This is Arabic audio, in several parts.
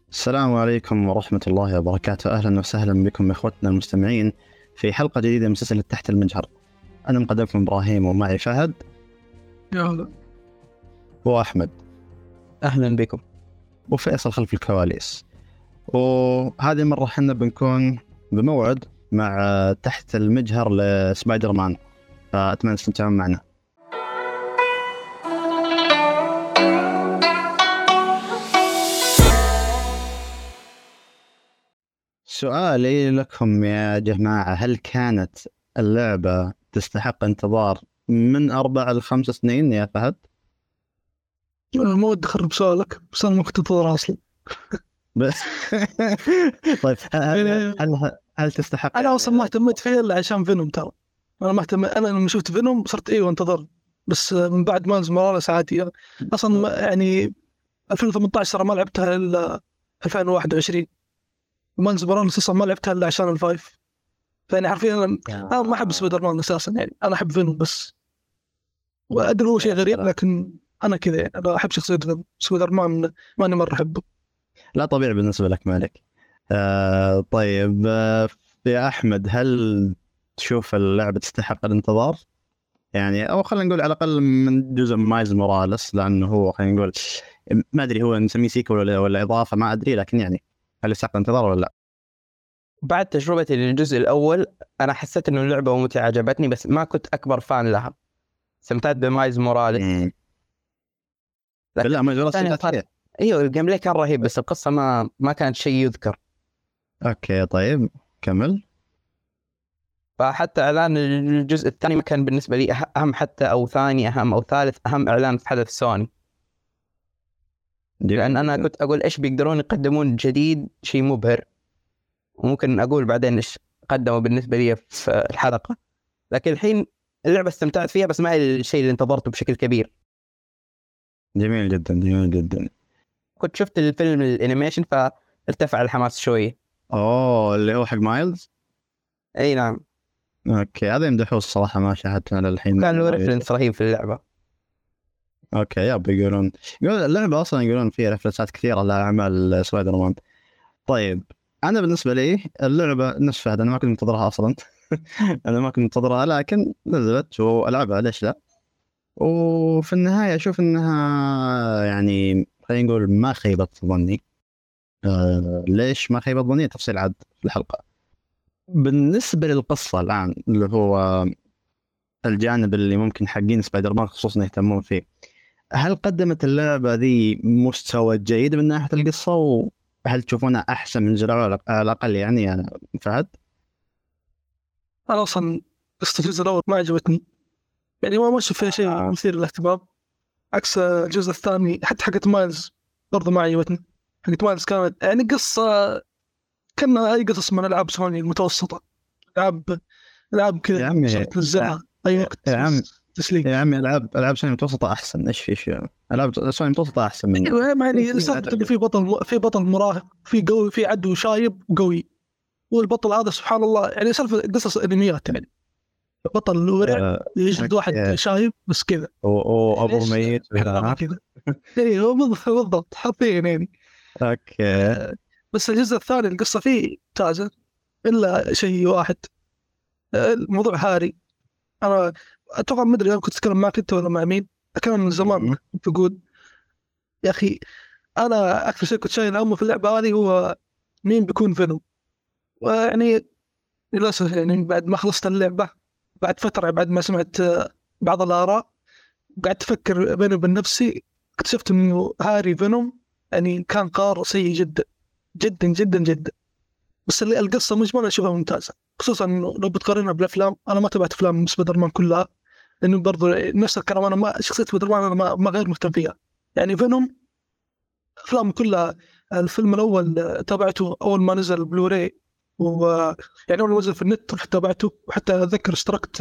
السلام عليكم ورحمة الله وبركاته. أهلا وسهلا بكم إخوتنا المستمعين في حلقة جديدة من سلسلة تحت المجهر. أنا مقدمكم إبراهيم ومعي فهد يلا وأحمد أهلا بكم. وفيصل خلف الكواليس. وهذه المرة حنا بنكون بموعد مع تحت المجهر لسبايدر مان، فأتمنى تستمتعون معنا. سؤالي لكم يا جماعة، هل كانت اللعبة تستحق انتظار من 4 ل 5 سنين يا فهد؟ مو ودي أخرب سؤالك، بس أنا ما كنت أنتظر أصلا. طيب هل تستحق؟ أنا أصلا ما اهتميت فيها إلا عشان فينوم. ترى أنا ما اهتم، أنا لما شفت فينوم صرت انتظر، بس من بعد مالز موراليس عادي. أصلا يعني 2018 ترى ما لعبتها إلا 2021. مالز موراليس أصلا ما لعبتها إلا عشان الفايف. فيعني حرفيا أنا ما أحب سبايدر مان أساسا، يعني أنا أحب فينوم بس. وأدري هو شيء غريب، لكن أنا كذا يعني أنا أحب شخصية فينوم. سبايدر مان ماني مرة أحبه. لا طبيعي بالنسبة لك مالك. طيب، يا أحمد، هل تشوف اللعبة تستحق الانتظار؟ يعني أو خلينا نقول على الأقل من جزء مايلز موراليس، لأنه هو خلينا نقول ما أدري هو نسميه سيكول ولا إضافة، ما أدري، لكن يعني هل يستحق الانتظار ولا لا؟ بعد تجربتي للجزء الأول أنا حسيت إنه اللعبة ممتعة، عجبتني، بس ما كنت أكبر فان لها. استمتعت بمايز موراليس. لا مايلز موراليس أيوة، الجيم بلاي كان رهيب، بس القصة ما كانت شيء يذكر. أوكي طيب كمل. فحتى إعلان الجزء الثاني ما كان بالنسبة لي أهم، حتى أو ثاني أهم أو ثالث أهم إعلان في حدث سوني. لأن أنا كنت أقول إيش بيقدرون يقدمون جديد، شيء مبهر، وممكن أقول بعدين إيش قدموا بالنسبة لي في الحلقة. لكن الحين اللعبة استمتعت فيها، بس ما هي الشيء اللي انتظرته بشكل كبير. جميل جدا جميل جدا. كنت شفت الفيلم الانيميشن فارتفع الحماس شوي. اللي هو حق مايلز. اي نعم. اوكي، هذا يمدحوه الصراحه، ما شاهدته انا الحين. كان له ريفرنس رهيب في اللعبه. اوكي، يقولون اللعبه اصلا يقولون فيها ريفرنسات كثيره لاعمال سبايدر مان. طيب انا بالنسبه لي اللعبه نفس فهد، انا ما كنت منتظرها اصلا. انا ما كنت منتظرها، لكن نزلت والعبها، ليش لا. وفي النهايه اشوف انها يعني خلينا نقول ما خيبت ظني. ليش ما خيبت ظني؟ تفصيل عاد في الحلقه. بالنسبه للقصه الان، اللي هو الجانب اللي ممكن حقين سبايدر مان خصوصا يهتمون فيه، هل قدمت اللعبة ذي مستوى جيد من ناحية القصة؟ وهل تشوفونها أحسن من الجزء الأول على الأقل؟ يعني أنا فهد. أنا أصلا قصة الجزء الأول ما عجبتني، يعني ما أشوف فيها شيء مثير للاهتمام، عكس الجزء الثاني. حتى حقت مايلز برضه ما عجبتني. حقت مايلز كانت يعني قصة كنا أي قصص من ألعاب سوني المتوسطة، ألعاب يا كذا عمي صرت تنزعها أي وقت يا عم تسليك. يا عمي، ألعاب سوني متوسطة أحسن. إيش في شيء؟ ألعاب سوني متوسطة أحسن من أيوة، يعني سالفة إنه في بطل مراهق، في قوي، في عدو شايب وقوي، والبطل هذا سبحان الله يعني سالفة قصص أنميات، يعني بطل ورع يجلد واحد شايب بس كذا، وأبو ميت كذا. ايوه بالضبط حرفيا يعني. اوكي. بس الجزء الثاني القصة فيه ممتازة، إلا شيء واحد، الموضوع هاري. أنا أتوقع ما أدري أنا كنت أتكلم معك أنت ولا مع مين، كان من زمان كنت أقول يا أخي أنا أكثر شيء كنت شايل همه في اللعبة هذه هو مين بيكون فينوم. ويعني للأسف يعني بعد ما خلصت اللعبة، بعد فترة، بعد ما سمعت بعض الآراء، قعدت أفكر بيني وبين نفسي، اكتشفت إنه هاري فينوم يعني كان قرار سيء جدا جدا جدا جدا. بس اللي القصة مجملا أشوفها ممتازة، خصوصا إنه لو بتقارنها بالأفلام. أنا ما تابعت أفلام سبايدر مان كلها، لأنه برضو نفس الكلام، أنا ما شخصية سبايدر مان أنا ما غير مهتم فيها. يعني فينوم أفلام كلها، الفيلم الأول تابعته أول ما نزل بلوراي، ويعني أول ما نزل في النت رحت تابعته، وحتى أذكر اشتركت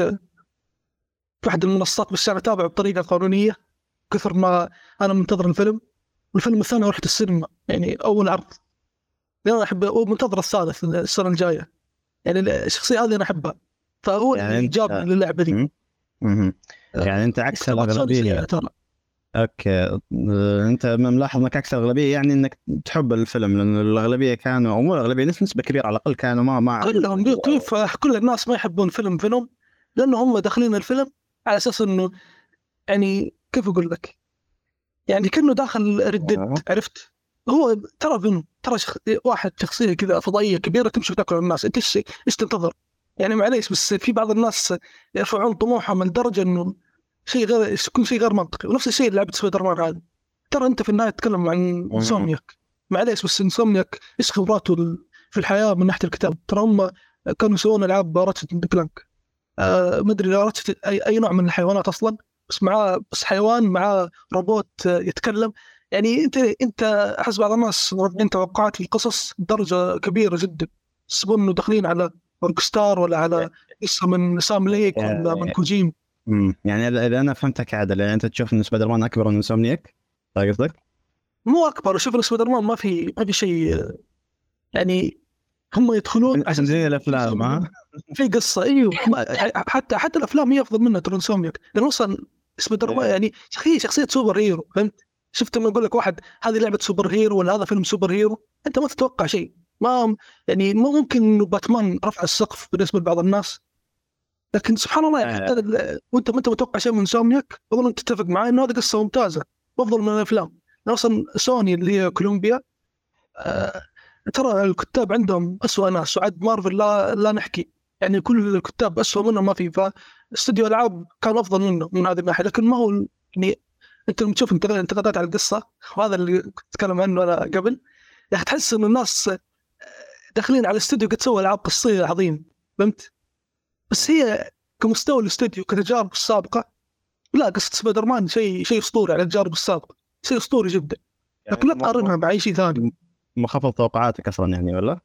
في أحد المنصات، بس أنا أتابعه بطريقة قانونية كثر ما أنا منتظر الفيلم. والفيلم الثاني رحت السينما، يعني أول عرض، لأن أنا أحب ومنتظر الثالث السنة الجاية. يعني الشخصية هذه أنا أحبها، فهو يعني اللي جابني للعبة دي. يعني أنت عكس الأغلبية. ترى اوكي. انت ملاحظ انك اكثر اغلبيه يعني انك تحب الفيلم، لان الاغلبيه كانوا، او مو الاغلبيه، نسبه كبيره على الاقل كانوا ما كلهم كيف كل الناس ما يحبون فيلم فينوم، لانه هم داخلين الفيلم على اساس انه يعني كيف اقول لك، يعني كأنه داخل ردد، عرفت؟ هو ترى فينوم ترى واحد شخصيه كذا فضائيه كبيره تمشي وتاكل الناس، انت ايش تنتظر؟ يعني معليش، بس في بعض الناس يرفعون طموحهم من درجه انه شيء غير، يكون شيء غير منطقي. ونفس الشيء اللي لعبه سبايدر مان هذا، ترى انت في النهايه تتكلم عن انسومنياك، معليش بس انسومنياك ايش خبراته في الحياه من ناحيه الكتاب؟ ترى هم كانوا يسوون العاب راتشت اند كلانك، ما ادري راتشت اي نوع من الحيوانات اصلا، بس حيوان مع روبوت يتكلم. يعني انت احس بعض الناس مربعين توقعات القصص بدرجه كبيره جدا، يحسبون انه داخلين على روك ستار ولا على قصه من سام ليك ولا من كوجيم. يعني اذا انا فهمتك عادل، يعني انت تشوف ان سبايدر مان اكبر من انسومنياك، قصدك؟ مو اكبر، شوف سبايدر مان ما في شيء، يعني هم يدخلون عشان زي الافلام في قصه. ايوه حتى الافلام هي افضل منها ترى انسومنياك، لانه اصلا سبايدر مان يعني شخصيه سوبر هيرو، فهمت؟ شفت لما يقول لك واحد هذه لعبه سوبر هيرو ولا هذا فيلم سوبر هيرو، انت ما تتوقع شيء. ما يعني ما ممكن انه باتمان رفع السقف بالنسبه لبعض الناس، لكن سبحان الله يعني حتى وانت ما انت متوقع شيء من انسومنياك، اظن انت تتفق معي انه هذه قصه ممتازه وافضل من الافلام. اصلا سوني اللي هي كولومبيا، ترى الكتاب عندهم أسوأ ناس، وعد مارفل لا نحكي، يعني كل الكتاب أسوأ منهم ما في. فاستوديو العاب كان أفضل منه من هذه الناحية، لكن ما هو يعني أنت لما تشوف انتقادات على القصة، وهذا اللي كنت أتكلم عنه أنا قبل، يعني تحس إن الناس داخلين على الاستوديو قد سوى ألعاب قصية عظيم، فهمت؟ بس هي كمستوى الاستوديو كتجارب السابقة، لا قصة سبايدر مان شيء أسطوري على التجارب السابقة، شيء أسطوري جدا، لكن لا تقارنها مع أي شيء ثاني. مخفض توقعاتك اصلا يعني ولا؟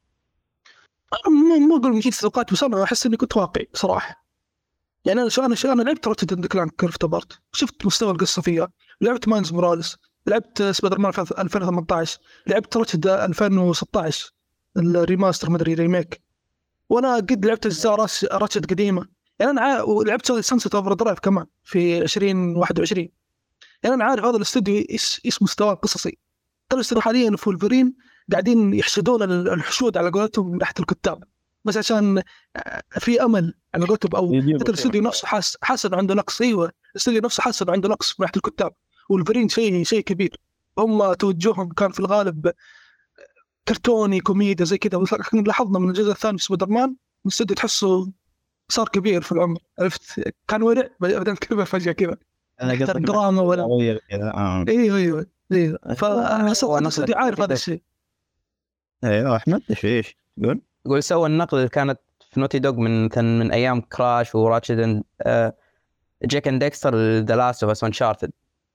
مو اقول من جيت توقعات، بس انا احس اني كنت واقعي صراحه. يعني انا لعبت راتشت اند كلانك كيرفت بارت، شفت مستوى القصه فيها، لعبت ماينز موراليس، لعبت سبايدر مان 2018، لعبت راتشت 2016 الريماستر مدري ريميك، وانا قد لعبت اجزاء راتشت قديمه. يعني انا ولعبت سانست اوفر درايف كمان في 2021. يعني انا عارف هذا الاستوديو ايش مستواه القصصي. ترى الاستوديو حاليا في وولفرين قاعدين يحشدون الحشود على قولتهم من ناحيه الكتاب، بس عشان في امل على قولتهم، او حتى الاستوديو نفسه حاسس انه عنده نقص. ايوه الاستوديو نفسه حاسس انه عنده نقص من ناحيه الكتاب. وولفرين شيء كبير، هم توجههم كان في الغالب كرتوني كوميديا زي كذا، لكن لاحظنا من الجزء الثاني في سبايدر مان الاستوديو تحسه صار كبير في العمر، عرفت؟ كان ورع بعدين كبر فجاه كذا، حتى الدراما ولا ايوه فحسيت الاستوديو عارف هذا الشيء. ايوه احمد ايش يقول سوى النقل اللي كانت في نوتي دوغ من ايام كراش وراتشد جاك اند ديكستر ذا لاست اوف اس وانشارتد.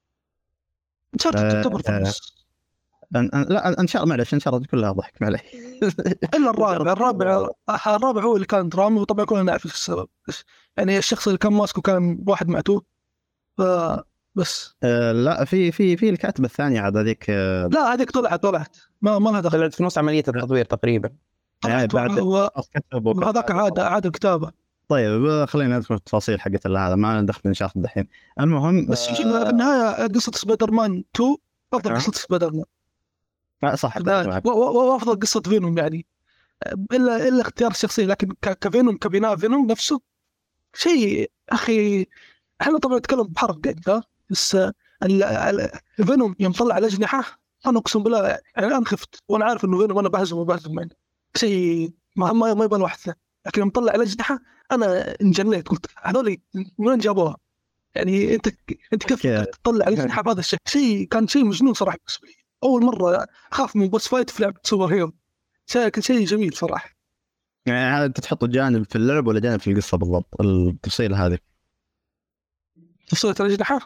تعتبر في النص. لا انشارتد معلش، انشارتد كلها ضحك معلي الا الرابع هو اللي كان دراما، وطبعا كلنا نعرف السبب، يعني الشخص اللي كان ماسكه كان واحد معتوه بس. لا في الكاتبه الثانيه عاد هذيك لا هذيك طلعت ما لها دخل، طلعت في نص عمليه التطوير تقريبا، يعني بعد هذاك عاد الكتابه. طيب خلينا ندخل في التفاصيل حقت هذا، ما ندخل انشارتد الحين. المهم بس في النهايه قصه سبايدر مان 2 افضل قصه سبايدر مان، صح، وافضل قصه فينوم يعني، الا اختيار الشخصيه، لكن كفينوم كبناء فينوم نفسه شيء اخي. احنا طبعا نتكلم بحرف قد بس فينوم يوم طلع الاجنحه انا اقسم بالله يعني انا خفت، وانا عارف انه فينوم انا بهزم منه شيء ما يبان واحد ثاني، لكن يوم طلع الاجنحه انا انجنيت، قلت هذول من وين جابوها؟ يعني انت كيف تطلع الاجنحه بهذا الشيء؟ كان شيء مجنون صراحه بالنسبه لي، اول مره اخاف من بوس فايت في لعبه سوبر هيرو، كان شيء جميل صراحه. يعني هذا تحط جانب في اللعب ولا جانب في القصه بالضبط التفصيل هذه؟ تفصيلة الأجنحة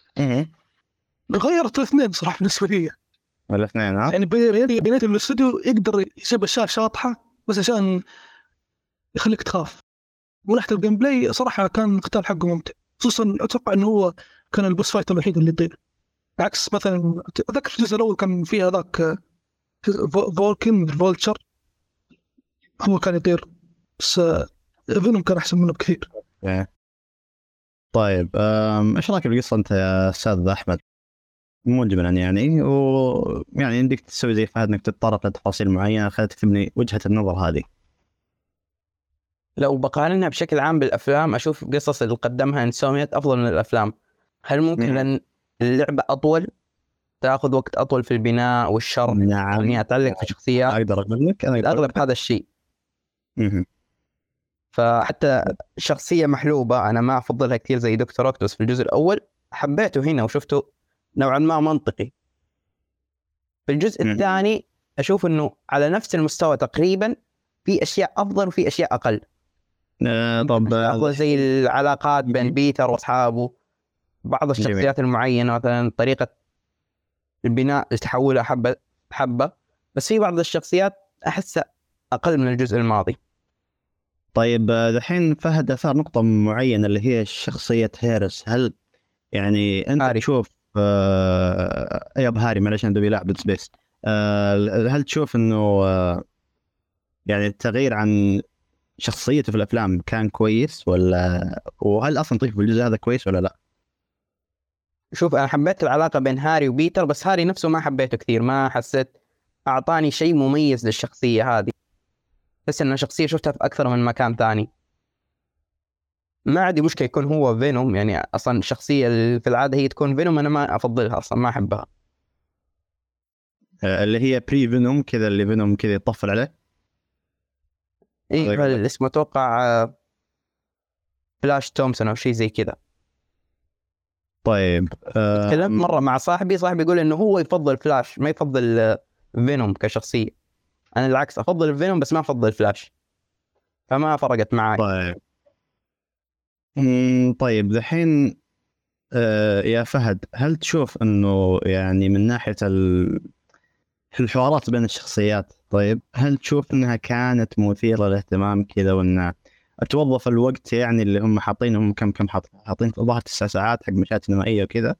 غيرت الاثنين صراحة بالنسبة لي، الاثنين يعني بنيت الاستوديو يقدر يجيب الشاشة واضحة بس عشان يخليك تخاف. من ناحية الجيم بلاي صراحة كان القتال حقه ممتع، خصوصا أتوقع إنه هو كان البوس فايت الوحيد اللي يطير، عكس مثلا أذكر في الجزء الأول كان فيه هذاك فولتشر هو كان يطير، بس فينوم كان أحسن منه بكثير. طيب ايش رايك بالقصه انت يا استاذ احمد؟ مجملا يعني، ويعني عندك تسوي زي فهد انك تتطرق لتفاصيل معينه خلتك تبني وجهه النظر هذه. لو بقارنها بشكل عام بالافلام، اشوف قصص اللي قدمها انسوميات افضل من الافلام. هل ممكن لان اللعبه اطول، تاخذ وقت اطول في البناء والشرح، نعم، اني اتعلق في شخصيات؟ اقدر اقول لك انا الاغلب هذا الشيء. فحتى شخصيه محلوبه انا ما افضلها كثير زي دكتور اوكتوس في الجزء الاول، حبيته هنا وشفته نوعا ما منطقي. في الجزء الثاني اشوف انه على نفس المستوى تقريبا، في اشياء افضل وفي اشياء اقل. طب افضل زي العلاقات بين بيتر واصحابه، بعض الشخصيات المعينه، مثلا طريقه البناء تحولها حبه حبه، بس في بعض الشخصيات احسها اقل من الجزء الماضي. طيب دحين فهد اثار نقطه معينه اللي هي شخصيه هيرس. هل يعني انت هاري. تشوف يا هاري معلش انا دوبي لاعب سبيس، هل تشوف انه يعني التغيير عن شخصيته في الافلام كان كويس، وهل اصلا طيب في الجزء هذا كويس ولا لا؟ شوف انا حبيت العلاقه بين هاري وبيتر، بس هاري نفسه ما حبيته كثير، ما حسيت اعطاني شيء مميز للشخصيه هذه. بس انها شخصيه شفتها في اكثر من مكان ثاني. ما عندي مشكله يكون هو فينوم، يعني اصلا الشخصيه اللي في العاده هي تكون فينوم انا ما افضلها اصلا، ما احبها. اللي هي بري فينوم كذا، اللي فينوم كذا يطفل عليه. ايه اسمه اتوقع فلاش تومسون او شيء زي كذا. طيب تكلمت مره مع صاحبي يقول انه هو يفضل فلاش، ما يفضل فينوم كشخصيه. انا العكس، افضل فينوم بس ما افضل فلاش، فما فرقت معي. طيب طيب دحين يا فهد، هل تشوف انه يعني من ناحيه الحوارات بين الشخصيات، طيب هل تشوف انها كانت مثيره للاهتمام كذا، وانها توظف الوقت يعني اللي هم حاطينهم كم حاطين الظاهر 9 ساعات حق مشاهد سينمائيه وكذا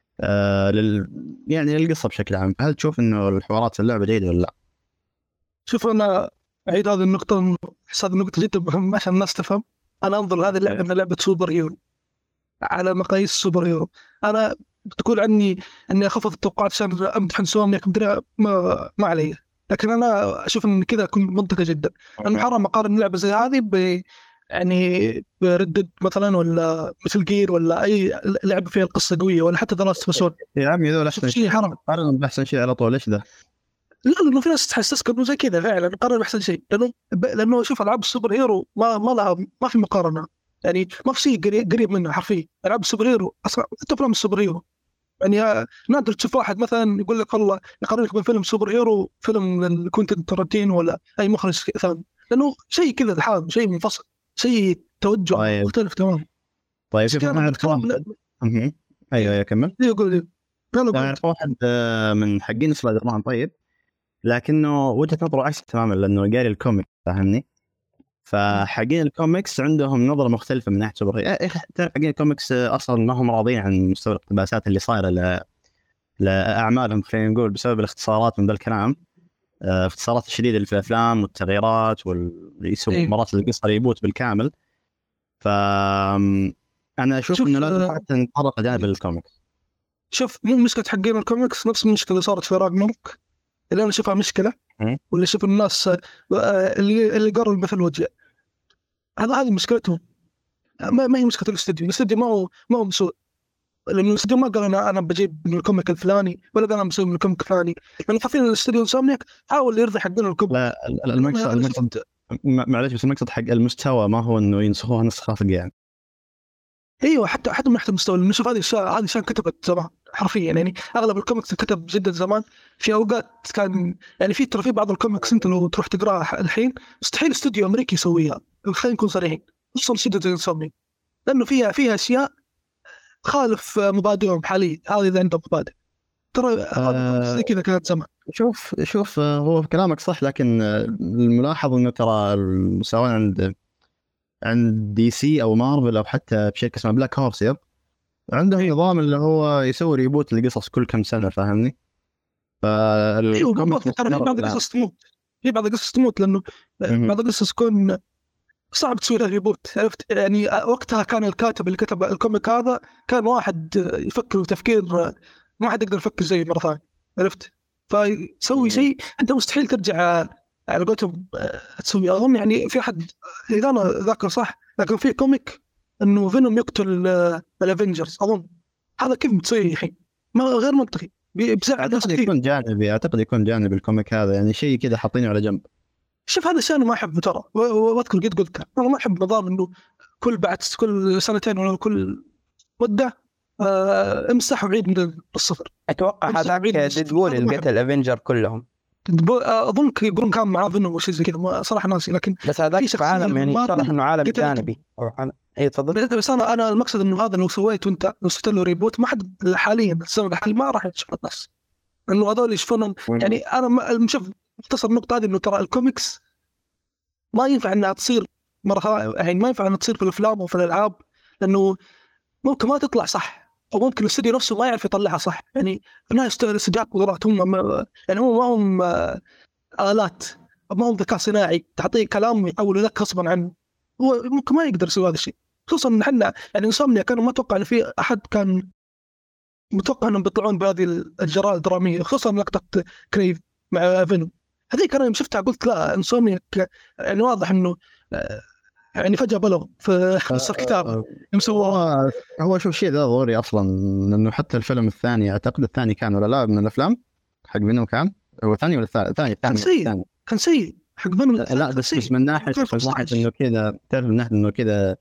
يعني القصه بشكل عام، هل تشوف انه الحوارات في اللعبه جيده ولا لا؟ شوف انا اعيد هذه النقطه، هذه النقطه جدا مهمه عشان الناس تفهم. انا انظر هذه اللعبه انها لعبه سوبر هيرو على مقاييس سوبر هيرو. انا بتقول عني اني اخفض التوقعات عشان امدح سوامي ما علي، لكن انا اشوف ان كذا اكون منطقي جدا. انا حرام اقارن لعبه زي هذه يعني بردد مثلا، ولا مثل جير، ولا اي لعبه فيها القصه قويه، ولا حتى دراست فسول. يا عمي هذول احسن شيء حرام. قارن باحسن شيء على طول، ايش ذا؟ لا، لانه في ناس تحسسك انه زي كذا فعلا قرر باحسن شيء، لانه شوف العاب السوبر هيرو ما لها، ما في مقارنه، يعني ما في شيء قريب منها حرفيا. العاب السوبر هيرو اصلا حتى افلام السوبر هيرو، يعني نادر تشوف واحد مثلا يقول لك والله يقارن لك بين فيلم سوبر هيرو فيلم كوينتين تارانتينو ولا اي مخرج ثاني، لانه شيء كذا الحال، شيء منفصل، شيء توجه طيب. مختلف تمام. طيب شوف انا اعرف واحد ايوه كمل. يقول انا اعرف واحد من حقين سبايدر مان، طيب لكنه وجهه نظره عكس تماما لانه قاري الكوميك، فاهمني؟ فحقين الكوميكس عندهم نظره مختلفه من ناحيه سوبر هيرو. تعرف حقين الكوميكس اصلا ما هم راضيين عن مستوى الاقتباسات اللي صايره لاعمالهم، خلينا نقول بسبب الاختصارات من ذا الكلام، الاختصارات الشديده اللي في الافلام والتغييرات واللي يسوي مرات القصه ريبوت بالكامل. ف انا اشوف انه لازم حتى نتطرق جانب الكوميكس. شوف مو مشكله حقين الكوميكس نفس المشكله اللي صارت في راجنروك، اللي انا اشوفها مشكله، واللي اشوف الناس اللي قروا المثل وجه، هذه مشكلتهم. ما هي مشكله الاستوديو ما هو مسؤول، لانه الاستوديو ما قال انا بجيب من الكوميك الفلاني، ولا قال انا بسوي من الكوميك الفلاني، لانه حرفيا الاستوديو انسومنياك حاول يرضي حقين الكوميك. لا المقصد معلش، بس المقصد حق المستوى ما هو انه ينسخوها نسخه يعني. ايوه، حتى من ناحيه المستوى، لانه شوف هذه كتبت زمان حرفيا، يعني اغلب الكوميكس كتب جدا زمان. في اوقات كان يعني ترى في بعض الكوميكس انت لو تروح تقراها الحين مستحيل استوديو امريكي يسويها، خلينا نكون صريحين، خصوصا استوديو زي انسومنياك، لانه فيها اشياء خالف مبادئهم حاليا. هذه اذا عندهم مبادئ، ترى زي كذا كانت زمان. شوف هو كلامك صح، لكن الملاحظ انه ترى سواء عند دي سي او مارفل او حتى بشركه اسمها بلاك هورس عندهم نظام اللي هو يسوي ريبوت للقصص كل كم سنه، فاهمني؟ ترى في بعض القصص تموت لانه بعض القصص تكون صعب تسوي لها ريبوت، عرفت؟ يعني وقتها كان الكاتب اللي كتب الكوميك هذا كان واحد يفكر تفكير ما حد يقدر يفكر زي مرة ثانية، عرفت؟ فسوي شيء أنت مستحيل ترجع على قولتهم تسوي. أظن يعني في أحد إذا أنا ذاكر صح، لكن في كوميك إنه فينوم يقتل الأفينجرز أظن. هذا كيف بتسوي الحين؟ ما غير منطقي، بيزعل ناس اعتقد كثير. يكون جانبي، اعتقد يكون جانبي الكوميك هذا، يعني شيء كذا حاطينه على جنب. شوف هذا الشيء أنا ما أحبه ترى، واذكر قد قلت لك أنا ما أحب نظام إنه بعد كل سنتين ولا كل مدة امسح وعيد من الصفر. اتوقع هذاك ديدبول اللي قتل الافنجر كلهم. اظن يقولون كان معاه فينوم وشيء زي كذا، صراحه ناسي. لكن بس هذاك في عالم يعني صراحه انه عالم جانبي او اي تفضل. بس انا المقصد انه هذا لو سويت وانت لو سويت له ريبوت ما حد حاليا السبب الحالي ما راح يشوف الناس انه هذول يشوفون. يعني انا شوف مختصر النقطه هذه انه ترى الكوميكس ما ينفع انها تصير مره، يعني ما ينفع انها تصير في الافلام وفي الالعاب، لانه ممكن ما تطلع صح، او ممكن الاستوديو نفسه ما يعرف يطلعها صح. يعني الناس استديوهات قدرات هم يعني هم ما هم آلات، ما هم ذكاء صناعي تعطيه كلام يحول لك غصبا عنه. هو ممكن ما يقدر يسوي هذا الشيء، خصوصا ان احنا يعني انسومنيا كانوا ما اتوقع ان في احد كان متوقع انهم بيطلعون بهذه الجرائم الدراميه، خصوصا لقطه كريف مع فينوم هذيك انا شفتها قلت لا انسومنيا يعني واضح انه يعني فجأة بلغ في قصة كتاب يمسوها. هو شوف شيء ذا ضروري أصلا، لأنه حتى الفيلم الثاني أعتقد الثاني كان ولا لا من الأفلام حق منه كان هو الثاني ولا الثاني كان سيء حق منه. لا بس من ناحية إنه كذا تعرف، من ناحية إنه كذا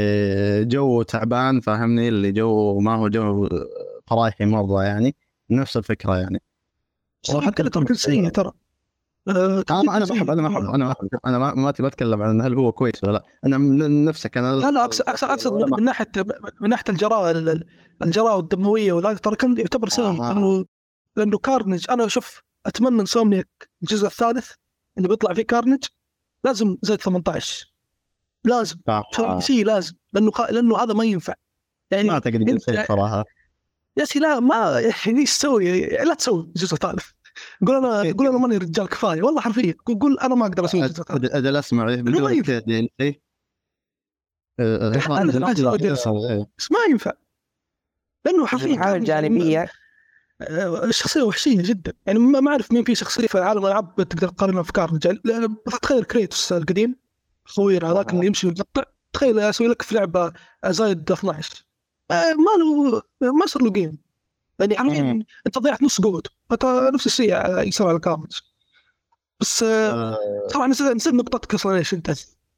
جو تعبان فاهمني، اللي جو ما هو جو فرايحي مرة يعني، نفس الفكرة يعني. وحتى كان سيء ترى. انا ما تبي اتكلم عن هل هو كويس ولا لا، انا من نفسك انا لا اقصد من ناحيه الجراءه والدمويه، ولا ترى كان يعتبر سهل لانه كارنج. انا اشوف اتمنى انسومنيك الجزء الثالث اللي بيطلع فيه كارنج لازم زائد 18 لازم شيء لازم، لانه هذا ما ينفع يعني. ما تقدر تسوي صراحه يا سي لا ما يعني تسوي، لا تسوي الجزء الثالث. قول انا ماني رجال كفايه والله حرفيا، قول انا ما اقدر اسوي الجزء الثالث. اجل اسمع بس ما ينفع لانه حرفيا حاجه جانبيه. الشخصيه وحشيه جدا يعني. ما اعرف مين في شخصيه في عالم الالعاب تقدر تقارنها في كارنج. تخيل كريتوس القديم خوير هذاك اللي يمشي ويقطع، تخيل اسوي لك في لعبه زايد 12 ما صار له قيمه يعني. حرفيا انت ضيعت نص قوته، نفس الشيء يصير على كارنج. بس طبعا نسيت نقطتك اصلا ايش انت.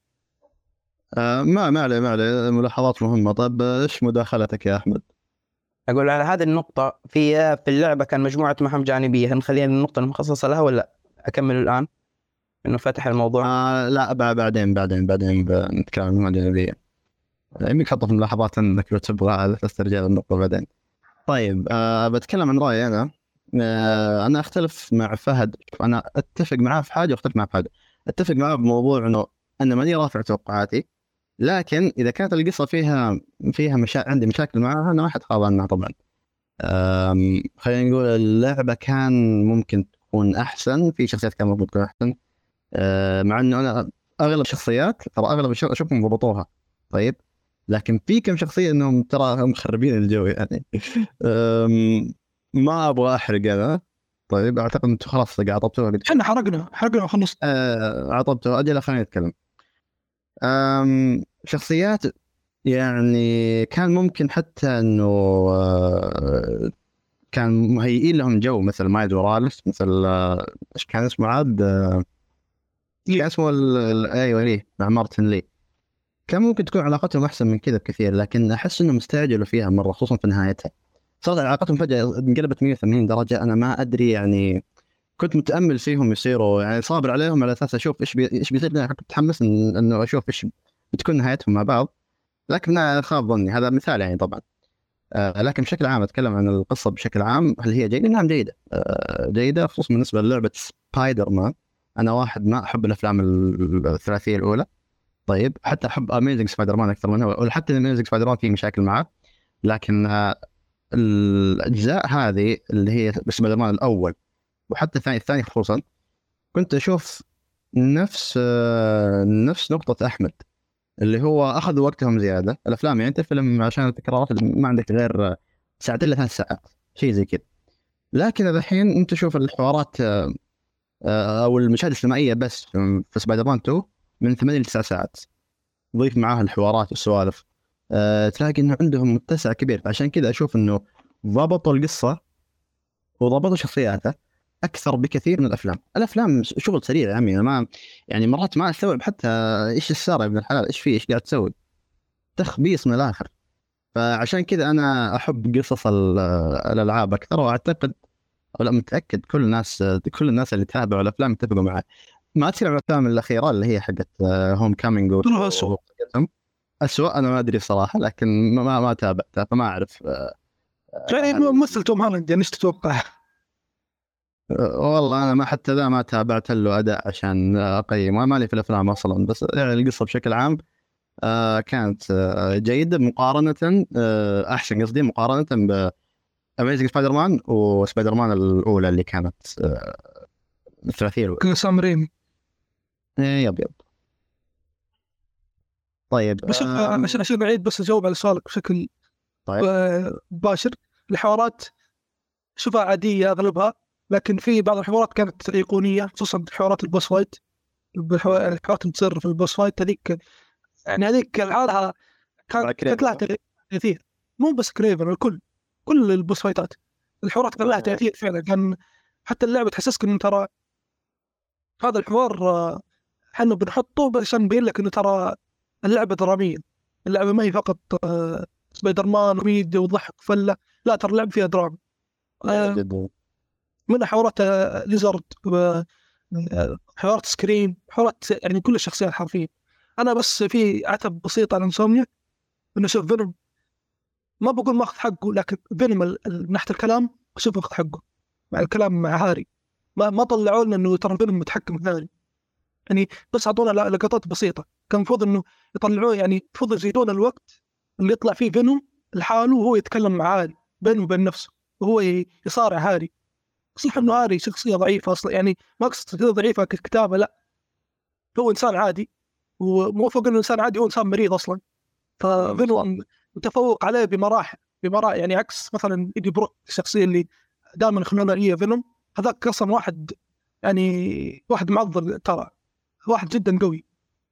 ما عليه ملاحظات مهمه. طيب ايش مداخلتك يا احمد؟ اقول على هذه النقطه في اللعبه كان مجموعه مهام جانبيه، نخليها النقطه المخصصه لها ولا اكمل الان انه فتح الموضوع؟ لا بعدين بنتكلم عن المهام الجانبيه، يمكن حطه في الملاحظات انك لو تبغى تسترجع النقطه بعدين. طيب بتكلم عن رايي انا. انا اختلف مع فهد، انا اتفق معاه في حاجه واختلف معاه في حاجه. اتفق معاه بموضوع انه انا ماني رافع توقعاتي، لكن اذا كانت القصه فيها عندي مشاكل معها انا ما حتخاف عنها طبعا. خلينا نقول اللعبه كان ممكن تكون احسن، في شخصيات كان ممكن تكون احسن، مع انه انا اغلب الشخصيات ترى اغلب اشوفهم ضبطوها طيب، لكن في كم شخصيه انهم ترى مخربين الجو يعني. ما ابغى احرق انا. طيب اعتقد انتم خلاص عطبتوها، احنا حرقنا وخلص. عطبتوها. اجل خليني اتكلم. شخصيات يعني كان ممكن حتى انه كان مهيئين لهم جو، مثل مايد ورالس، مثل ايش كان اسمه عاد كان اسمه ايوه ليه مع مارتن لي، كان ممكن تكون علاقتهم احسن من كذا بكثير، لكن احس انهم استعجلوا فيها مره خصوصا في نهايتها. صارت علاقتهم فجاه انقلبت 180 درجه. انا ما ادري يعني، كنت متامل فيهم يصيروا يعني صابر عليهم على اساس اشوف ايش بيصير. كنت متحمس انه اشوف ايش بتكون نهايتهم مع بعض، لكن خاب ظني. هذا مثال يعني طبعا. لكن بشكل عام اتكلم عن القصه بشكل عام، هل هي جيده؟ نعم جيده. جيده خصوصا بالنسبه للعبه سبايدر مان. انا واحد ما احب الافلام الثلاثيه الاولى، طيب حتى احب اميزنج سبايدر مان اكثر منها، وحتى اميزنج سبايدر مان فيه مشاكل معه، لكن الاجزاء هذه اللي هي سبايدر مان الاول وحتى الثاني خصوصا كنت اشوف نفس نقطه احمد، اللي هو اخذوا وقتهم زياده. الافلام يعني انت فيلم عشان التكرارات ما عندك غير ساعتين ل3 ساعات، شيء زي كذا. لكن الحين انت شوف الحوارات او المشاهد السينمائيه بس في سبايدر مان 2 من 8 ل 9 ساعات، ضيف معاها الحوارات والسوالف، تلاقي انه عندهم متسع كبير. فعشان كذا اشوف انه ضبطوا القصه وضبطوا شخصياته اكثر بكثير من الافلام شغل سريع يا عمي. أنا ما يعني مرات ما استوعب حتى ايش السالفه يا ابن الحلال، ايش فيه، ايش قاعد تسوي، تخبيص من الاخر. فعشان كذا انا احب قصص الالعاب اكثر، واعتقد او لا متاكد كل الناس اللي تابعوا الافلام يتفقوا معي. ما تصير على الافلام الاخيره اللي هي حقت هوم كامينج ترى أسوأ. اسوء. انا ما ادري صراحه، لكن ما تابعتها فما اعرف. يعني ممثل توم هالاند يعني ايش تتوقع؟ والله انا ما حتى ذا ما تابعت له اداء عشان اقيم، ما لي في الافلام اصلا. بس يعني القصه بشكل عام كانت جيده مقارنه، احسن قصدي مقارنه بأميزنج سبايدر مان وسبايدر مان الاولى اللي كانت الثلاثيه الاولى. سام ريمي. يب. طيب بس عشان نعيد بس اجاوب على سؤالك بشكل طيب. مباشر. الحوارات شوفها عاديه اغلبها، لكن في بعض الحوارات كانت ايقونيه، خصوصا حوارات البوس فايت. الحوارات اللي تصير في البوس فايت هذيك، يعني هذيك لها كانت لها تأثير. مو بس كريفن، كل البوس فايتات الحوارات كان لها تأثير فعلا. كان حتى اللعبة تحسسك إنه ترى هذا الحوار حنا بنحطه بس عشان نبين لك إنه ترى اللعبة درامية. اللعبة ما هي فقط سبايدر مان وميد وضحك فلة، لا ترى اللعبة فيها دراما. من حوارات ليزارد، حوارات سكريم، حوارات يعني كل الشخصيات حرفيا. أنا بس في عتب بسيط على انسومنيا، إنه شوف فينوم، ما بقول ما أخذ حقه، لكن فينوم من ناحية الكلام أشوف أخذ حقه مع الكلام مع هاري. ما طلعوا لنا إنه ترى فينوم متحكم في هاري، يعني بس أعطونا لقطات بسيطة. كان المفروض إنه يطلعوه، يعني المفروض يزيدون الوقت اللي يطلع فيه فينوم لحاله وهو يتكلم مع هاري بينه وبين نفسه، وهو يصارع هاري. صح إنه هاري شخصية ضعيفة أصلا، يعني ما أقصد كذا ضعيفة ككتابة، لا، هو إنسان عادي، ومو فوق إنه إنسان عادي، هو إنسان مريض أصلا. ففينوم متفوق عليه بمراحل، يعني عكس مثلا إيدي بروك، الشخصية اللي دائما يخلونها هي فينوم. هذاك أصلا واحد، يعني واحد معضل ترى، واحد جدا قوي.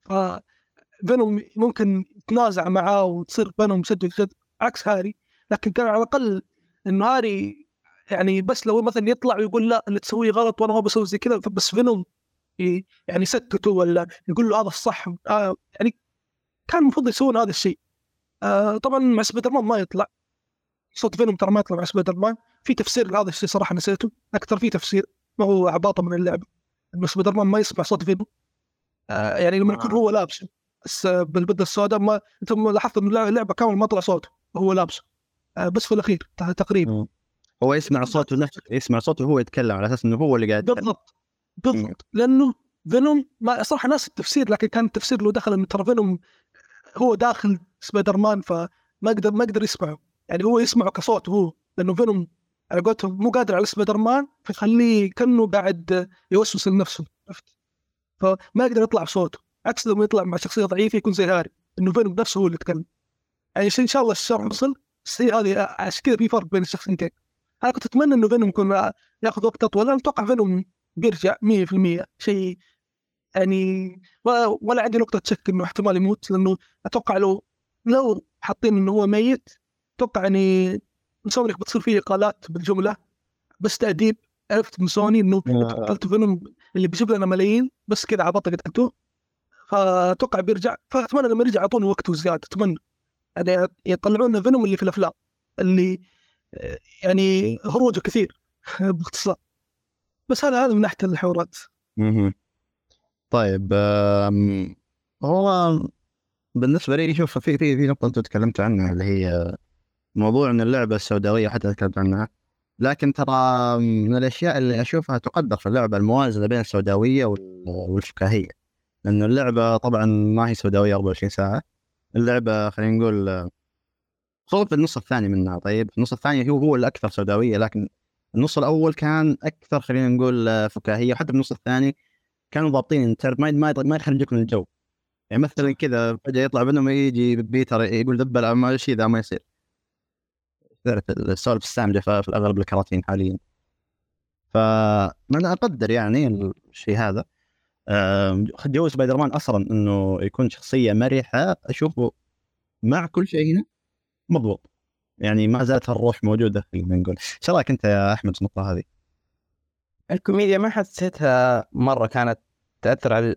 ففينوم ممكن يتنازع معاه وتصير بينهم شد وجذب عكس هاري. لكن كان على الأقل إنه هاري يعني بس لو مثلا يطلع ويقول لا اللي تسويه غلط وأنا ما بسوي زي كذا، بس فينوم يعني سكته ولا يقول له هذا الصح. يعني كان المفروض يسوون هذا الشيء. طبعا مع سبايدر مان ما يطلع صوت فينوم، ترى ما يطلع مع سبايدر مان. في تفسير لهذا الشيء صراحة نسيته، أكثر في تفسير، ما هو عباطة من اللعبة، إنه سبايدر مان ما يسمع صوت فينوم. يعني لما يكون هو لابسه بس بالبدلة السوداء، ما أنت لاحظت إنه اللعبة كامل ما طلع صوته وهو لابسه، بس في الأخير تقريبا هو يسمع صوته نفسه، يسمع صوته وهو يتكلم على أساس إنه هو اللي قاعد يتكلم. بالضبط. لأنه فينوم ما صراحة ناس التفسير، لكن كان التفسير له دخل إنه ترى فينوم هو داخل سبايدر مان، فما قدر يسمعه. يعني هو يسمعه كصوت هو، لأنه فينوم على قولتهم مو قادر على سبايدر مان، فيخليه كأنه قاعد يوسوس لنفسه، عرفت؟ فما يقدر يطلع بصوته، عكس لما يطلع مع شخصية ضعيفة يكون زي هاري، إنه فينوم نفسه هو اللي يتكلم. يعني إن شاء الله الشرح وصل، بس هي هذه عشان كذا في فرق بين الشخصيتين. أنا كنت أتمنى إنه فينوم يكون يأخذ وقت أطول. أنا أتوقع فينوم بيرجع 100% شيء، يعني ولا عندي نقطة شك إنه احتمال يموت، لأنه أتوقع لو حاطين إنه هو ميت، أتوقع إني سوني بتصير فيه إقالات بالجملة، بس تأديب. عرفت من سوني إنه قلت فينوم اللي بيجيب لنا ملايين بس كذا عبطة قتلته، فأتوقع بيرجع. فأتمنى لما يرجع يعطوني وقت وزيادة، أتمنى يعني يطلعون فينوم اللي في الأفلام، اللي يعني هروجه كثير باختصار. بس هذا من ناحية الحوارات. طيب هو بالنسبة لي شوف في نقطة أنت تكلمت عنها، اللي هي موضوع أن اللعبة السوداوية حتى تكلمت عنها. لكن ترى من الأشياء اللي أشوفها تقدر في اللعبة الموازنة بين السوداوية والفكاهية. لأن اللعبة طبعا ما هي سوداوية 24 ساعة. اللعبة خلينا نقول خصوصا في النص الثاني منها. طيب النص الثاني هو الأكثر سوداوية، لكن النص الأول كان أكثر خلينا نقول فكاهية. وحتى بالنص الثاني كانوا ضابطين، تعرف ما يخرجك من الجو. يعني مثلا كذا فجأة يطلع بينهم يجي بيتر يقول دبل ما شيء ذا ما يصير. السوالف السامجه في الاغلب الكراتين حاليا. فانا اقدر يعني الشيء هذا. جو سبايدر مان اصلا انه يكون شخصيه مرحه، اشوفه مع كل شيء هنا مضبوط، يعني ما زالت الروح موجوده خلينا نقول. ايش رايك انت يا احمد في النقطه هذه؟ الكوميديا ما حسيتها مرة كانت تأثر على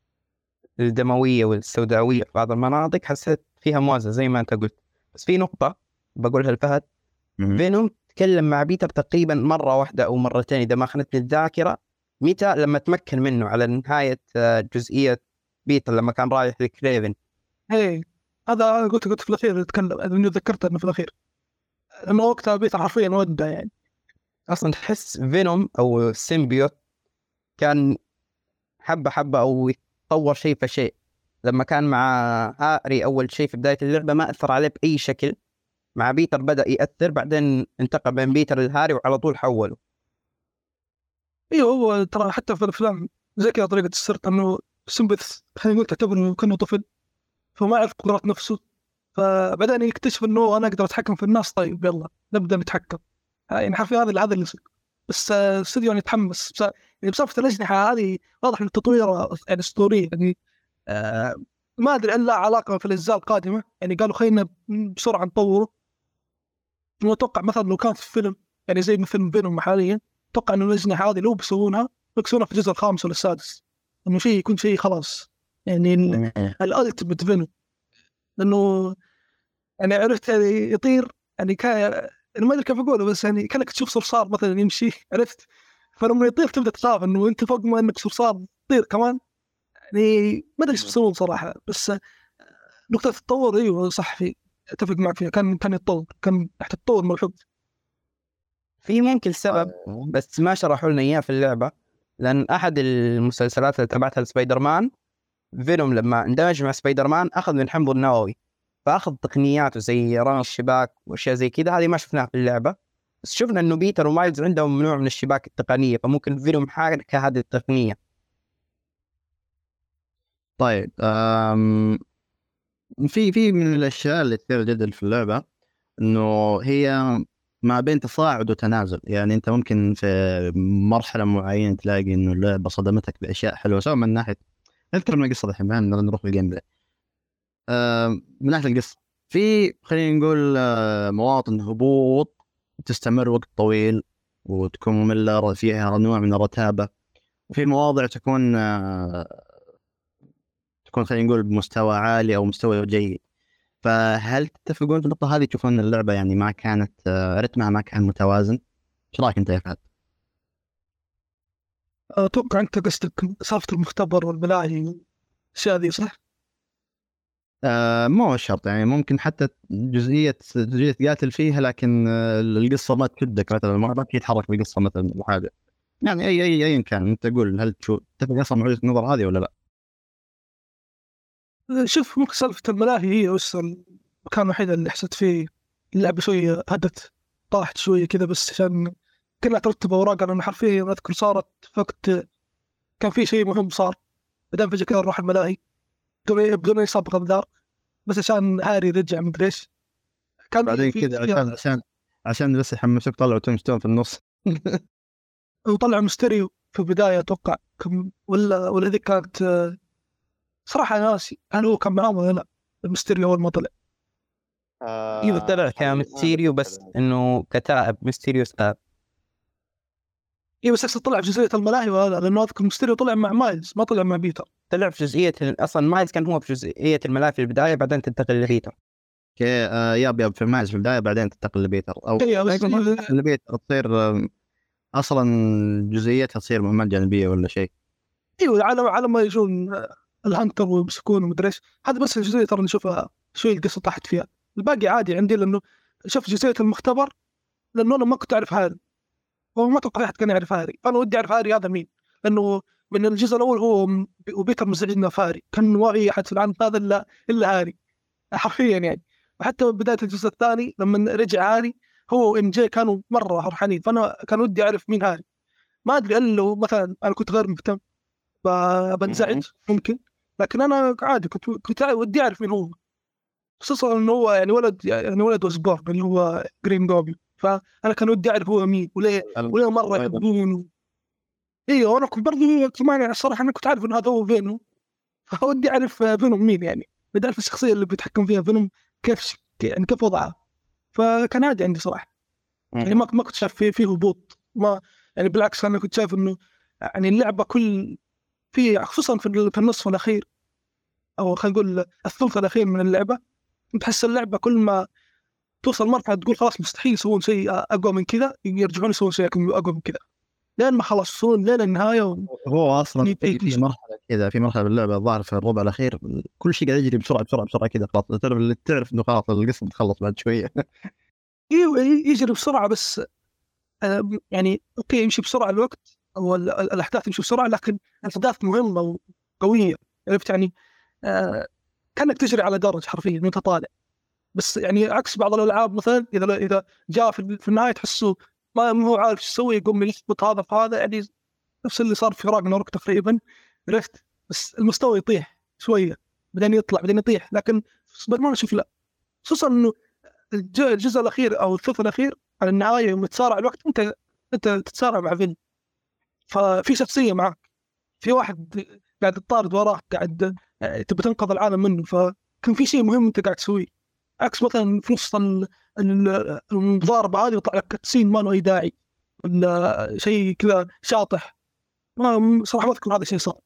الدموية والسوداوية في بعض المناطق، حسيت فيها موازنة زي ما أنت قلت. بس في نقطة بقولها لفهد، فينوم تكلم مع بيتر تقريبا مرة واحدة أو مرتين إذا ما خانتني الذاكرة. متى؟ لما تمكن منه على نهاية جزئية بيتر لما كان رايح لكريفن. ايه هذا قلت في الاخير اتكلم، اني ذكرت انه في الاخير انه وقتها بيتر حرفيا ودع يعني. أصلا تحس فينوم أو سيمبيوت كان حبة أو يتطور شيء فشيء. لما كان مع هاري أول شيء في بداية اللعبة ما أثر عليه بأي شكل، مع بيتر بدأ يأثر، بعدين انتقل من بيتر لهاري وعلى طول حوله. ايوه هو ترى حتى في الافلام زي كذا طريقه السرد، انه سمبث خلينا نقول تعتبره كانه طفل فما يعرف قدرات نفسه، فبدأ يكتشف انه انا اقدر اتحكم في الناس، طيب يلا نبدا نتحكم. يعني حرفيا هذا اللي صار. بس استوديو يعني يتحمس يعني بصفة الأجنحة هذه واضح ان التطوير يعني اسطوري يعني. آه ما ادري الا علاقه في الاجزاء القادمه، يعني قالوا خلينا بسرعه نطوره. واتوقع مثلا لو كان في فيلم يعني زي فيلم فينوم حاليا، اتوقع انه الاجنحه هذه لو بيسوونها في الجزء الخامس ولا السادس، انه شيء يكون شيء خلاص يعني الالتيميت فينوم. لانه يعني عرفت يعني يطير، يعني أنا ما ادري كيف اقوله، بس يعني كانك تشوف صرصار مثلا يمشي، عرفت؟ فلما يطير تبدا تخاف انه انت فوق ما انك صرصار تطير كمان. يعني ما ادري ايش بيسوون صراحه. بس نقطه التطور ايوه صح، في اتفق معك فيها، كان يتطور، كان تحت التطور ملحوظ. في ممكن سبب بس ما شرحوا لنا إياه في اللعبة، لأن أحد المسلسلات اللي تبعتها لسبايدر مان، فينوم لما اندمج مع سبايدر مان أخذ من حمضه النووي، فأخذ تقنياته زي رمي الشباك وأشياء زي كذا. هذه ما شفناها في اللعبة، بس شفنا إنه بيتر ومايلز عندهم نوع من الشباك التقنية، فممكن فينوم حرك هذه التقنية. طيب في من الاشياء اللي تثير الجدل في اللعبه انه هي ما بين تصاعد وتنازل. يعني انت ممكن في مرحله معينه تلاقي انه اللعبه صدمتك باشياء حلوه، سواء من ناحيه نذكر من القصه الحين نروح بالجيم بلاي. من ناحيه القصه في خلينا نقول مواطن هبوط تستمر وقت طويل وتكون مملة، فيها نوع من الرتابه، وفي مواضع تكون خلينا نقول بمستوى عالي او مستوى جيد. فهل تتفقون في النقطة هذه؟ تشوفون أن اللعبة يعني ما كانت رتمها ما كان متوازن؟ ايش رايك انت يا فهد؟ اتوقع انت قصدك سالفه المختبر والملاهي الاشياء ذي صح؟ مو هو الشرط، يعني ممكن حتى جزئية قاتل فيها، لكن القصة ما تشدك مثلا، ما تتحرك بالقصة مثلا وحاجة. يعني اي كان انت قول، هل تتفق اصلا مع وجهة النظر هذه ولا لا؟ شوف ممكن سالفه الملاهي هي بس المكان الوحيد اللي حسيت فيه اللعبه شويه هدت، طاحت شويه كذا، بس عشان كلها ترتب اوراق. انا حرفيا اذكر صارت في وقت كان في شيء مهم صار، بعدين فجاه كذا نروح الملاهي بدون اي سابق انذار، بس عشان هاري رجع مدري ايش. كان بعدين في كذا عشان بس يحمسوك طلعوا توم ستون في النص. وطلع ميستيريو في البدايه اتوقع ولا هذيك كانت صراحه ناسي هل هو كان معاهم ولا لا. الميستيريو اول ما طلع ايوه طلع كميستيريو، بس انه كتائب ميستيريو تائب. اي بس طلع في جزيره الملاهي ولا، لانه اذكر ميستيريو طلع مع مايلز ما طلع مع بيتر. طلع في جزئية اصلا مايلز كان هو في جزئية الملاهي في البداية، بعدين تنتقل لبيتر. اوكي ياب في مايلز في البداية، بعدين تنتقل لبيتر، او بس لبيتر تصير اصلا جزئيتها تصير مهمات جانبيه ولا شيء. ايوه على ما يجون الهانتر ويمسكون ومدري ايش. هذا بس الجزئيه ترى نشوفها شوي القصه طاحت فيها، الباقي عادي عندي. لانه شوف جزئيه المختبر، لانه انا ما كنت اعرف هاري وما اتوقع احد كان يعرف هاري، فانا ودي اعرف هاري هذا مين، لانه من الجزء الاول هو وبيتر مزعجنا في هاري، كان ما في احد في العالم هذا الا هاري حرفيا يعني. وحتى بدايه الجزء الثاني لما رجع هاري هو ام جي كانوا مره فرحانين، فانا كان ودي اعرف مين هاري. ما ادري الا لو مثلا انا كنت غير مهتم بنزعج ممكن، لكن انا عادي كنت ودي اعرف مين هو. خصوصا انه هو يعني ولد وسبورن اللي هو جرين جوبل، فانا كان ودي اعرف هو مين وليه مره يحبونه. ايوه انا كنت برضه كمان الصراحه انا كنت عارف انه هذا هو فينوم، فودي اعرف فينوم مين يعني، بدي اعرف الشخصيه اللي بيتحكم فيها فينوم كيف وضعها. فكان عادي عندي صراحه، يعني ما كنت شايف فيه هبوط، ما يعني بالعكس انا كنت شايف انه يعني اللعبه كل في خصوصا في النصف الاخير، او خلينا نقول الثلث الاخير من اللعبه، تحس اللعبه كل ما توصل مرحله تقول خلاص مستحيل يسوون شيء اقوى من كذا، يرجعون يسوون شيء اقوى من كذا لين ما خلاص يوصلون لين النهايه هو اصلا في مرحله كذا، في مرحله باللعبه الظاهر في الربع الاخير كل شيء قاعد يجري بسرعه كذا، خلاص تعرف انه خلاص القصه بتخلص بعد شويه. يجري بسرعه بس يعني اوكي يمشي بسرعه الوقت او الاحداث تمشي بسرعه، لكن الاحداث مهمه وقويه، عرفت يعني كانك تجري على درج حرفيا وانت طالع. بس يعني عكس بعض الالعاب مثلا اذا جاء في النهايه تحسه ما هو عارف ايش يسوي، يقوم يلخبط هذا في هذا، يعني نفس اللي صار في راجناروك تقريبا، عرفت؟ بس المستوى يطيح شويه بعدين يطلع بعدين يطيح، لكن ما نشوف لا، خصوصا انه الجزء الاخير او الثلث الاخير على النهايه يوم تسارع الوقت انت تتسارع مع فين، ففي شخصيه معك، في واحد قاعد تطارد وراك، قاعد تبي تنقذ العالم منه، فكان في شيء مهم انت قاعد تسويه. عكس مثلا في نص المضاربه هذه يطلع لك كاتسين ما له اي داعي ولا شيء كذا شاطح، ما صراحه ما اذكر هذا الشيء صار.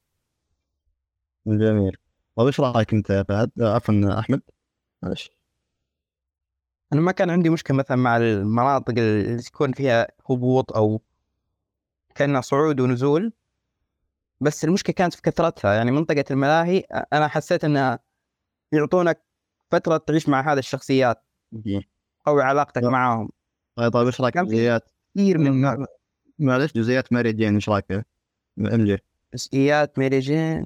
جميل. طيب ايش رايك انت يا فهد؟ عفوا احمد، معلش. انا ما كان عندي مشكله مثلا مع المناطق اللي تكون فيها هبوط او كأنها صعود ونزول، بس المشكله كانت في كثرتها. يعني منطقه الملاهي انا حسيت انها يعطونك فتره تعيش مع هذه الشخصيات او علاقتك معاهم. طيب ايش رايك جزئيات كثير من معلش جزئيات ماري جين، ايش رايك فيها؟ جزئيات ماري جين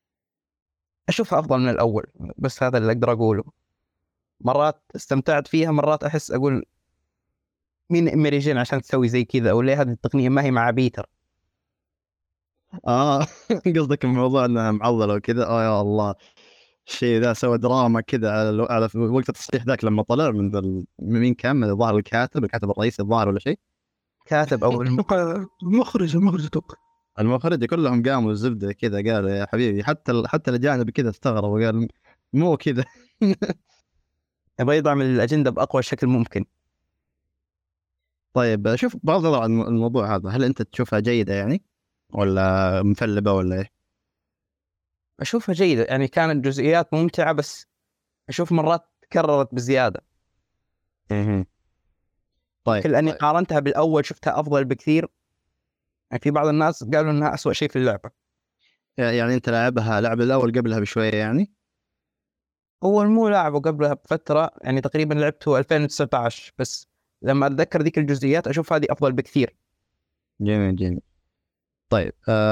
اشوفها افضل من الاول، بس هذا اللي اقدر اقوله. مرات استمتعت فيها، مرات احس اقول مين ماري جين عشان تسوي زي كذا، او ليه هذه التقنيه ما هي مع بيتر. قصدك الموضوع انه معضله وكذا. يا الله، الشيء ذا سوى دراما كذا على وقت التصحيح ذاك لما طلع من مين كان من الظاهر الكاتب الرئيسي الظاهر ولا شيء، كاتب او المخرج اتوقع المخرج كلهم قاموا الزبده كذا، قالوا يا حبيبي حتى الاجانب كذا استغربوا وقال مو كذا. يبغى يدعم الأجندة بأقوى شكل ممكن. طيب شوف بغض النظر عن الموضوع هذا، هل أنت تشوفها جيدة يعني ولا مفلبة ولا إيه؟ أشوفها جيدة، يعني كانت جزئيات ممتعة، بس أشوف مرات تكررت بزيادة. طيب لأني قارنتها بالأول شفتها أفضل بكثير. يعني في بعض الناس قالوا إنها أسوأ شيء في اللعبة. يعني أنت لعب الأول قبلها بشوية يعني؟ أول مو لعبه قبلها بفترة، يعني تقريبا لعبته 2019، بس لما أتذكر ذيك الجزئيات أشوف هذه أفضل بكثير. جميل. طيب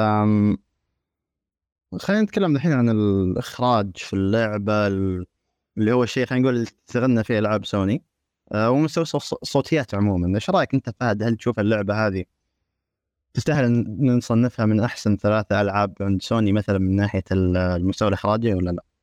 خلينا نتكلم الحين عن الإخراج في اللعبة، اللي هو الشيء خلينا نقول تغنى فيه ألعاب سوني ومستوى الصوتيات عموما. إيش رأيك أنت فهد؟ هل تشوف اللعبة هذه تستاهل أن نصنفها من أحسن 3 ألعاب عند سوني مثلا من ناحية المستوى الإخراجي ولا لا؟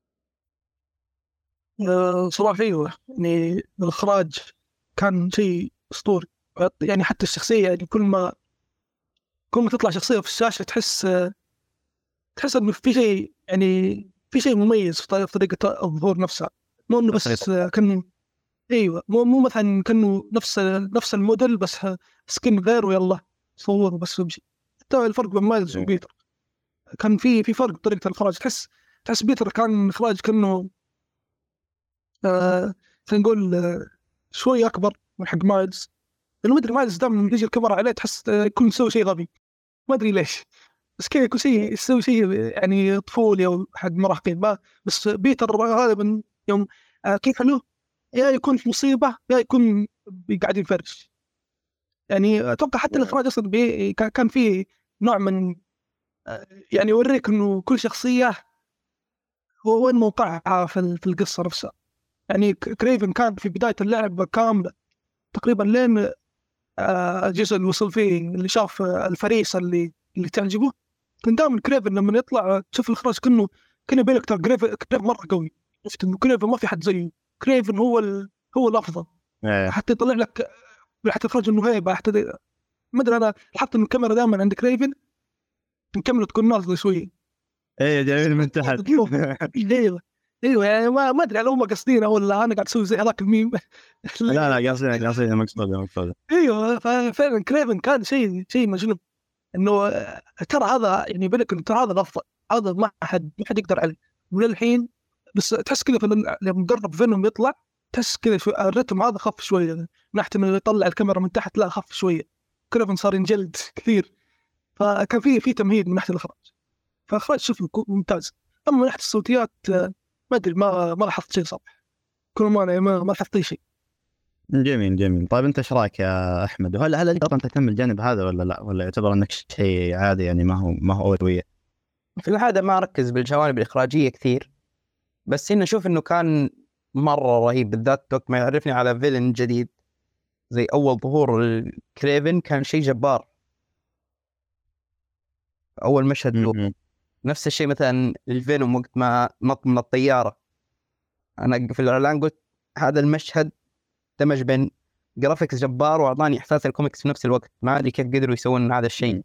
صراحة أيوة، يعني الإخراج كان شيء أسطوري. يعني حتى الشخصية، يعني كل ما تطلع شخصية في الشاشة تحس إنه في شيء، يعني في شيء مميز في طريقة الظهور نفسها، مو إنه بس كأنه أيوة، مو مثلا كأنه نفس الموديل بس سكين غير ويلا صور بس وامشي. حتى الفرق بين مايلز وبيتر كان في فرق بطريقة الإخراج. تحس بيتر كان إخراج كأنه نقول شوي أكبر من حق مايلز، لأنه ما أدري مايلز دائما يجي الكاميرا عليه تحس يكون يسوي شيء غبي، ما أدري ليش، بس كذا يكون يسوي شيء يعني طفولي أو حق مراهقين. بس بيتر غالبا يوم كيف له يا يكون في مصيبة يا يكون قاعد يفرش. يعني أتوقع حتى الإخراج أصلا كان فيه نوع من يعني يوريك إنه كل شخصية هو وين موقعها في القصة نفسها. يعني كريفن كان في بداية اللعبة كاملة تقريبا لين الجزء اللي وصل فيه اللي شاف الفريسة اللي تعجبه، كان دائما كريفن لما يطلع تشوف الإخراج كأنه بيلكتر كريفن مرة قوي، شفت إنه كريفن ما في حد زيه. كريفن هو الأفضل. إيه. حتى يطلع لك، حتى تخرج إنه هيبة، حتى ما أدري أنا حتى إن الكاميرا دائما عند كريفن الكاميرا تكون نازلة شوية. ايه جايين من تحت. ايوه يعني ما ادري لو هم قاصدين ولا انا قاعد اسوي زي هذاك الميم. لا قاصدين مقصود. ايوه ففعلا كريفن كان شيء مجنون. انه ترى هذا يعني بالك انه ترى هذا الافضل، هذا ما حد يقدر عليه وللحين. بس تحس كذا لما مدرب فينوم يطلع تحس كذا الرتم هذا خف شويه من ناحيه انه يطلع الكاميرا من تحت، لا خف شويه. كريفن صار ينجلد كثير، فكان في تمهيد من ناحيه الاخراج، فاخراج شوف ممتاز. اما من ناحيه الصوتيات ما ادري، ما لاحظت شيء صراحه. كل ما لاحظت اي شيء. جميل. طيب انت ايش رايك يا احمد؟ وهل انت اصلا تهتم الجانب هذا ولا لا، ولا يعتبر انك شيء عادي يعني ما هو اولويه؟ في العادة ما أركز بالجوانب الإخراجية كثير، بس هنا أشوف إنه كان مرة رهيب، بالذات وقت ما يعرفني على فيلن جديد زي أول ظهور الكريفن كان شيء جبار. أول مشهد له نفس الشيء مثلا الفينوم وقت ما نط من الطيارة، أنا في الإعلان قلت هذا المشهد دمج بين جرافيكس جبار وأعطاني إحساس الكوميكس في نفس الوقت. ما أدري كيف قدروا يسوون هذا الشيء.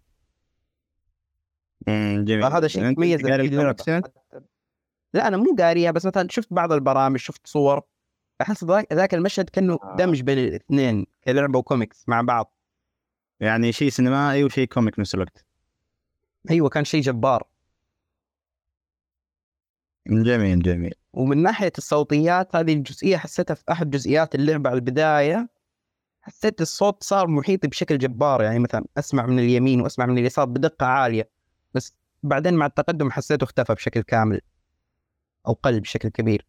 جميل. هذا شيء مميز. لا أنا مو قاريها، بس مثلا شفت بعض البرامج، شفت صور، أحس ذاك المشهد كأنه دمج بين الاثنين كلعبة وكوميكس مع بعض، يعني شيء سينمائي وشيء كوميك نفس الوقت. أيوة كان شيء جبار. جميل. ومن ناحية الصوتيات هذه الجزئية حسيتها في أحد جزئيات اللعبة على البداية، حسيت الصوت صار محيطي بشكل جبار، يعني مثلا أسمع من اليمين وأسمع من اليسار بدقة عالية، بس بعدين مع التقدم حسيته اختفى بشكل كامل أو قل بشكل كبير.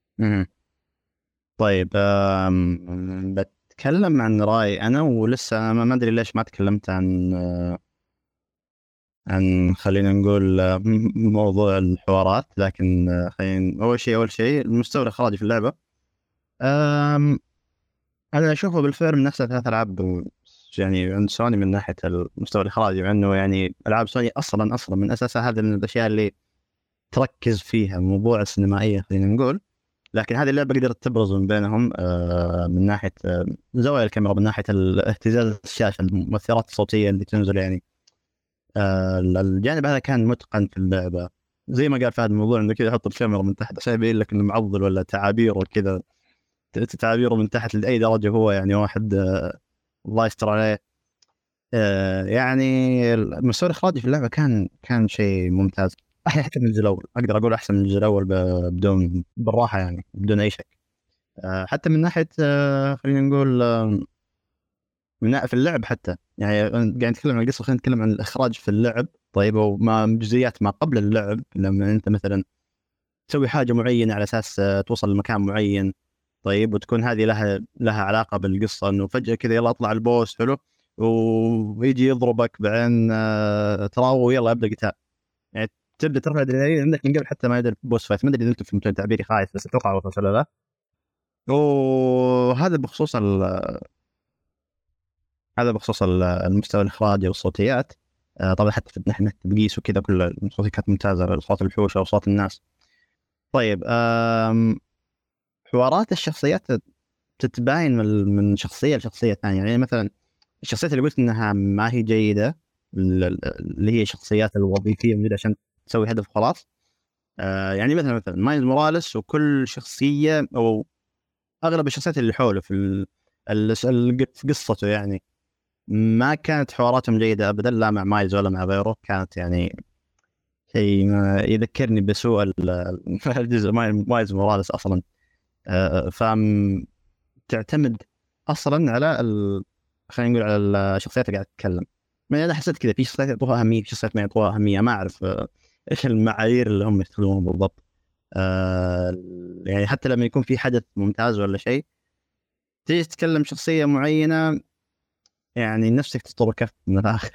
طيب بتكلم عن رأي أنا، ولسه ما أدري ليش ما تكلمت عن خلينا نقول موضوع الحوارات، لكن خلينا أول شيء المستوى الإخراجي في اللعبة. أنا أشوفه بالفعل من نفس ثلاث ألعاب يعني عند سوني من ناحية المستوى الإخراجي، مع إنه يعني ألعاب سوني أصلا من أساسها هذا من الأشياء اللي تركز فيها موضوع السينمائية خلينا نقول، لكن هذه اللعبة قدرت تبرز من بينهم من ناحية زوايا الكاميرا، من ناحية اهتزاز الشاشة، المؤثرات الصوتية اللي تنزل، يعني الجانب هذا كان متقن في اللعبة. زي ما قال فهد الموضوع انه كذا يحط الكاميرا من تحت عشان يبين لك انه معضل ولا تعابيره كذا، تعابيره من تحت لأي درجة هو يعني واحد الله يستر عليه. يعني المستوى الإخراجي في اللعبة كان شيء ممتاز، حتى من الجزء الأول أقدر أقول أحسن من الجزء الأول بدون بالراحة، يعني بدون أي شك. حتى من ناحية خلينا نقول في اللعب حتى، يعني قاعد نتكلم عن القصة، خلينا نتكلم عن الإخراج في اللعب. طيب وما جزئيات ما قبل اللعب، لما أنت مثلا تسوي حاجة معينة على أساس توصل لمكان معين، طيب وتكون هذه لها علاقة بالقصة، إنه فجأة كذا يلا أطلع البوس حلو ويجي يضربك بعدين تراوي يلا يبدأ قتال، يعني تبدأ ترفع الأدرينالين عندك من قبل حتى ما يبدأ البوس فايت. ما أدري إذا أنتم فهمتوا تعبيري خايف، بس أتوقع وصل ولا لا. وهذا بخصوص المستوى الإخراجي والصوتيات. طبعا حتى في ناحية تقيس وكذا كل الصوتيات كانت ممتازة، صوت الوحوش أو صوت الناس. طيب حوارات الشخصيات تتباين من شخصية لشخصية ثانية، يعني مثلا الشخصيات اللي قلت إنها ما هي جيدة اللي هي الشخصيات الوظيفية موجودة عشان تسوي هدف خلاص. يعني مثلا مايلز موراليس، وكل شخصية أو أغلب الشخصيات اللي حوله في قصته يعني ما كانت حواراتهم جيدة أبدا، لا مع مايلز ولا مع غيره. كانت يعني شيء يذكرني بسوء الجزء مايلز موراليس أصلا. تعتمد أصلا على خلينا نقول على الشخصيات اللي قاعد تتكلم. يعني أنا حسيت كذا في شخصيات يعطوها أهمية، في شخصيات ما يعطوها أهمية، ما أعرف إيش المعايير اللي هم يستخدمونها بالضبط. يعني حتى لما يكون في حدث ممتاز ولا شيء، تيجي تتكلم شخصية معينة يعني نفسك تطور كف من الآخر.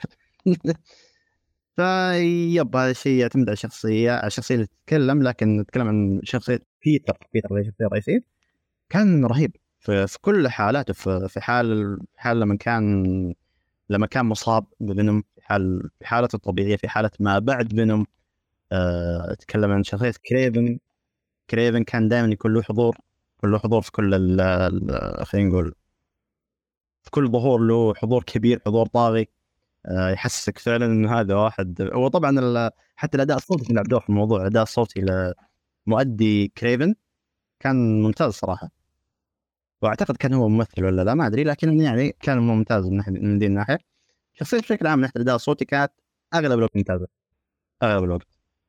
فيب هذا الشيء يعتمد على الشخصية اللي تتكلم. لكن نتكلم عن شخصية بيتر اللي شخصية رئيسية، كان رهيب في كل حالاته. في حال لما كان مصاب بفينوم، في حالته الطبيعية، في حالة ما بعد فينوم. اتكلم عن شخصية كريفن كريفن كان دائما يكون له حضور في كل خلينا نقول في كل ظهور له حضور كبير، حضور طاغي. يحسسك فعلا ان هذا واحد. وطبعا حتى الاداء الصوتي اللي لعبوه في الموضوع، الاداء الصوتي لمؤدي كريفن كان ممتاز صراحه. واعتقد كان هو ممثل ولا لا ما ادري، لكن يعني كان ممتاز من دي الناحيه. شخصيا بشكل عام من ناحيه الاداء الصوتي كانت اغلب الوقت ممتازه، اغلب الوقت.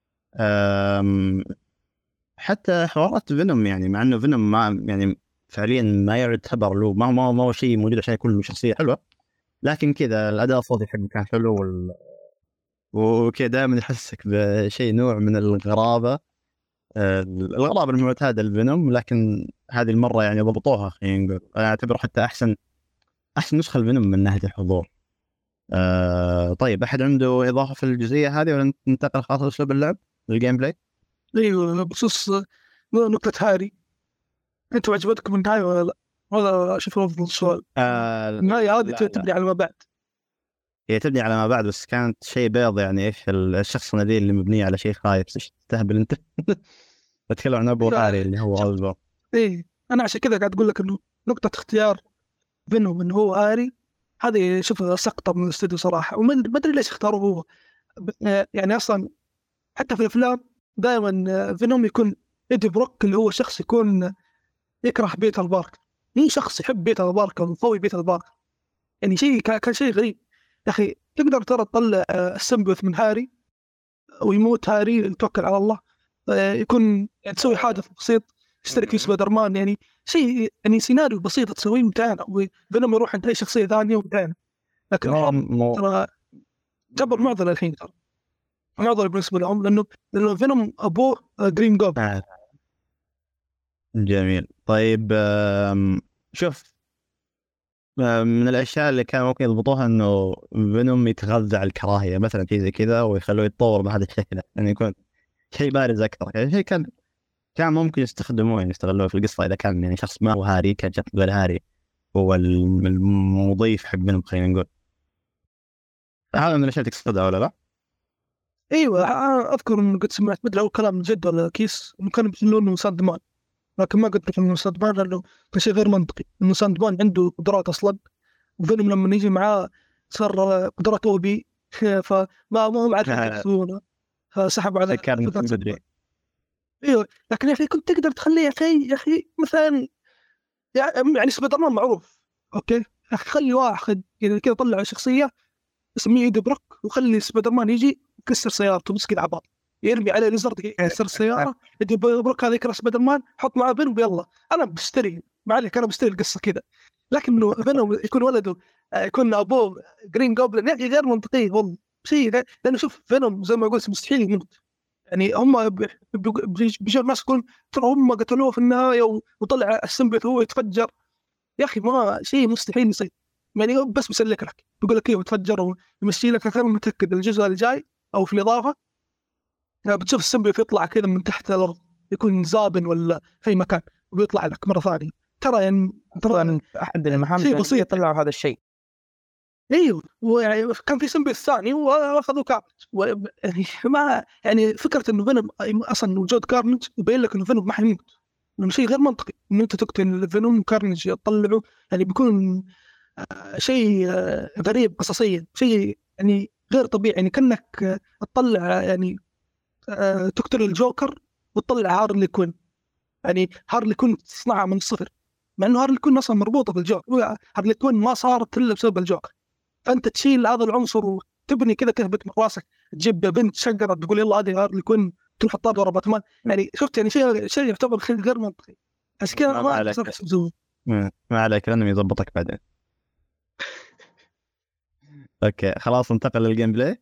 حتى حوارات فينوم، يعني مع انه فينوم ما يعني فعليا ما يعتبر له، ما هو شيء موجود عشان يكون له شخصيه حلوه، لكن كذا الاداء الصوتي حقه كان حلو وكذا دائما يحسك بشيء نوع من الغرابه، الغرابه المعتاده الفينوم، لكن هذه المره يعني ضبطوها. خلينا نقول انا اعتبره حتى احسن نسخه الفينوم من ناحيه الحضور. طيب احد عنده اضافه في الجزئيه هذه ولا ننتقل خلاص لاسلوب اللعب الجيم بلاي؟ ايوه بخصوص نقطة هاري، انتوا عجبتكم النهاية ولا لا؟ هذا شوف افضل السؤال. النهاية هذه تبني على ما بعد. هي تبني على ما بعد، بس كانت شيء بيض. يعني ايش الشخص النبيل اللي مبنية على شيء خايف؟ ايش تهبل انت؟ بتكلم عن ابو هاري اللي هو ألبا. ايه انا عشان كذا قاعد اقول لك انه نقطة اختيار فينوم انه هو هاري هذه شوف سقطة من الاستوديو صراحة، وما ادري ليش اختاروا هو. يعني اصلا حتى في الافلام دائما فينوم يكون ايدي بروك اللي هو شخص يكون يكره بيتر باركر، مين شخص يحب بيتر باركر ويقوي بيتر باركر. يعني شيء كان شيء غريب يا اخي. تقدر ترى تطلع السمبوث من هاري ويموت هاري يتوكل على الله، يكون يعني تسوي حادث بسيط يشترك في سبايدر مان، يعني شيء يعني سيناريو بسيط تسويه وانتهينا، وفينوم يروح عند اي شخصيه ثانيه وانتهينا. لكن ترى جبر معضله الحين، ترى معضله بالنسبه لهم لانه فينوم ابوه جرين جوب. جميل. طيب شوف، من الاشياء اللي كان ممكن يضبطوها انه فينوم يتغذى على الكراهيه مثلا، في زي كذا، ويخلوه يتطور بهذا الشكل، يعني يكون شيء بارز اكثر. يعني شيء كان ممكن يستخدموه، يعني يستغلوه في القصه اذا كان يعني شخص ما هو هاري، كان شخص غير هاري هو المضيف حق فينوم خلينا نقول. هذا من الاشياء تقصدها ولا لا؟ ايوه اذكر انه قد سمعت مدري او كلام جد ولا كيس انه كانوا بيقولون ساند مان، لكن ما قد انه ساند مان لانه كان شيء غير منطقي انه ساند مان عنده قدرات اصلا، وفينوم لما يجي معاه صار قدرات او بي فما هم عارفين يسوونه فسحبوا على بدري. ايوه لكن يا اخي كنت تقدر تخليه يا اخي مثلا يعني سبايدر مان معروف اوكي، يا اخي خلي واحد كذا طلع شخصيه اسميه ايدي بروك وخلي سبايدر مان يجي يكسر سيارته بس كذا عباط، يرمي عليه ليزرد يكسر السياره، ايدي بروك هذا يكره سبايدر مان، حط معاه فينوم يلا انا بشتري ما عليك انا بشتري القصه كذا. لكن فينوم يكون ولده يكون ابوه جرين جوبلin يعني غير منطقي والله شيء، لانه شوف فينوم زي ما قلت مستحيل يموت. يعني هم بيجوا الناس يقولون ترى هم قتلوه في النهايه وطلع السمبث هو يتفجر. يا اخي ما شيء مستحيل يصير، يعني بس بيسلك لك بيقول لك ايه وتفجر ويمشي لك. انا متاكد الجزء الجاي او في الاضافه بتشوف السمبث يطلع كذا من تحت الارض، يكون زابن ولا في مكان وبيطلع لك مره ثانيه. ترى يعني احد المهام شيء بسيط يطلعوا هذا الشيء. ايوه ويعني كان في سمبث ثاني واخذوا كارنج يعني ما يعني فكره انه فينوم اصلا وجود كارنج يبين لك انه فينوم ما حيموت، انه شيء غير منطقي انه انت تقتل فينوم وكارنج يطلعوا، يعني بيكون شيء غريب قصصيا، شيء يعني غير طبيعي، يعني كأنك تطلع يعني تقتل الجوكر وتطلع هارلي كوين، يعني هارلي كوين تصنعها من الصفر مع انه هارلي كوين اصلا مربوطه بالجوكر، هارلي كوين ما صارت الا بسبب الجوكر، فانت تشيل هذا العنصر وتبني كذا تهبط من راسك، تجيب بنت شقره تقول يلا هذه هارلي كوين تروح تطار ورا باتمان، يعني شفت يعني شيء يعتبر غير منطقي. عشان كذا ما عليك لانه يضبطك بعدين. اوكي خلاص ننتقل للجيم بلاي.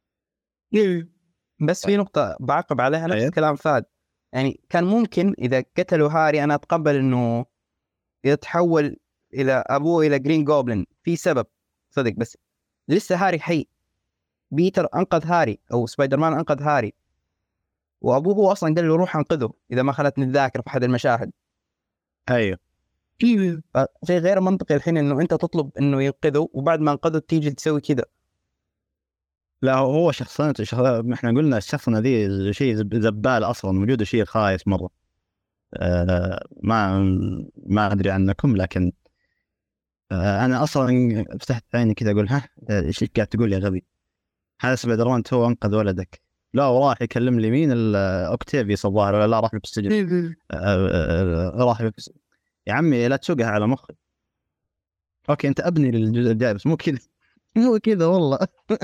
بس في نقطة بعقب عليها نفس كلام فهد، يعني كان ممكن إذا قتلوا هاري أنا أتقبل إنه يتحول إلى أبوه إلى جرين جوبلin في سبب صدق، بس لسه هاري حي، بيتر أنقذ هاري أو سبايدر مان أنقذ هاري، وأبوه هو أصلا قال له روح أنقذه إذا ما خلتني الذاكرة في أحد المشاهد. أيوه شيء غير منطقي الحين إنه أنت تطلب إنه ينقذه وبعد ما أنقذه تيجي تسوي كذا. لا هو شخصيته احنا قلنا الشخصنة ذي شيء زبال اصلا، وجوده شيء خايس مره، ما ادري عنكم، لكن انا اصلا فتحت عيني كذا اقول ها ايش قاعد تقول يا غبي؟ هذا سبايدر مان تو انقذ ولدك، لا وراح يكلم لي مين اوكتافيوس الظاهر، ولا لا راح بالسجن. راح بالسجن. يا عمي لا تسوقها على مخي. اوكي انت ابني للجزء الجاي بس مو كذا مو كذا والله.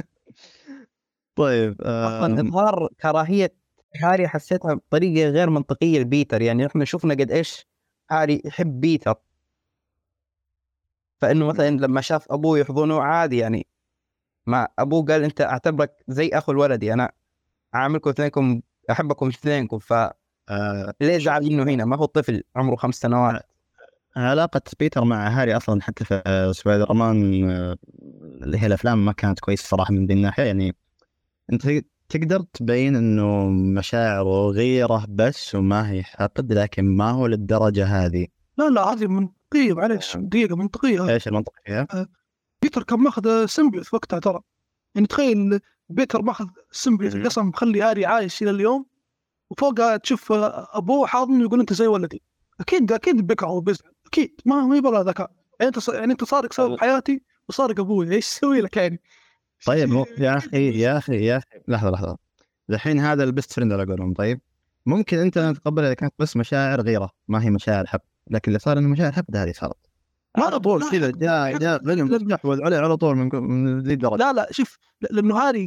طيب اصلا اظهار كراهيه هاري حسيتها بطريقه غير منطقيه لبيتر. يعني احنا شفنا قد ايش هاري يحب بيتر، فانه مثلا لما شاف ابوه يحضنه عادي، يعني ما ابوه قال انت اعتبرك زي اخو الولدي، انا عاملكم اثنينكم احبكم اثنينكم، ليه زعل منه هنا؟ ما هو طفل عمره 5 سنوات. علاقة بيتر مع هاري أصلا حتى في سبايدر مان اللي هي الأفلام ما كانت كويسة صراحة من ذي الناحية. يعني أنت تقدر تبين إنه مشاعره غيرة بس وما هي حقد، لكن ما هو للدرجة هذه. لا هذه منطقية، معليش دقيقة منطقية. إيش المنطق فيها؟ بيتر كان ماخذ سيمبيوث وقتها ترى. يعني تخيل بيتر ماخذ سيمبيوث اللي اصلا مخلي هاري عايش الى اليوم، وفوقها تشوف ابوه حاضن يقول انت زي ولدي. اكيد بكره وبزعل، اكيد ما يبغى ذكاء. يعني انت صارك سبب حياتي وصارك ابوي، ايش اسوي لك يعني؟ طيب يا أخي لحظة الحين هذا البست فريند على قولهم. طيب ممكن أنت تتقبل إذا كانت بس مشاعر غيرة ما هي مشاعر حب، لكن اللي صار إنه مشاعر حب هذه صارت على طول كذا جاء فيلم يحوذ عليه على طول من ذي الدرجة. لا شوف، لانه هاري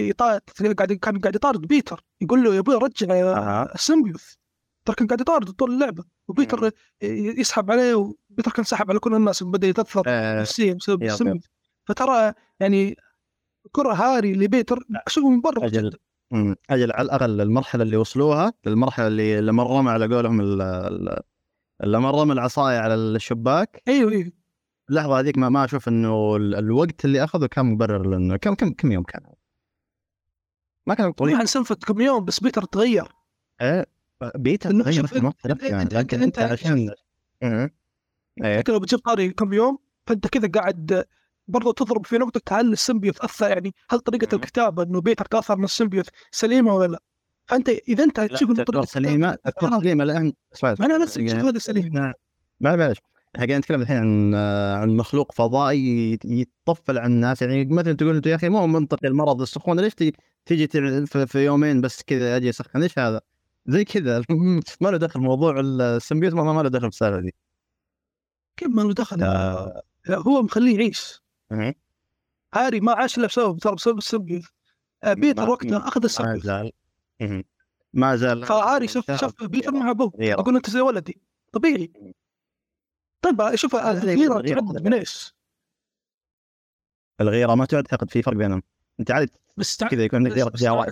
كان قاعد يطارد بيتر، يقول له يا ابوي رجع السيمبيوث. ترى كان قاعد يطارد طول اللعبه، وبيتر يسحب عليه، وبيتر كان سحب على كل الناس وبدا يتاثر نفسيا بسبب السيمبيوث. فترى يعني كره هاري لبيتر اشوفه من برا. أجل على الأقل المرحلة اللي وصلوها، المرحلة اللي لما رمى على قولهم لما رمى العصاية على الشباك. ايوه اللحظة هذيك ما أشوف إنه الوقت اللي أخذه كان مبرر، لأنه كم يوم كان، ما كان طويل. عن سالفة كم يوم بس بيتر تغير. بيتر تغير في المختلف يعني، لكن أنت عشان انت لو بتجيب طاري كم يوم فانت كذا قاعد برضو تضرب في نقطة هل السيمبيوث أثر، يعني هل طريقة الكتابة إنه بيتر تأثر من السيمبيوث سليمة ولا لا؟ فأنت إذا أنت تشوف إنه طريقة سليمة الآن أنا نفسي أشوف هذا سليم. معلش قاعد نتكلم الحين عن مخلوق فضائي يتطفل عن الناس. يعني مثلا تقول أنت يا أخي مو منطقي المرض السخونة، ليش تيجي في يومين بس كذا أجي أسخن؟ إيش هذا زي كذا؟ ما له دخل موضوع السيمبيوث، ما له دخل بالسالفة دي. كيف ما له دخل؟ هو مخليه يعيش. هاري ما عاش إلا بسبب السيمبيوث. بيتر وقتها أخذ السيمبيوث ما زال. فهاري شاف بيتر مع أبوه أقول أنت زي ولدي طبيعي. طيب شوف الغيرة تعد من إيش؟ الغيرة ما تعتقد في فرق بينهم. أنت عادي بس كذا يكون غيرة فيها واحد.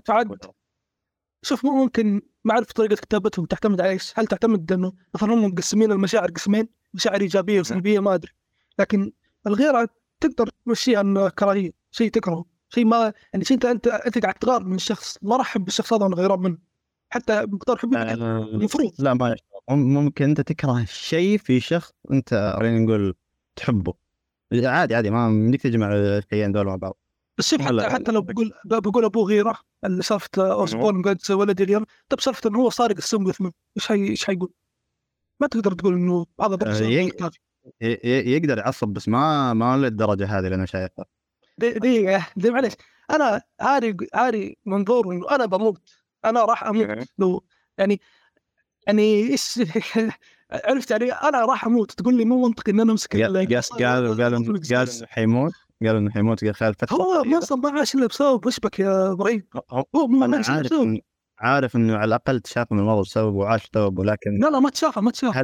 شوف ممكن ما أعرف طريقة كتابتهم تعتمد على إيش. هل تعتمد إنه مثلا هم مقسمين المشاعر قسمين، مشاعر إيجابية وسلبية؟ ما أدري. لكن الغيرة تقدر تمشيها إنه كراهية، شيء تكرهه، شيء ما يعني شيء أنت قاعد تغار من الشخص، ما راح أحب الشخص هذا وأنا غيران منه. حتى مقدار حبي المفروض لا ما ممكن أنت تكره شيء في شخص أنت خلينا نقول تحبه، عادي ما بدك تجمع الشيئين دول مع بعض. بس شوف حتى لو بقول ابوه غيره، اللي سالفه اوسبورن قاعد يسوي ولدي غيره، طب سالفه انه هو سارق السيمبيوث منه، ايش حيقول؟ ما تقدر تقول انه هذا برضه يقدر يعصب، بس ما للدرجه هذه اللي انا شايفها. دي معلش. انا هاري منظور انه انا بموت، انا راح اموت لو يعني ايش عرفت يعني انا راح اموت، تقول لي مو منطقي ان انا امسك قالوا انه حيموت قال خالد فتح. هو ما صار ما عاش الا بسبب وش بك يا ابراهيم. هو ما عارف انه على الاقل تشاف من الموضوع بسبب وعاش سببه، لكن لا ما تشافه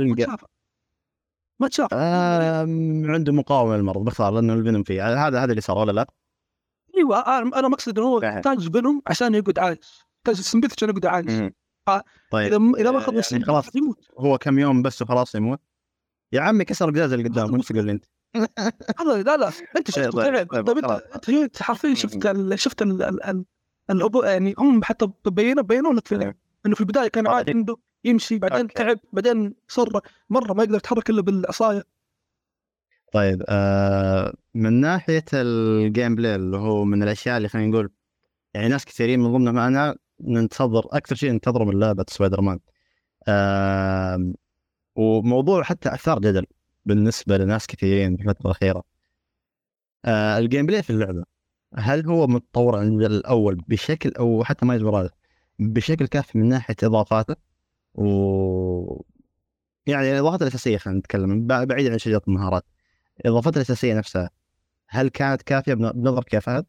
عنده مقاومه للمرض باختصار، لانه الفينوم فيه. هذا اللي صار ولا لا؟ ايوه انا مقصد انه هو يحتاج فينوم عشان يقعد عايش، يحتاج السمبيث عشان يقعد عايش. طيب اذا ما اخذ يعني خلاص يموت. هو كم يوم بس وخلاص يموت يا عمي، كسر قزاز اللي قدام. وش تقول لي انت؟ لا انت شفت طيب انت حرفيا شفت الابو يعني هم حتى بينوا لك في انه في البدايه كان عادي عنده يمشي، بعدين تعب، بعدين صار مره ما يقدر يتحرك الا بالعصايه. طيب من ناحيه الجيم بلاي اللي هو من الاشياء اللي خلينا نقول يعني ناس كثيرين من ضمنهم انا ننتظر اكثر شيء ننتظره من لعبه سبايدر مان، وموضوع حتى أثار جدل بالنسبة لناس كثيرين في الفترة الأخيرة. الجيم بلاي في اللعبة هل هو متطور عن الجيل الأول بشكل، أو حتى ما يجبر هذا بشكل كافي من ناحية إضافاته، و يعني الإضافات الأساسية خلينا نتكلم بعيد عن شجرة المهارات، الإضافات الأساسية نفسها هل كانت كافية بنظر كيف هذا؟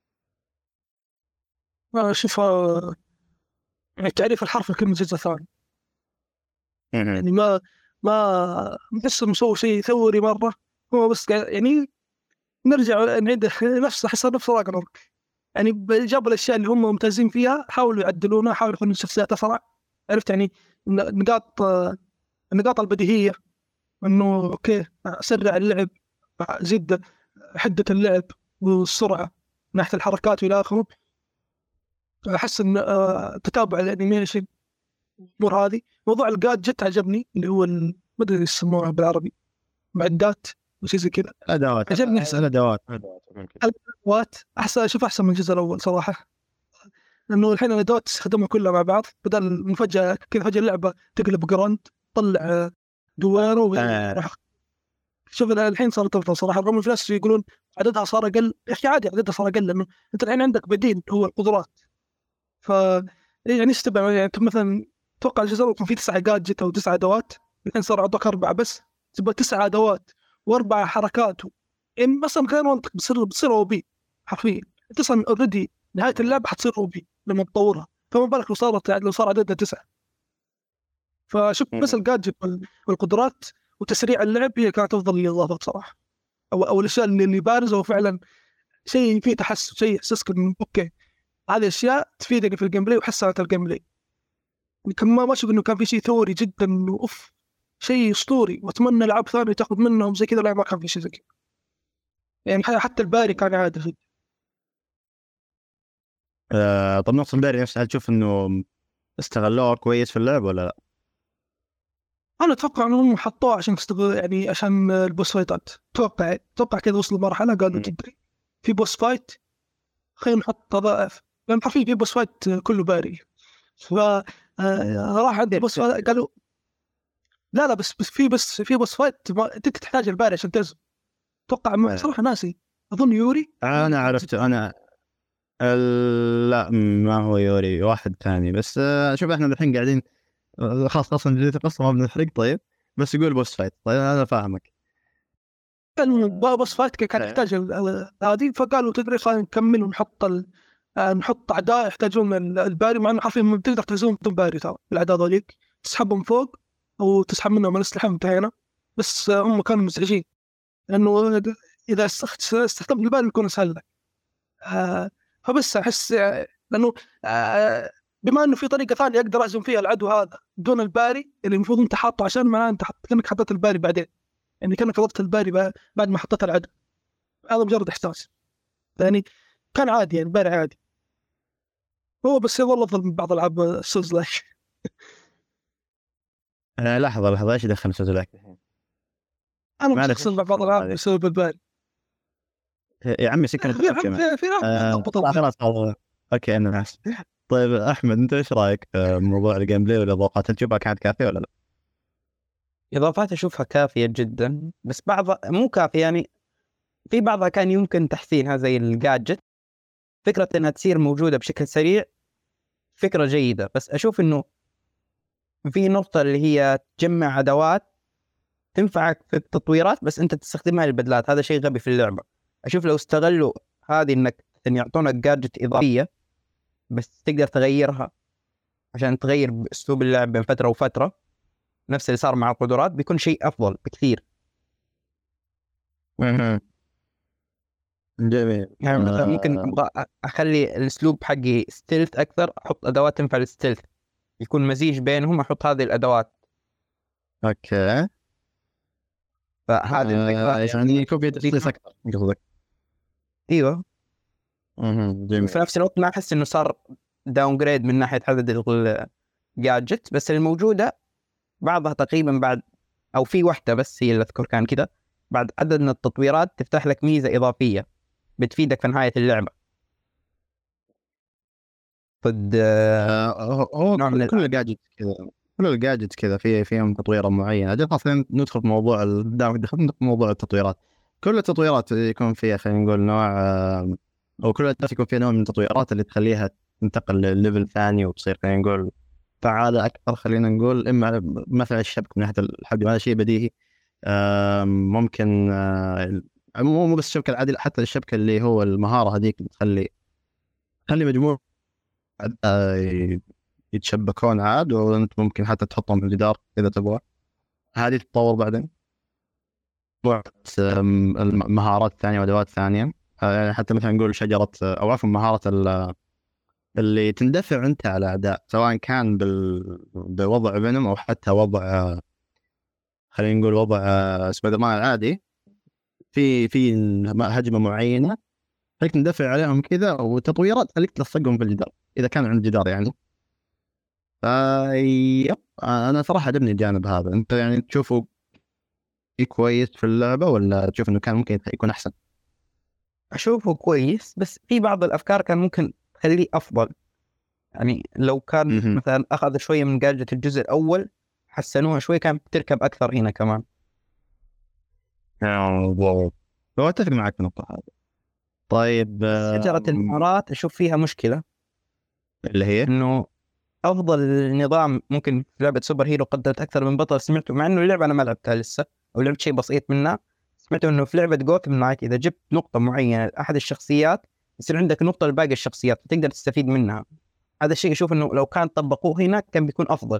شوف، يعني تعريف الحرف لكلمة جزء ثاني، يعني ما نحس مسوي شيء ثوري مرة، هو بس يعني نرجع نعيد نفس راجنروك، يعني جابوا الأشياء اللي هم ممتازين فيها، حاولوا يعدلونها، حاولوا يخلون الشخصيات أسرع، عرفت يعني النقاط البديهية، إنه أوكي أسرع اللعب، زد حدة اللعب والسرعة من ناحية الحركات وإلى آخره. أحس إن تتابع الأنيميشن الأمور هذه. موضوع الجادجت عجبني، اللي هو ما أدري يسمونه بالعربي، معدات وشيء زي كذا، أدوات عجبني. أدوات الأدوات أشوف أحسن من الجزء الأول صراحة، لأنه الحين الأدوات تستخدمها كلها مع بعض، بدل من فجأة كذا فجأة اللعبة تقلب جراند، طلع دويرو وراح. شوف الحين صارت أفضل صراحة، رغم في ناس يقولون عددها صار أقل. يا أخي عادي عددها صار أقل، لأنه أنت الحين عندك بديل هو القدرات. ف يعني استبع، يعني أنت مثلا توقع الجزء الأول كان فيه 9 جادجت أو 9 أدوات، الحين صار عندك 4 بس، تبغى 9 أدوات و4 حركات يعني مثلا كان منطق بتصير أو بي حرفيا. أنت أصلا أوريدي نهاية اللعبة حتصير أو بي لما تطورها، فما بالك لو صار عددها 9. فشوف بس الجادجت والقدرات وتسريع اللعب هي كانت أفضل الإضافات صراحة، أو الأشياء اللي بارزة وفعلا شيء فيه تحسن، شيء يحسسك إنه أوكي هذه أشياء تفيدني في الجيم بلاي وحسنت الجيم بلاي. لكن ما أشوف إنه كان في شيء ثوري جدا إنه أوف شيء أسطوري وأتمنى ألعاب ثانية تأخذ منهم زي كذا، لا ما كان في شيء زي كذا. يعني حتى الباري كان عادي فيه. طب نقص الباري نفسه هل تشوف إنه استغلوه كويس في اللعب ولا لا؟ أنا أتوقع إنهم حطوه عشان يعني عشان البوس فايتات. توقع كذا وصلوا مرحلة قالوا تدري في بوس فايت خلينا نحط ضعف، لأن حرفيا في بوس فايت كله باري. راح عند بوس فايت قالوا لا بس في بوس فايت انت تحتاج الباري عشان تهزم. اتوقع صراحه ناسي، اظن يوري. انا عرفت انا لا ما هو يوري، واحد ثاني بس. شوف احنا الحين قاعدين خلاص اصلا جديد القصه ما بنحرق. طيب بس يقول بوس فايت. طيب انا فاهمك. بوس فايت كان يحتاج هذه، فقالوا تدري خلينا نكمل ونحط نحط اعداء يحتاجون الباري، مع انه حرفيا ما بتقدر تهزمهم بدون باري. ترى الاعداء ذوليك تسحبهم فوق او تسحب منهم الاسلحه انتهينا، بس هم كانوا مزعجين لانه اذا استخدمت الباري بيكون اسهل لك. فبس احس لانه بما انه في طريقه ثانيه اقدر اهزم فيها العدو هذا بدون الباري اللي المفروض انت حاطه، عشان معناه انت كانك حطيت الباري بعدين، يعني كانك ضفت الباري بعد ما حطيت العدو. هذا مجرد احساس يعني، كان عادي يعني باري عادي. هو بس والله افضل من بعض العاب السولز لايك. لحظه ايش دخل سولز لايك الحين؟ انا مش مع بعض العاب بسبب الباري يا عمي سكن خلاص. اوكي انا اسف. طيب احمد انت ايش رايك بموضوع الجيم بلاي والاضافات؟ تشوفها كانت كافيه ولا لا؟ إضافات أشوفها كافية جدا، بس بعضها مو كافية، يعني في بعضها كان يمكن تحسينها زي الجادجت. فكرة أنها تصير موجودة بشكل سريع فكرة جيدة، بس أشوف أنه في نقطة اللي هي تجمع أدوات تنفعك في التطويرات بس أنت تستخدمها للبدلات. هذا شيء غبي في اللعبة. أشوف لو استغلوا هذه إنك يعطونك جادجت إضافية بس تقدر تغيرها عشان تغير أسلوب اللعب بين فترة وفترة، نفس اللي صار مع القدرات، بيكون شيء أفضل بكثير. جميل. يعني مثلا ممكن أبغى أخلي الأسلوب حقي ستيلث أكثر، أحط أدوات تنفع للستيلث، يكون مزيج بينهم، أحط هذه الأدوات. اوكي. فهذه الفكرة يعني يكون في تخصيص اكثر قصدك؟ ايوه. جميل. في نفس الوقت ما احس انه صار داون جريد من ناحيه عدد الجادجت، بس الموجوده بعضها تقريبا بعد، او في واحده بس هي اللي اذكر كان كذا، بعد عدد من التطويرات تفتح لك ميزه اضافيه بتفيدك في نهايه اللعبه. هو كل الجادجت كذا كل الجاجت كذا فيهم تطويره معينه. اجل خلاص ندخل في موضوع دخلنا في موضوع التطويرات. كل التطويرات يكون فيها خلينا نقول نوع او كل الأهداف يكون فيها نوع من التطويرات اللي تخليها تنتقل لليفل ثاني وتصير خلينا نقول فعالة أكثر. خلينا نقول إما مثلا الشبكة من ناحية الحجم، هذا شيء بديهي. ممكن مو بس الشبكة العادية، حتى الشبكة اللي هو المهارة هذيك بتخلي مجموعة يتشبكون عاد، وأنت ممكن حتى تحطهم في الجدار إذا تبغى. هذه تتطور بعدين المهارات الثانية وأدوات ثانية. يعني حتى مثلا نقول شجرة أو عفوا مهارة اللي تندفع أنت على أعداء، سواء كان بوضع فينوم أو حتى وضع خلينا نقول وضع سبايدر مان العادي. في هجمة معينة خليك تندفع عليهم كذا، وتطويرات خليك تلصقهم في الجدار إذا كان عند جدار يعني. يب أنا صراحة عجبني الجانب هذا. أنت يعني تشوفه كويس في اللعبة، ولا تشوف إنه كان ممكن يكون أحسن؟ اشوفه كويس، بس في بعض الافكار كان ممكن تخليه افضل. يعني لو كان مثلا اخذ شويه من جاجة الجزء الاول حسنوها شوي، كان بتركب اكثر هنا كمان. واو، لو أتفق معك في النقطة هذه. طيب شجرة المهارات اشوف فيها مشكلة، اللي هي انه افضل نظام ممكن في لعبة سوبر هيرو قدرت اكثر من بطل سمعته، مع انه اللعبة انا ما لعبتها لسه او لعبت شيء بسيط منها. سمعته انه في لعبة جوثم نايت اذا جبت نقطة معينة لاحد الشخصيات يصير عندك نقطة لباقي الشخصيات فتقدر تستفيد منها. هذا الشيء اشوف انه لو كان طبقوه هنا كان بيكون افضل.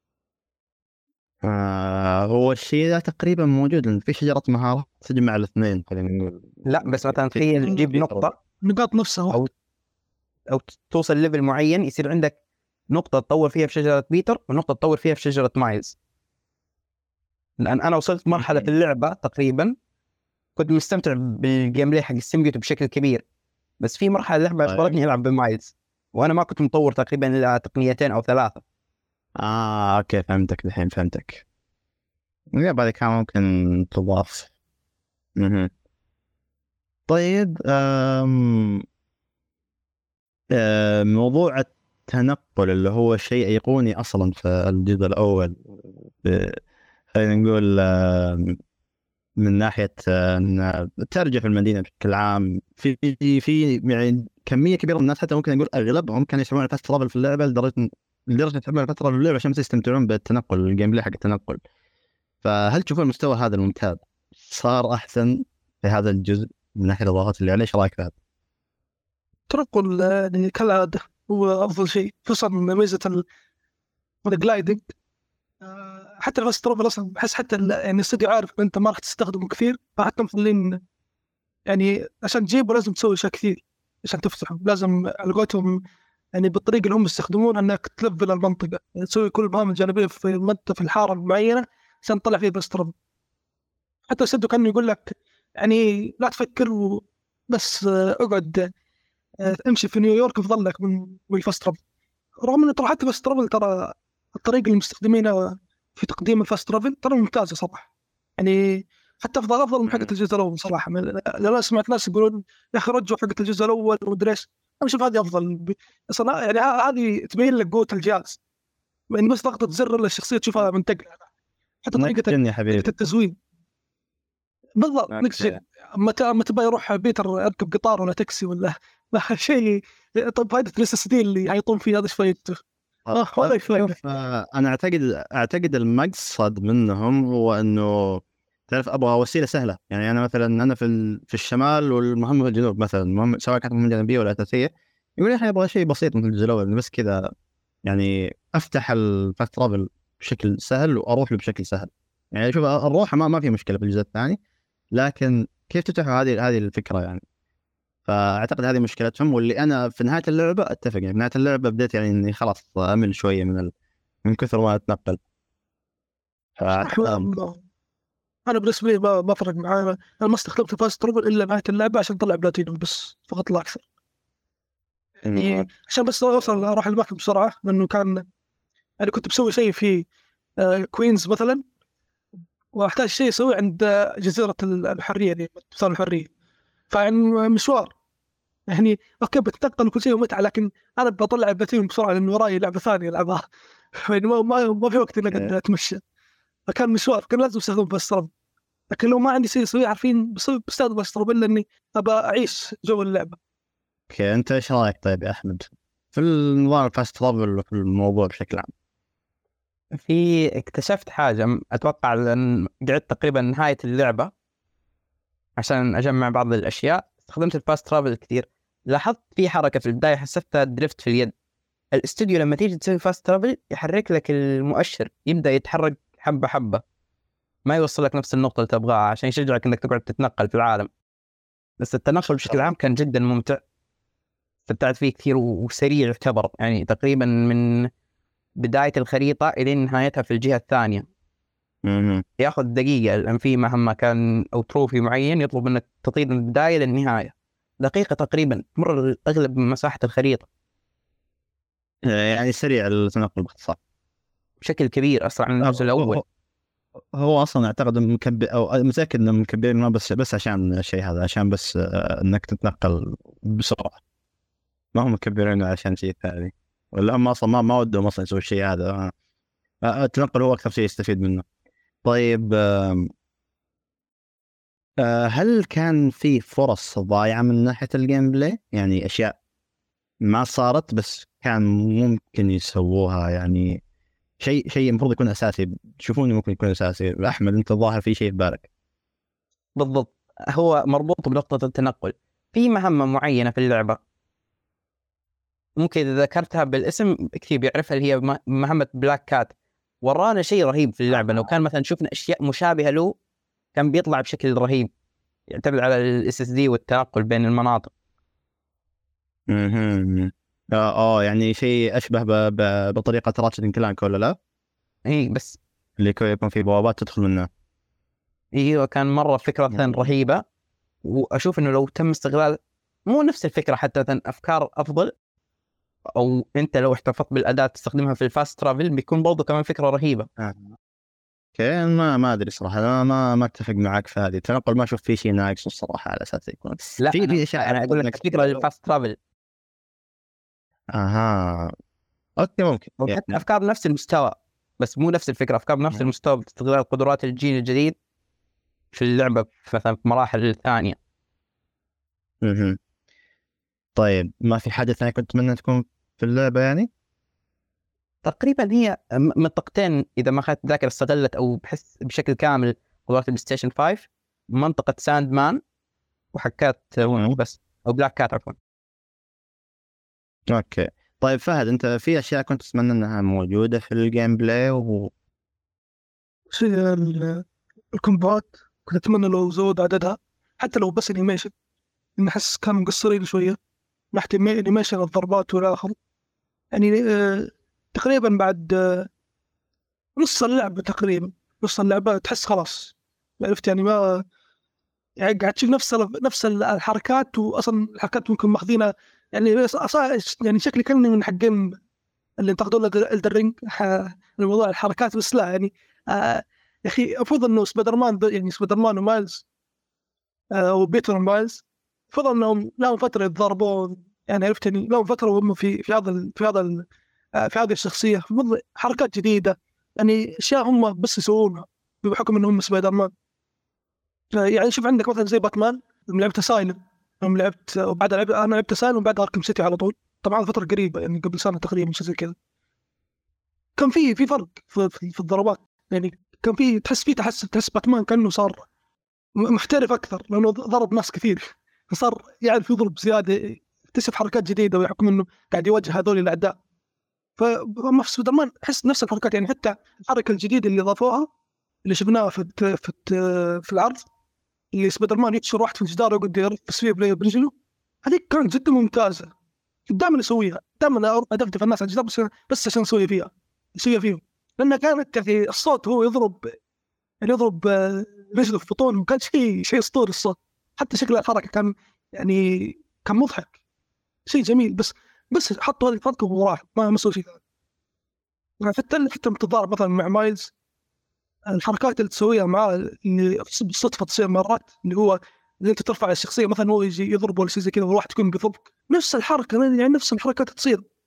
هو الشيء ذا تقريبا موجود، لأن في شجرة مهارة تجمع الاثنين خلينا نقول. لا بس مثلا تخيل تجيب نقطة نقاط نفسها او توصل ليفل معين يصير عندك نقطة تطور فيها في شجرة بيتر ونقطة تطور فيها في شجرة مايلز. لأن أنا وصلت مرحلة في اللعبة تقريبا كنت مستمتع بالجيم بلاي حق السيمبيوت بشكل كبير، بس في مرحلة اللعبة أجبرتني ألعب بمايلز وأنا ما كنت مطور تقريبا إلا تقنيتين أو ثلاثة. أوكي فهمتك الحين فهمتك. يا هذه كان ممكن تضاف. طيب موضوع التنقل اللي هو شيء أيقوني أصلا في الجزء الأول، خلينا نقول من ناحية ترجع في المدينة بشكل عام. في يعني كمية كبيرة من الناس، حتى ممكن نقول أغلبهم كانوا يسمعون الفاست ترافل في اللعبة لدرجة يسمعون الفاست ترافل في اللعبة عشان يستمتعون بالتنقل، الجيم بلاي حق التنقل. فهل تشوفون المستوى هذا الممتاز صار أحسن في هذا الجزء من ناحية الإضافات اللي عليه؟ إيش رأيك في هذا؟ تنقل يعني كالعادة هو أفضل شيء، خصوصا ميزة الجلايدنج. حتى الفاست ترافل أصلا بحس حتى يعني الاستوديو عارف أنت ما راح تستخدمه كثير، فحتى مخلين يعني عشان تجيبه لازم تسوي أشياء كثير عشان تفتحه. لازم على قولتهم يعني بالطريقة اللي هم يستخدمونها أنك تلفل المنطقة، يعني تسوي كل المهام الجانبية في المنطقة في الحارة المعينة عشان تطلع فيه فاست ترافل. حتى السدو كان يقول لك يعني لا تفكر بس اقعد امشي في نيويورك افضل لك من الفاست ترافل. رغم انه ترى حتى الفاست ترافل ترى الطريقه اللي مستخدمينها في تقديم الفاست ترافل ترى ممتازه صراحه، يعني حتى افضل من حقه الجزء الاول صراحه. لأن سمعت ناس يقولون يا اخي رجعوا حقه الجزء الاول ومدري ايش. انا اشوف هذه افضل اصلا، يعني هذه تبين لك قوه الجهاز، يعني بس ضغطه زر الشخصيه تشوفها منتقله. حتى طريقه يا حبيبي التزوين بالضبط نكسر. متى تبغى يروح بيتر اركب قطار ولا تاكسي ولا شيء. طيب فائده الاس اس دي اللي هيطون فيه هذا شويه ولا شويه. انا اعتقد المقصد منهم هو انه تعرف ابغى وسيله سهله. يعني انا مثلا انا في الشمال والمهمه في الجنوب مثلا، المهم سواء كانت مهمه جانبيه ولا اساسيه، يقول لي ابغى شيء بسيط مثل الجزء الاول بس كذا، يعني افتح الفاست ترافل بشكل سهل واروح له بشكل سهل. يعني شوف الروحه ما في مشكله في الجزء الثاني، لكن كيف تفتحوا هذه الفكره يعني. فاعتقد هذه مشكلتهم، واللي انا في نهايه اللعبه اتفق. يعني في نهايه اللعبه بديت يعني اني خلاص امل شويه من كثر ما اتنقل. انا بالنسبه لي ما فرق معي. انا ما استخدمت الفاست ترافل الا نهايه اللعبه عشان اطلع بلاتينوم بس فقط لا اكثر، يعني عشان بس اوصل اروح المكتب بسرعه. لانه كان انا كنت بسوي شيء في كوينز مثلا واحتاج شيء اسويه عند جزيره الحريه دي مثال الحريه، فعن مشوار يعني اوكي بتنقل وكل شيء ومتعه، لكن انا بطلع البلاتينيوم بسرعه لانه وراي لعبه ثانيه العبها. يعني ما في وقت انك اتمشى، فكان مشوار، كان لازم استخدم فاست ترافل. لكن لو ما عندي شيء اسويه عارفين بستخدم فاست ترافل لاني ابى اعيش جو اللعبه. اوكي، انت ايش رايك طيب يا احمد في النظام الفاست ترافل وفي الموضوع بشكل عام؟ في اكتشفت حاجة أتوقع لأن قعدت تقريبا نهاية اللعبة عشان أجمع بعض الأشياء، استخدمت الفاست ترافل كثير. لاحظت في حركة في البداية حسبتها درفت في اليد. الاستوديو لما تيجي تسوي فاست ترافل يحرك لك المؤشر، يبدأ يتحرك حبة حبة، ما يوصل لك نفس النقطة اللي تبغاها عشان يشجعك إنك تقعد تتنقل في العالم. بس التنقل بشكل عام كان جدا ممتع، استمتعت فيه كثير وسريع يعتبر، يعني تقريبا من بداية الخريطة إلى نهايتها في الجهة الثانية ياخذ دقيقة، لأن في مهما كان أو تروفي معين يطلب منك تطير من البداية للنهاية، دقيقة تقريبا تمر أغلب مساحة الخريطة. يعني سريع التنقل باختصار بشكل كبير، أسرع من الجزء الأول. هو اصلا اعتقد مكبر، او متاكد انه مكبرين ما بس عشان الشيء هذا، عشان بس انك تتنقل بسرعه، ما هم مكبرينه عشان شيء ثاني، ولا هم اصلا ما ودهم اصلا يسوي الشيء هذا. التنقل هو اكثر شيء يستفيد منه. طيب هل كان في فرص ضايعه من ناحيه الجيم بلاي؟ يعني اشياء ما صارت بس كان ممكن يسووها، يعني شيء المفروض يكون اساسي، تشوفونه ممكن يكون اساسي. احمد انت الظاهر في شيء في بالك. بالضبط، هو مربوط بنقطة التنقل. في مهمة معينة في اللعبة ممكن إذا ذكرتها بالاسم كثير بيعرفها، اللي هي مهمة بلاك كات. ورانا شيء رهيب في اللعبة، لو كان مثلا شفنا أشياء مشابهة له كان بيطلع بشكل رهيب، يعتمد على الاس اس دي والتنقل بين المناطق. يعني شيء اشبه بطريقه راتشت كلانك ولا لا؟ اي بس اللي يكون في بوابات تدخل منها. ايوه، كان مره فكره رهيبه، واشوف انه لو تم استغلال مو نفس الفكره، حتى افكار افضل، او انت لو احتفظت بالاداه تستخدمها في الفاست ترافل بيكون برضه كمان فكره رهيبه. اوكي، ما ادري صراحه، انا ما اتفق معك في هذه التنقل، ما اشوف في شيء ناقص الصراحه على اساس يكون لا في اشياء. انا اقول لك فكره للفاست ترافل. اها اوكي ممكن وحتى افكار نفس المستوى، بس مو نفس الفكره، افكار بنفس المستوى باستغلال قدرات الجيل الجديد في اللعبه مثلا في مراحل الثانيه. طيب ما في حاجه ثانيه كنت اتمنى تكون في اللعبه يعني؟ تقريبا هي منطقتين اذا ما اخذت ذاكره استغلت او بحس بشكل كامل قدرات البلاي ستيشن 5، منطقه ساند مان وحكات بس، او بلاك كات عفوا. اوكي طيب فهد، انت في اشياء كنت تتمنى انها موجوده في الجيم بلاي شيء الكومبات كنت اتمنى لو زود عددها، حتى لو بس انيميشن، ان احس كانوا مقصرين شويه من ناحيه انيميشن الضربات والاخر. يعني تقريبا بعد نص اللعبه، تقريبا نص اللعبه تحس خلاص عرفت، يعني ما يعني قاعد تشوف نفس الحركات، واصلا الحركات ممكن ماخذينها يعني يعني شكلي كاني من حقين اللي ينتقدون الدرينج الموضوع الحركات، بس لا يعني يا اخي افضل انه سبايدر مان، يعني سبايدر مان ومايلز وبيتر ومايلز افضل انهم لهم فتره يتضاربون، يعني عرفت يعني لهم فتره وهم في هذه الشخصيه، حركات جديده، يعني اشياء هم بس يسوونها بحكم انهم سبايدر مان. يعني شوف عندك مثلا زي باتمان، لما لعبت سايلم، لما لعبت وبعد انا لعبت سايلم وبعد اركم سيتي على طول، طبعا فتره قريبه يعني قبل سنه تقريبا شيء زي كذا. كان في فرق في الضربات، يعني كان في تحس باتمان كانه صار محترف اكثر، لانه ضرب ناس كثير فصار يعرف يضرب زياده، يكتشف حركات جديده ويحكم انه قاعد يواجه هذول الاعداء. فما في سبايدر مان احس نفس الحركات، يعني حتى الحركه الجديده اللي ضافوها اللي شفناها في العرض، اللي سبايدر مان يكسر واحد في الجدار ويقعد يرفس فيه برجله، هذيك كانت جدا ممتازه. دائما اسويها، دائما ادفدف الناس على الجدار بس عشان اسوي فيهم، لانها كانت يعني الصوت هو يضرب رجله في بطونه، وكان شيء اسطوري الصوت، حتى شكل الحركه كان يعني كان مضحك، شيء جميل. بس حطوا هذه الفرقه وراح ما سووا شيء ثاني. يعني حتى تتضارب مثلا مع مايلز، الحركات اللي تسويها معاه اللي بالصدفه تصير مرات، اللي هو اللي انت ترفع الشخصيه مثلا هو يجي يضرب ولا شيء زي كذا، والواحد يكون بيضربك، نفس الحركه يعني نفس الحركات تصير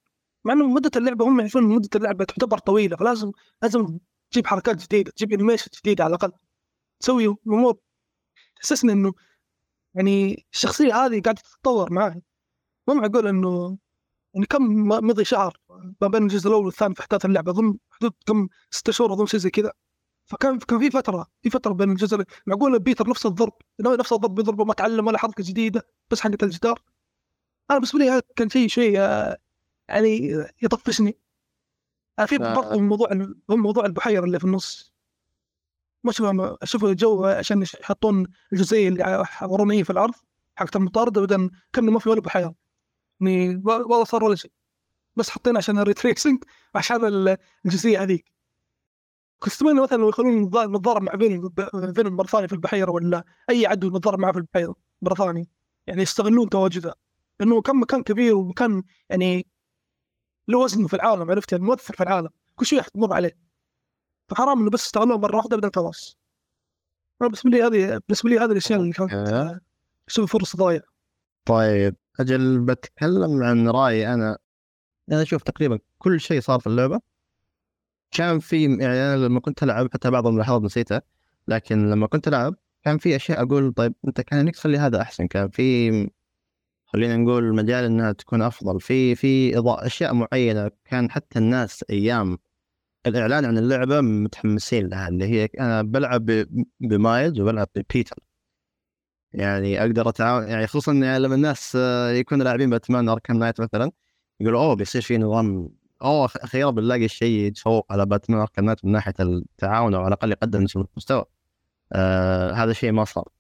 مع انه مده اللعبه هم يعرفون مده اللعبه تعتبر طويله، فلازم تجيب حركات جديده، تجيب انيميشن جديده على الاقل، تسوي امور تحسسني انه يعني الشخصيه هذه قاعده تتطور معاي. مو معقول انه يعني كم مضي شهر ما بين الجزء الاول والثاني في احداث اللعبه، اظن حدود كم 6 شهور اظن شيء زي كذا. فكان في فتره بين الجزء، معقول بيتر نفس الضرب بيضربه ما تعلم ولا حركه جديده بس حقت الجدار. انا بالنسبه لي هذا كان شيء يعني يطفشني. في برضه موضوع البحيره اللي في النص، ما اشوف الجو عشان يحطون الجزئيه اللي ورونيه في الارض حقت المطارده، بدل كانه ما في ولا بحيره يعني والله صار ولا شيء، بس حطينا عشان الريتريسنج وعشان الجزئيه هذيك. كنت أتمنى مثلا لو يخلون نتضارب مع فينوم مرة ثانية في البحيرة، ولا أي عدو نتضارب معه في البحيرة مرة ثانية، يعني يستغلون تواجده، لأنه كان مكان كبير ومكان يعني له وزن في العالم، عرفت يعني مؤثر في العالم، كل شيء تمر عليه، فحرام إنه بس استغلوه مرة واحدة بدل خلاص. بالنسبة لي هذه الأشياء اللي كانت أشوف فرصة ضايعة. طيب أجل بتكلم عن رأيي أنا أشوف تقريبا كل شيء صار في اللعبة كان في، يعني أنا لما كنت ألعب حتى بعض الملاحظات نسيتها، لكن لما كنت ألعب كان في أشياء أقول طيب أنت كان إنك تخلي هذا أحسن، كان في خلينا نقول مجال إنها تكون أفضل في أشياء معينة. كان حتى الناس أيام الإعلان عن اللعبة متحمسين لها، اللي هي أنا بلعب بمايلز وبلعب ببيتر، يعني أقدر أتعاون، يعني خصوصا يعني لما الناس يكونوا لاعبين باتمان أركام نايت مثلا يقولوا أوه بيصير في نظام، أخيرا بنلاقي شيء يتفوق على باتمان أركام نايت من ناحية التعاون، أو على الأقل يقدم نفس المستوى. هذا شيء ما صار.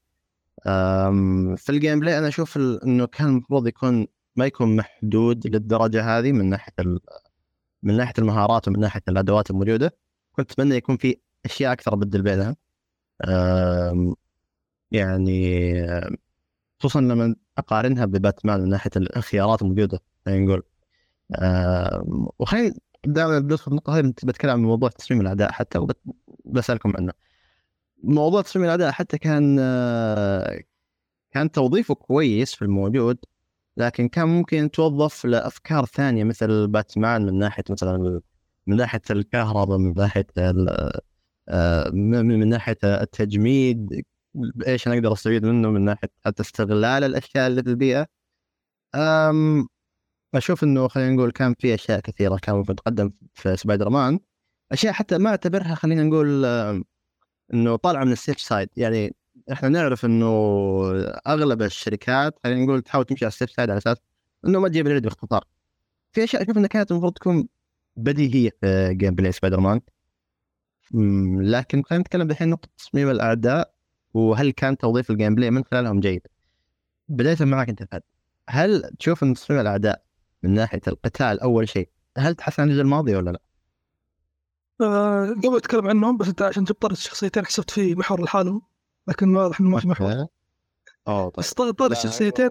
في الجيم بلاي أنا أشوف إنه كان المفروض ما يكون محدود للدرجة هذه من ناحية المهارات ومن ناحية الأدوات الموجودة. كنت أتمنى يكون في أشياء أكثر أبدل بينها، يعني خصوصا لما أقارنها بباتمان من ناحية الخيارات الموجودة، خلينا نقول. وخلينا دائما بدخل النقطة هذه، بتكلم عن موضوع تصميم الأعداء حتى، وبسألكم عنه. موضوع تصميم الأعداء حتى كان توظيفه كويس في الموجود، لكن كان ممكن توظف لأفكار ثانية مثل باتمان، من ناحية مثلا من ناحية الكهرباء، من ناحية التجميد، إيش أنا أقدر أستفيد منه من ناحية حتى استغلال الأشياء اللي في البيئة. أشوف إنه خلينا نقول كان في أشياء كثيرة كان ممكن تقدم في سبايدر مان، أشياء حتى ما أعتبرها خلينا نقول إنه طالعة من السيف سايد. يعني إحنا نعرف إنه أغلب الشركات خلينا نقول تحاول تمشي على السيف سايد على أساس إنه ما تجيب الريد باختصار. في أشياء أشوف إنها كانت المفروض تكون بديهية في جيم بلاي سبايدر مان. لكن خلينا نتكلم الحين نقطة تصميم الأعداء، وهل كان توظيف الجيم بلاي من خلالهم جيد؟ بداية معك أنت فهد، هل تشوف أن تصميم الأعداء من ناحية القتال أول شيء هل تحسن عن الجزء الماضي ولا لا؟ قبل أتكلم عنهم، بس أنت عشان جبت الشخصيتين حسبت في محور لحالهم، لكن واضح إنه ما في محور. طيب. بس طار الشخصيتين،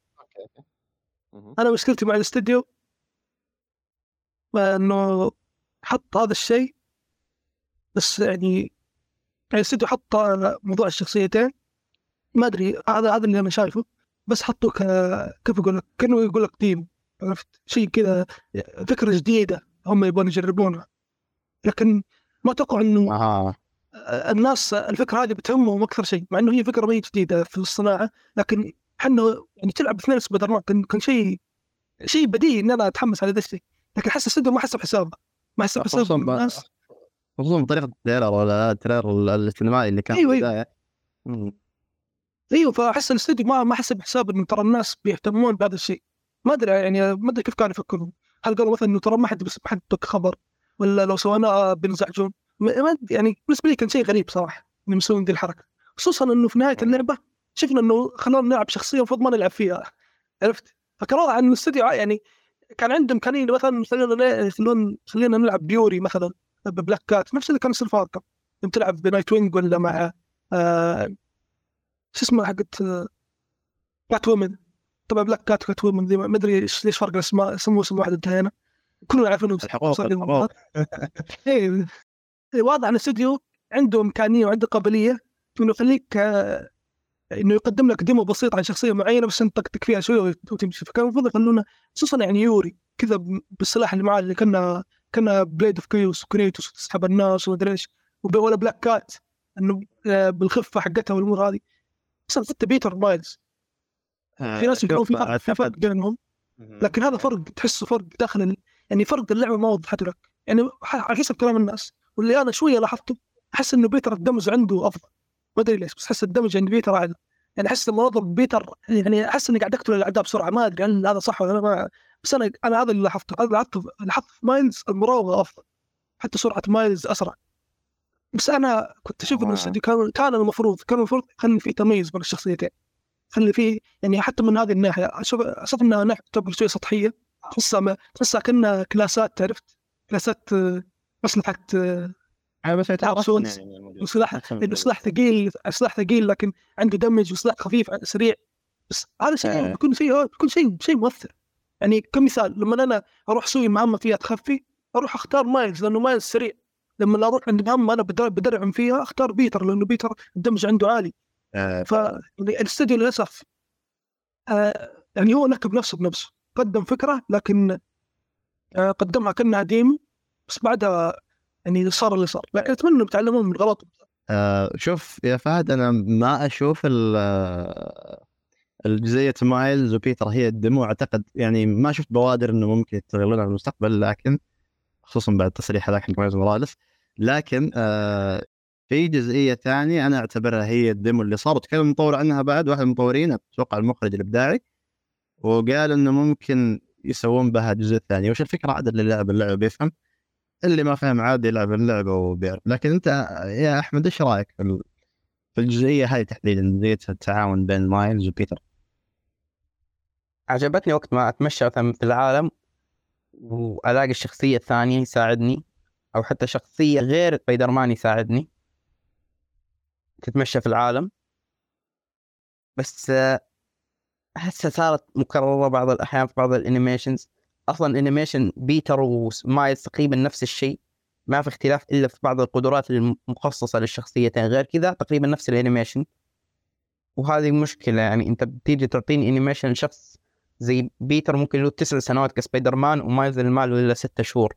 أنا مشكلتي مع الاستديو إنه حط هذا الشيء، بس يعني الاستديو حط موضوع الشخصيتين، ما أدري، هذا اللي أنا شايفه، بس حطوا كيف أقول لك، كأنه يقول لك تيم، عرفت شيء كذا، فكرة جديدة هم يبون يجربونها، لكن ما أتوقع إنه الناس الفكرة هذه بتهمهم أكثر شيء، مع إنه هي فكرة ما هي جديدة في الصناعة، لكن حنا يعني تلعب 2 سبايدر مان كان شيء بديهي إن أنا أتحمس على ذا الشيء، لكن حس السد ما حسب حسابه، ما حسب حساب الناس، خصوصا بطريقة التريلر ولا التريلر السينمائي اللي كان في البداية. ايوه، فاحس الاستوديو ما حسب حساب انه ترى الناس بيهتمون بهذا الشيء. ما ادري يعني، ما ادري كيف كانوا يفكرون، هل قالوا مثلا انه ترى ما حد تك خبر، ولا لو سويناه بنزعجون؟ يعني بالنسبه لي كان شيء غريب صراحه انهم يسوون ذي الحركه، خصوصا انه في نهايه اللعبه شفنا انه خلونا نلعب شخصيه المفروض ما نلعب فيها، عرفت؟ فكانوا عن الاستوديو يعني كان عندهم امكانيه مثلا خلينا نلعب بيوري مثلا ببلاك كات، نفس اللي كان يصير في اركم لما تلعب بنايت وينج، ولا مع شو اسمه حقت كات وومن. طبعا بلاك كات وومن ذي ما ادري ليش فرق الاسماء، سموه اسم واحد انتهينا كلنا عارفين الحقوق. ايه، واضح ان الاستوديو عنده امكانيه وعنده قابليه انه يخليك انه يقدم لك ديمو بسيط عن شخصيه معينه، بس انت تطقطق فيها شويه وتمشي. فكان المفروض يخلونا خصوصا يعني يوري كذا بالسلاح اللي معاه اللي كنا بليد اوف كريتوس وتسحب الناس ومدري ايش، ولا بلاك كات انه بالخفه حقتها والامور هذه. اصلا حتى بيتر مايلز في ناس يقولون في فرق بينهم، لكن هذا فرق تحسه فرق داخل يعني فرق اللعبه ما وضحت لك يعني على حسب كلام الناس. واللي انا شويه لاحظته احس انه بيتر الدمج عنده افضل، ما ادري ليش بس احس الدمج عند بيتر اعلى. يعني احس لما اضرب بيتر يعني احس اني قاعد اقتل الاعداء بسرعه، ما ادري هل هذا صح ولا لا ما. بس انا هذا اللي لاحظته، هذا لاحظت في مايلز المراوغه افضل، حتى سرعه مايلز اسرع. بس انا كنت اشوف انه الاستوديو كان المفروض يخلي فيه تمييز بين الشخصيتين، خلي فيه يعني حتى من هذه الناحيه اشوف انها ناحيه تعتبر شويه سطحيه، تحسها كأنها كلاسات، عرفت كلاسات مصلحه بس يتعرفون وسلاح ثقيل لكن عنده دمج، وسلاح خفيف سريع. بس هذا شيء بيكون شيء مؤثر. يعني كمثال لما انا اروح اسوي مهمه فيها تخفي اروح اختار مايلز لانه مايلز سريع، لما اروح عند مهمه انا بدرعم فيها اختار بيتر لانه بيتر الدمج عنده عالي. فالاستوديو للاسف يعني هو نكب نفسه بنفسه، قدم فكره لكن قدمها كأنها ديمو، بس بعدها يعني صار اللي صار. لكن اتمنى انهم يتعلمون من غلط. شوف يا فهد، انا ما اشوف الجزئيه مايلز وبيتر هي الدمو. اعتقد يعني ما شفت بوادر انه ممكن يتغيرونها في المستقبل، لكن خصوصا بعد تصريح هذاك مايلز موراليس. لكن في جزئيه ثانيه انا اعتبرها هي الدمو اللي صار، وتكلم المطور عنها بعد واحد من المطورين اتوقع المخرج الابداعي، وقال انه ممكن يسوون بها جزء ثاني. وش الفكره عاد اللي لعب اللعبه بيفهم، اللي ما فهم عادي يلعب اللعبه وبيعرف. لكن انت يا احمد ايش رايك في الجزئيه هاي تحديدا، جزئيه التعاون بين مايلز وبيتر؟ عجبتني وقت ما اتمشى مثلا في العالم والاقي الشخصيه الثانيه يساعدني، او حتى شخصيه غير سبايدر مان يساعدني تتمشى في العالم. بس احسها صارت مكرره بعض الاحيان في بعض الانيميشنز. اصلا انيميشن بيتر ومايلز تقريبا نفس الشيء، ما في اختلاف الا في بعض القدرات المخصصه للشخصيتين، غير كذا تقريبا نفس الانيميشن. وهذه مشكله، يعني انت بتيجي تعطيني انيميشن شخص زي بيتر ممكن له 9 سنوات كسبايدر مان، ومايلز المال ولا 6 شهور.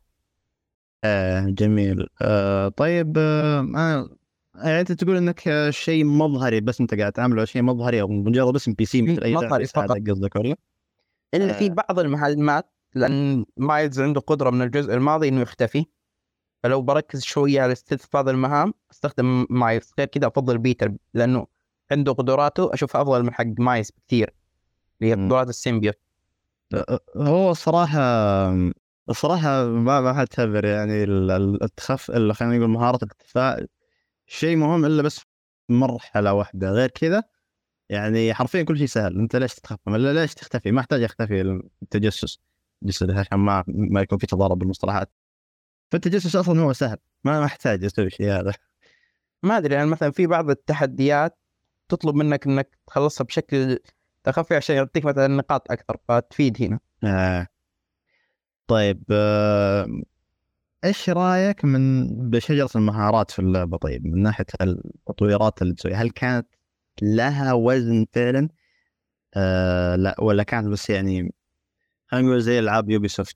جميل. طيب يعني انت تقول انك شيء مظهري، بس انت قاعد تعمله شيء مظهري او مجرد اسم بي سي مثل اي مظهري فقط قصدك ولا؟ الا في بعض المهمات، لان مايلز عنده قدره من الجزء الماضي انه يختفي، فلو بركز شويه على في بعض المهام استخدم مايلز. غير كذا افضل بيتر لانه عنده قدراته اشوفها افضل من حق مايلز بكثير، اللي هي قدرات السيمبيوت. هو الصراحه ما اعتبر يعني خلينا نقول مهاره الاختفاء شيء مهم الا بس مرحله واحده. غير كذا يعني حرفيا كل شيء سهل. انت ليش تتخفى ولا ليش تختفي؟ ما يحتاج يختفي التجسس عشان ما يكون في تضارب بالمصطلحات. فالتجسس اصلا هو سهل، ما يحتاج يسوي شيء هذا. ما ادري يعني مثلا في بعض التحديات تطلب منك انك تخلصها بشكل تخفي عشان يعطيك مثلا نقاط اكثر، فتفيد هنا. طيب ايش رايك بشجره المهارات في اللعبه؟ طيب من ناحيه التطويرات اللي تسويها، هل كانت لها وزن فعلا؟ لا، ولا كانت بس يعني خلينا نقول زي العاب يوبي سوفت؟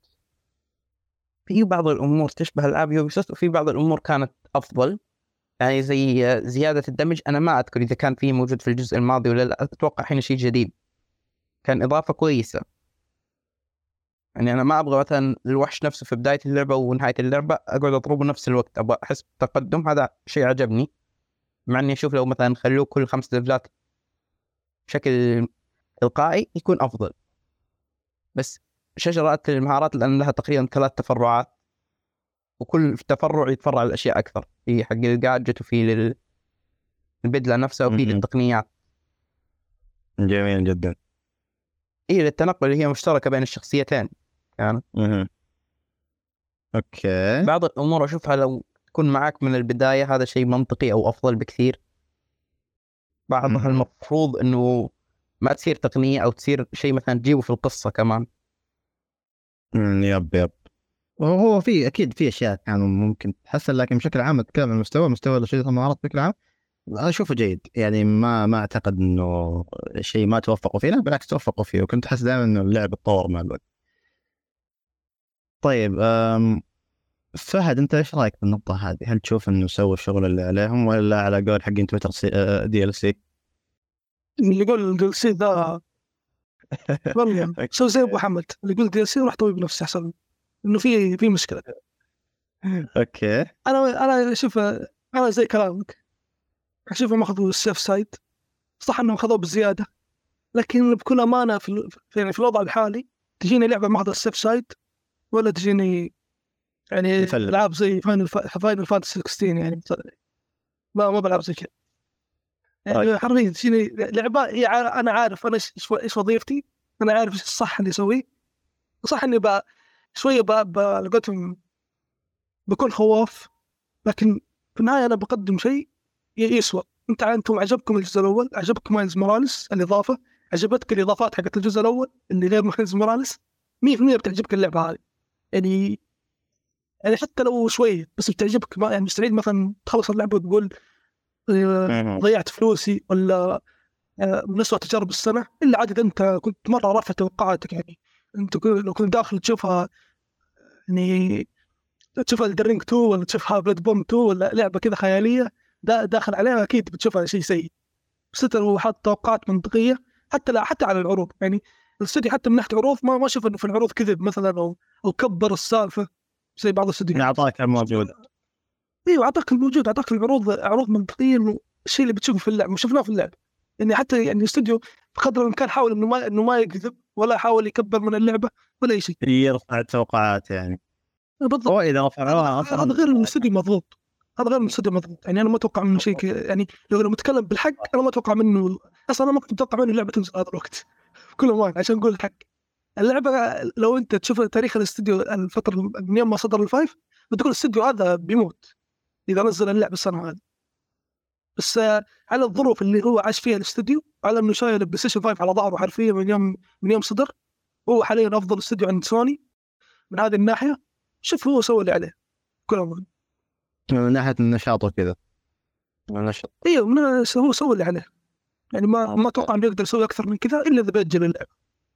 في بعض الامور تشبه العاب يوبي سوفت، وفي بعض الامور كانت افضل. يعني زي زياده الدمج، انا ما اذكر اذا كان فيه موجود في الجزء الماضي ولا لا، اتوقع حين شيء جديد، كان اضافه كويسه. يعني انا ما ابغى مثلا الوحش نفسه في بدايه اللعبه ونهايه اللعبه اقعد اضربه نفس الوقت، ابغى احس بتقدم. هذا شيء عجبني، مع اني اشوف لو مثلا خلوه كل 5 ليفلات بشكل تلقائي يكون افضل. بس شجره المهارات لان لها تقريبا 3 تفرعات، وكل تفرع يتفرع لاشياء اكثر، في حق الجادجت وفي للبدله نفسها وفي للتقنيات. جميل جدا. هي للتنقل اللي هي مشتركه بين الشخصيتين يعني. اوكي. بعض الامور اشوفها لو تكون معك من البدايه هذا شيء منطقي او افضل بكثير. بعضها المفروض انه ما تصير تقنيه او تصير شيء مثلا تجيبه في القصه كمان. يب وهو في اكيد في اشياء كانوا ممكن تحسن، لكن بشكل عام اتكلم عن مستوى شجره المهارات بشكل عام اشوفه جيد. يعني ما اعتقد انه شيء ما توفقوا فيه، لا بالعكس توفقوا فيه، وكنت احس دائما انه اللعب تطور مع الوقت. طيب فهد انت ايش رايك بالنقطه هذه؟ هل تشوف انه سووا الشغل اللي عليهم ولا على قول حقين تويتر DLC؟ اللي يقول دي سي ذا والله سوي زي ابو حمد اللي يقول دي سي وراح طوي بنفسه احسن، انه في مشكله. اوكي انا اشوف انا زي كلامك، اشوفهم اخذوا السيف سايد، صح انهم اخذوه بزياده، لكن بكل امانه يعني في الوضع الحالي تجيني لعبه ماخذ السيف سايد، ولا تجيني يعني يفلت. العاب زي فاينل فانتسي 16 يعني ما بلعب زي كذا يعني حرفيا تجيني لعبه انا عارف انا ايش وظيفتي، انا عارف ايش الصح اللي اسويه، صح اني شويه لقيتهم بكون خواف، لكن في النهايه انا بقدم شيء يسوى. انتم عجبكم الجزء الاول، عجبكم مايلز موراليس الاضافه، عجبتك الاضافات حقت الجزء الاول اللي غير مايلز موراليس، 100% بتعجبك اللعبه هذه يعني حتى لو شويه بس بتعجبك. ما يعني مستعد مثلا تخلص اللعبه وتقول ضيعت فلوسي ولا من أسوأ تجارب السنه، الا عادي انت كنت مره رافع توقعاتك. يعني انت لو كنت داخل تشوفها يعني تشوفها الدرينج 2 ولا تشوفها بلاد بوم 2 ولا لعبه كذا خياليه داخل عليها، اكيد بتشوفها شيء سيء. بس انت لو حاط توقعات منطقيه حتى على العروض، يعني الاستوديو حتى من ناحيه عروض ما اشوف انه في العروض كذب مثلا او كبر السالفه زي بعض الاستوديوهات. اعطاك الموجود. ايوه اعطاك الموجود، اعطاك عروض منطقيه، انه الشيء اللي بتشوفه في اللعبه وشفناه في اللعبه. يعني حتى يعني الاستوديو بقدر الامكان حاول انه ما يكذب ولا يحاول يكبر من اللعبه ولا اي شيء. يرفع التوقعات يعني. بالضبط. هو اذا رفعوها هذا غير الاستوديو مضغوط، هذا غير الاستوديو مضغوط. يعني انا ما اتوقع منه شيء يعني لو متكلم بالحق انا ما اتوقع منه اصلا، انا ما كنت اتوقع منه اللعبه تنزل هذا الوقت كل ما عشان نقول الحق. اللعبه لو انت تشوف تاريخ الاستوديو الفتره من يوم ما صدر الفايف بتقول الاستوديو هذا بيموت اذا نزل اللعبه السنه هذه. بس على الظروف اللي هو عاش فيها الاستوديو، على انه شايل البلاي ستيشن 5 على ظهره حرفيا من يوم صدر، هو حاليا افضل استوديو عند سوني من هذه الناحيه. شوف هو سوى اللي عليه كل ما من ناحيه النشاط وكذا النشاط. ايوه هو سوى اللي عليه. يعني ما اتوقع انه يقدر يسوي اكثر من كذا الا اذا بيأجل اللعبه.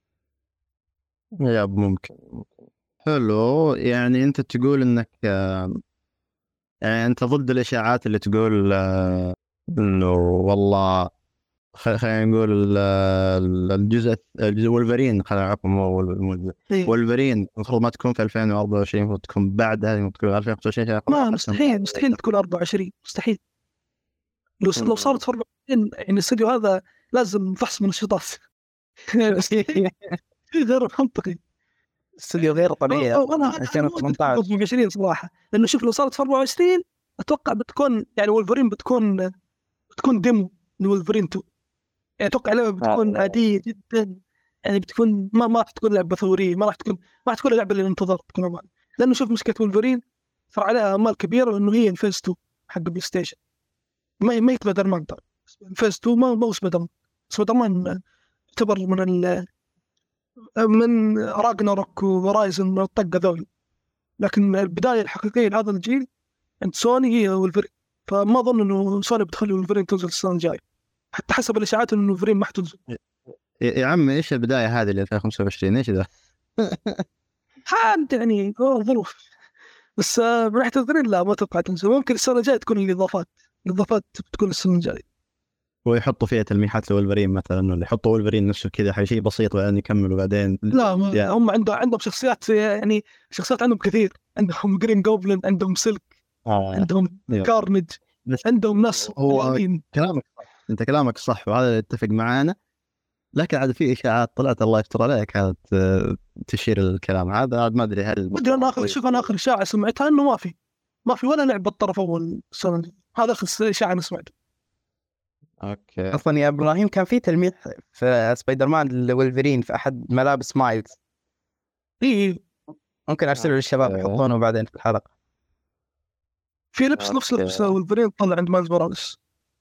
يا ممكن. حلو. يعني انت تقول انك يعني انت ضد الاشاعات اللي تقول انه والله خلينا نقول الجزء وولفرين، خلينا عفوا وولفرين المفروض ما تكون في 2024، المفروض تكون بعدها، المفروض تكون 2025. ما مستحيل تكون 24 مستحيل. لو صارت 24 يعني الاستوديو هذا لازم فحص منشطات غير منطقي. استوديو غير طبيعي. انا 2018 صراحه، لانه شوف لو صارت 24 اتوقع بتكون يعني وولفرين بتكون ديمو لولفرين 2. يعني اتوقع لعبه بتكون عاديه جدا، يعني بتكون ما راح تكون لعبه ثوريه، ما راح تكون لعبه اللي ننتظر تكون أمان. لانه شوف مشكله وولفرين صار عليها امال كبيره، لانه هي الفيز 2 حق بلاي ستيشن، ما يتبدل مان. الفيز 2 ما هو سبايدر مان يعتبر من راجناروك ورايزن الطقه ذول، لكن البدايه الحقيقيه لهذا الجيل عند سوني هي وولفرين. فما اظن انه سوني بتخلي وولفرين تنزل السنه الجايه، حتى حسب الاشاعات انه وولفرين ما حتنزل. يا عمي ايش البدايه هذه اللي 2025 ايش ذا؟ حاد يعني ظروف. بس من ناحيه وولفرين لا ما اتوقع تنزل، ممكن السنه الجايه تكون الاضافات بتكون السنه الجايه. ويحطوا فيها تلميحات لولفرين مثلا، ولا يحطوا وولفرين نفسه كذا شيء بسيط وبعدين يكملوا بعدين. لا هم عندهم شخصيات، يعني شخصيات عندهم كثير، عندهم جرين جوبلin، عندهم سلك، عندهم كارنج، عندهم ناس. هو كلامك صح، انت كلامك صح وهذا يتفق معانا، لكن عاد في اشاعات طلعت الله يستر عليك كانت تشير الكلام هذا. ما ادري هل انا اخر اشاعه سمعتها انه ما في ولا لعبه طرف اول السنه دي. هذا اخر اشاعه انا سمعتها. اوكي. اصلا يا ابراهيم كان في تلميح في سبايدر مان لولفرين في احد ملابس مايلز. ممكن ارسله للشباب يحطونه بعدين في الحلقه. في لبس نفس لبس وولفرين طلع عند مايلز موراليس.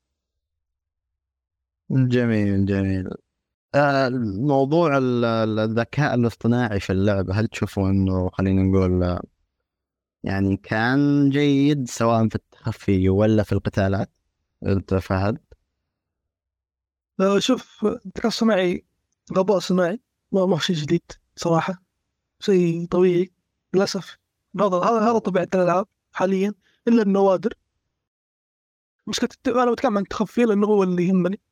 جميل. موضوع الذكاء الاصطناعي في اللعبه، هل تشوفوا انه خلينا نقول يعني كان جيد سواء في التخفي ولا في القتالات؟ انت فهد؟ شوف الذكاء الصناعي غباء صناعي، ما هو شيء جديد صراحة، شيء طبيعي. للاسف. هذا طبيعه الالعاب حاليا، الا النوادر. مشكلة انا بتكلم عن التخفي لانه هو اللي يهمني.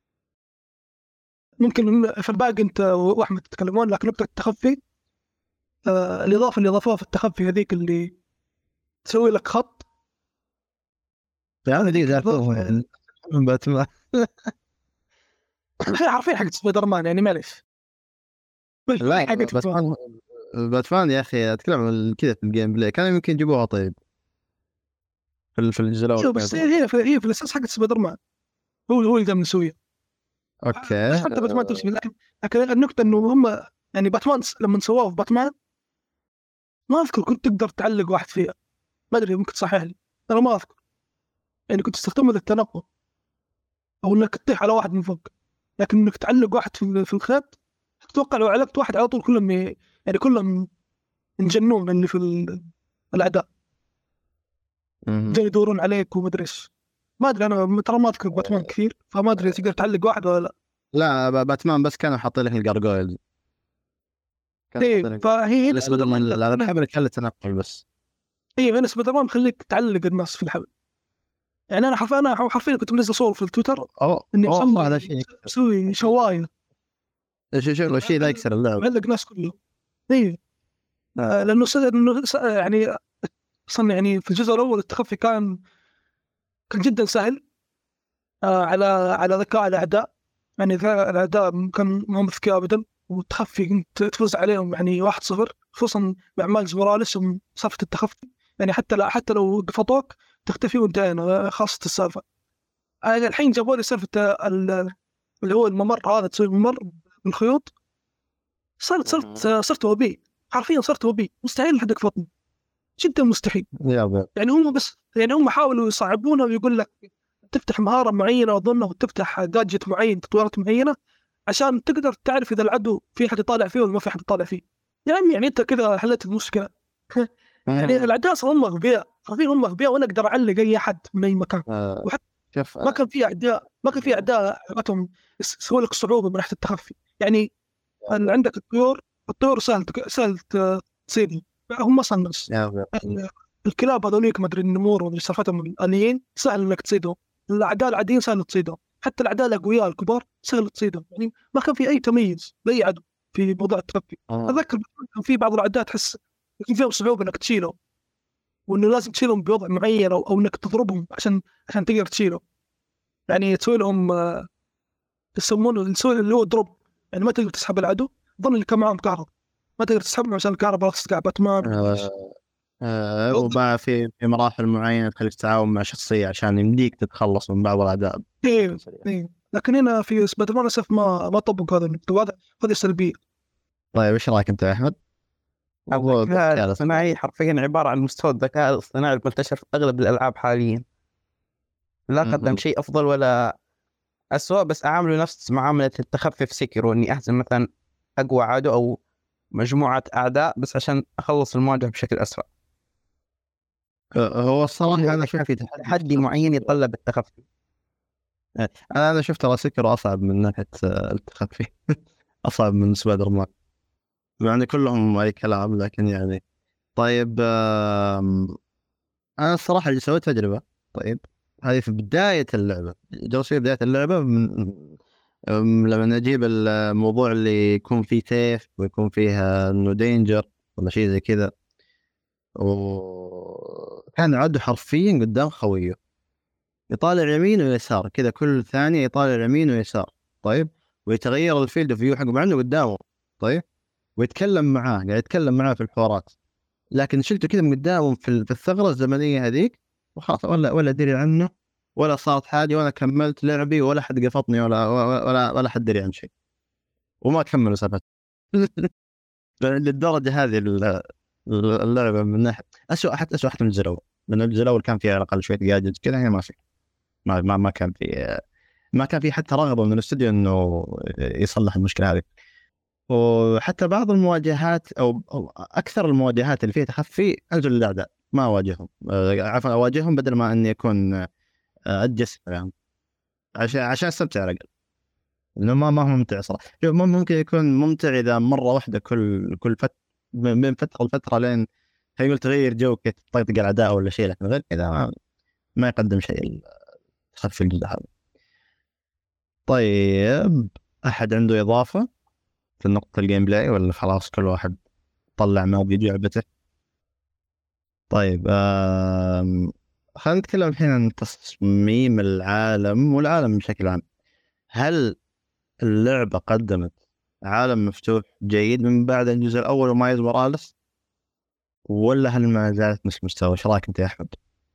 ممكن في الباقي انت واحمد تتكلمون، لكن نقطه التخفي الاضافه اللي اضافوها في التخفي هذيك اللي تسوي لك خط. يعني دي باتمان هي حرفيا حق سبايدر مان يعني، معليش. لا حق باتمان يا اخي اتكلم عن كذا في الجيم بلاي، كانوا يمكن يجيبوها طيب في الجزء الاول. بس هي في الاساس حق سبايدر مان، هو اللي قام مسويه. اوكي بس حتى باتمان تمشي، لكن النقطه انه هم يعني باتمان لما سووه في باتمان ما اذكر كنت تقدر تعلق واحد فيها. ما ادري ممكن تصحح لي، انا ما اذكر. يعني كنت تستخدمه للتنقل او انك تطيح على واحد من فوق، لكن انك تعلق واحد في الخيط، اتوقع لو علقت واحد على طول كلهم يعني كلهم ينجنون اللي في الاعداء، جاي يدورون عليك وما ادري ايش. ما ادري، انا ترى ما اذكر باتمان كثير، فما ادري تقدر تعلق واحد ولا لا. لا باتمان بس كانوا حاطين لك الجارجويل. فهي سبايدر مان لا بحب لك التنقل بس. انا سبايدر مان مخليك تعلق الناس في الحبل. يعني انا حرفيا كنت منزل صور في التويتر اني هذا شيء اسوي شوايه شيء لا يكسر اللعب، معلق الناس كله. لانه يعني اصلا يعني في الجزء الاول التخفي كان جدا سهل على ذكاء الاعداء. يعني الاعداء كان ما هم ذكاء ابدا، والتخفي كنت تفوز عليهم يعني 1-0، خصوصا مع مايلز موراليس وصفة التخفي. يعني حتى لو قفطوك تختفي وانتهينا، خاصة السالفة. الحين جابوا لي سالفة اللي هو الممر هذا، تسوي ممر بالخيوط. صرت وبي، حرفيا صرت وبي، مستحيل حد يقفطني، جدا مستحيل. يعني هم حاولوا يصعبونها ويقول لك تفتح مهارة معينة أظنه، وتفتح جادجت معين، تطويرات معينة، عشان تقدر تعرف إذا العدو في حد يطالع فيه ولا ما في حد يطالع فيه. يعني أنت كذا حلت المشكلة. يعني الأعداء أصلا هم أغبياء، حرفيا هم أغبياء، وأنا أقدر أعلق أي حد من أي مكان. ما كان في أعداء عندهم يسوي لك صعوبة من ناحية التخفي. يعني عندك الطيور سهل تصيدهم، هم أصلا ناس. الكلاب هذوليك ما ادري النمور ولا سالفتهم الاليين سهل انك تصيدهم. الاعداء العاديين سهل تصيدهم، حتى الاعداء الاقوياء الكبار سهل تصيدهم. يعني ما كان في اي تمييز لاي عدو في موضوع التخفي. اتذكر كان في بعض الاعداء تحس يكون فيهم صعوبه انك تشيلهم، وانه لازم تشيلهم بوضع معين او انك تضربهم عشان تقدر تشيلهم. يعني تسوي لهم يسمونه اللي هو دروب. يعني ما تقدر تسحب العدو، ظن اللي كان معهم كهرب ما تقدر تسحبهم عشان الكهرباء تسقع باتمان. وبقى في مراحل معينة تخليك تتعاون مع شخصية عشان يمديك تتخلص من بعض الأعداء. إيه. لكن هنا في سبايدر مان للأسف ما طبق هذا النقطة، هذه سلبية. طيب إيش رأيك أنت يا أحمد؟ الذكاء الاصطناعي حرفيا عبارة عن مستوى الذكاء الاصطناعي المنتشر في أغلب الألعاب حاليا. لا قدم شيء أفضل ولا أسوأ، بس أعامله نفس معاملة التخفي في سيكيرو، إني أهزم مثلا أقوى عدو أو مجموعة أعداء بس عشان أخلص المواجهة بشكل أسرع. هو الصراحة أنا شفت في تحدي معين يتطلب التخفي. أنا شفت ترى سكر أصعب من ناحية التخفي أصعب من سبايدر مان، يعني كلهم أي كلام لكن يعني. طيب أنا الصراحة اللي سويت تجربة، طيب هذه في بداية اللعبة، جلست في بداية اللعبة لما نجيب الموضوع اللي يكون فيه سيف ويكون فيه إنه دينجر ولا شيء زي كذا، وكان عدو حرفيا قدام خويه يطالع يمين ويسار كذا، كل ثانية يطالع يمين ويسار. طيب ويتغير الفيلد اوف فيو حقه مع انه قدامه. طيب ويتكلم معاه، قاعد يتكلم معاه في الحوارات، لكن شلته كذا من قدامه في الثغرة الزمنية هذيك وخلاص، ولا دري عنه ولا صارت حاجة، وانا كملت لعبي ولا حد قفطني ولا حد دري عن شيء، وما كملوا سبت للدرجة هذه اللعبة من ناحية أسوأ، حتى أسوأ من الجزء الأول. من الجزء الأول كان فيه على الأقل شوية جاجز كذا، هي ما في ما كان في حتى رغبة من الاستوديو إنه يصلح المشكلة هذه. وحتى بعض المواجهات أو أكثر المواجهات اللي فيها تخفي أنزل الأعداء ما أواجههم، عفوا أواجههم بدل ما إني أكون أجلس يعني عشان أستمتع على الأقل، إنه ما هو ممتع صراحة. ممكن يكون ممتع إذا مرة واحدة كل من فتره لفتره لين يقول تغير جو كيف تطقطق الاعداء ولا شيء، لكن غير كذا ما يقدم شيء تخفي الجزء هذا. طيب احد عنده اضافه في نقطه الجيم بلاي ولا خلاص كل واحد طلع ما بيجي لعبته؟ طيب خلينا نتكلم الحين عن تصميم العالم والعالم بشكل عام. هل اللعبة قدمت عالم مفتوح جيد من بعد الجزء الأول ومايلز موراليس، ولا هل ما زالت نفس المستوى؟ ايش رايك انت يا احمد؟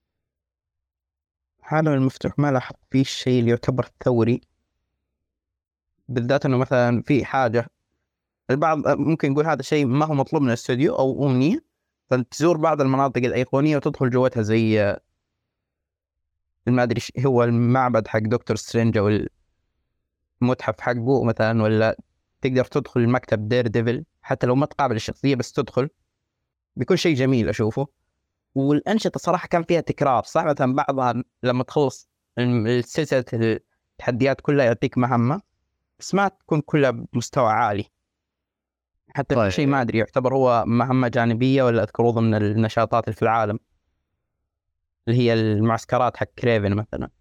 العالم المفتوح ما لاحظ فيه الشيء اللي يعتبر ثوري، بالذات انه مثلا في حاجة البعض ممكن يقول هذا شيء ما هو مطلوب من الاستوديو او أمنية، فتزور بعض المناطق الأيقونية وتدخل جوتها زي ما ادري هو المعبد حق دكتور سترينج او المتحف حقه مثلا، ولا تقدر تدخل المكتب دير ديفل حتى لو ما تقابل الشخصية بس تدخل، بيكون شيء جميل أشوفه. والأنشطة صراحة كان فيها تكرار، صح مثلا بعضها لما تخلص السلسلة التحديات كلها يعطيك مهمة بس ما تكون كلها بمستوى عالي، حتى طيب. في شيء ما أدري يعتبر هو مهمة جانبية ولا أذكر ضمن النشاطات اللي في العالم، اللي هي المعسكرات حق كريفن مثلا.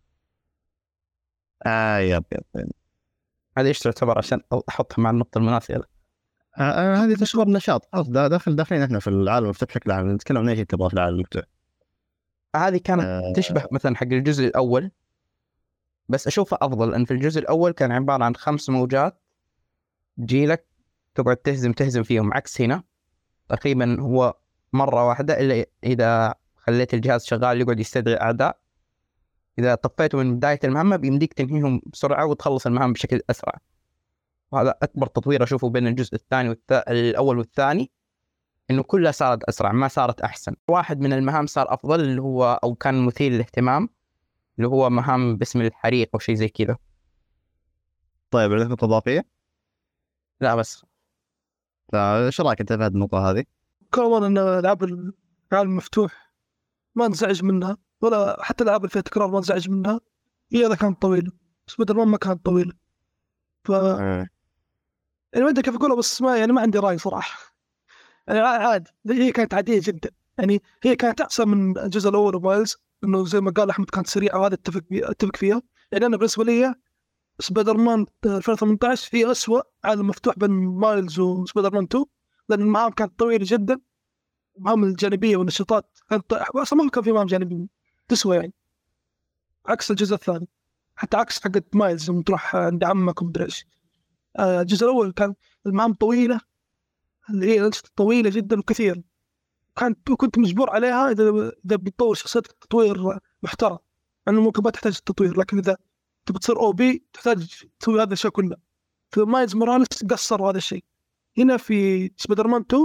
يب هذه إيش تعتبر عشان أحطها مع النقطة المناسبة؟ هذه تعتبر نشاط خلاص، داخلين احنا في العالم المفتوح بشكل عام، نتكلم عن ايش تبغى في العالم المفتوح. هذه كانت تشبه مثلا حق الجزء الأول، بس أشوفها أفضل أن في الجزء الأول كان عبارة عن 5 موجات تجيلك تقعد تهزم فيهم، عكس هنا تقريبا هو مرة واحدة، إلا إذا خليت الجهاز شغال يقعد يستدعي أعداء، إذا طفيته من بداية المهمة بيمديك تنهيهم بسرعة وتخلص المهام بشكل أسرع. وهذا أكبر تطوير أشوفه بين الجزء الثاني الأول والثاني، إنه كلها صارت أسرع ما صارت أحسن. واحد من المهام صار أفضل اللي هو أو كان مثير للاهتمام، اللي هو مهام باسم الحريق أو شيء زي كذا. طيب عندك نقطة إضافية؟ لا بس ايش رايك انت في هذه النقطة هذه؟ كون ان العاب العالم المفتوح ما نزعج منها، ولا حتى الالعاب اللي فيها تكرار ما نزعج منها، هي اذا كانت طويله. سبايدر مان ما كانت طويله، ف يعني ما ادري كيف اقولها، بس ما عندي راي صراحه. يعني عادي، هي كانت عاديه جدا. يعني هي كانت احسن من الجزء الاول ومايلز، انه زي ما قال احمد كانت سريعه، وهذا اتفق فيها. يعني انا بالنسبه لي سبايدر مان 2018 هي أسوأ عالم مفتوح بين مايلز وسبايدر مان 2، لان المهام كانت طويله جدا، المهام الجانبيه والنشاطات كانت اصلا ما كان في مهام جانبيه تسوى، يعني عكس الجزء الثاني، حتى عكس حقت مايلز لما تروح عند عمك ومدري ايش. الجزء الاول كان المهام طويله، اللي هي الأنشطة طويله جدا وكثير، كنت مجبور عليها اذا بتطور شخصيتك تطوير محترم، لانه ممكن ما تحتاج التطوير، لكن اذا تبي تصير او بي تحتاج تسوي هذا الشيء كله. في مايلز موراليس قصروا هذا الشيء. هنا في سبايدر مان 2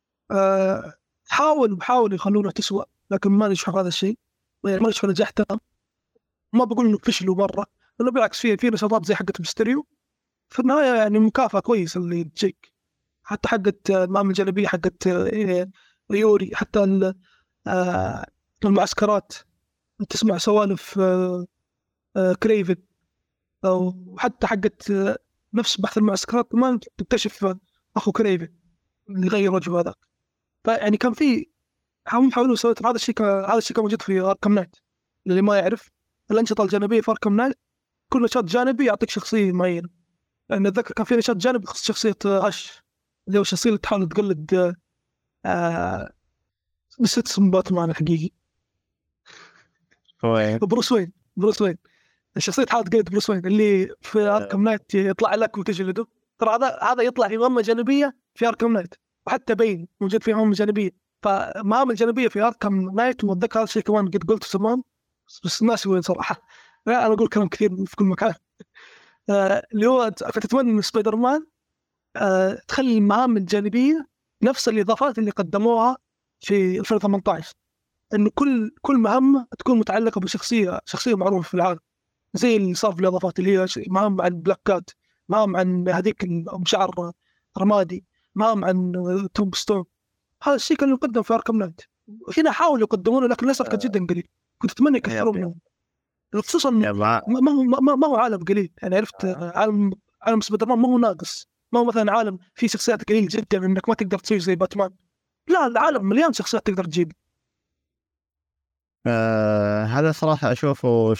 حاولوا يخلونه تسوى، لكن ما نجحوا هذا الشيء، يعني ما نجحوا نجاح تام. ما بقول انه فشلوا مره، لانه بالعكس في نشاطات زي حقت ميستيريو في النهايه، يعني مكافاه كويسه اللي تجيك، حتى حقت المهام الجانبيه حقت يوري، حتى المعسكرات تسمع سوالف كريفن، او حتى حقت نفس بحث المعسكرات ما تكتشف اخو كريفن اللي غير وجهه هذا. فيعني كان في حاولوا يسوي هذا الشيء كان موجود في اركم نايت. اللي ما يعرف الانشطه الجانبيه في اركم نايت، كل نشاط جانبي يعطيك شخصيه معينه. لان اتذكر كان في نشاط جانبي يخص شخصيه هاش، اللي هو الشخصيه اللي تحاول تقلد نسيت اسم باتمان الحقيقي، بروس وين. الشخصيه تحاول تقلد بروس وين اللي في اركم نايت يطلع لك وتجلده. ترى هذا يطلع في مهمه جانبيه في اركم نايت، وحتى بين موجود في مهمه جانبيه. فمهام الجانبية في اركم نايت، واتذكر هذا الشيء كمان قد قلته زمان بس ناسي وين صراحه. لا انا اقول كلام كثير في كل مكان. اللي هو كنت اتمنى من سبايدر مان تخلي المهام الجانبيه نفس الاضافات اللي قدموها في 2018، انه كل مهمه تكون متعلقه بشخصيه معروفه في العالم، زي اللي صار في الاضافات اللي هي مهام عن بلاك كات، مهام عن هذيك بشعر رمادي، مهام عن توم ستون. هذا الشيء كان يقدم في اركم نايت، هنا حاولوا يقدمونه لكن للاسف كان جدا قليل. كنت اتمنى يكثروا منه، خصوصا ما هو عالم قليل. يعني عرفت عالم سبايدر مان ما هو ناقص، ما هو مثلا عالم فيه شخصيات قليل جدا انك ما تقدر تسوي زي باتمان. لا، العالم مليان شخصيات تقدر تجيب. هذا صراحة أشوفه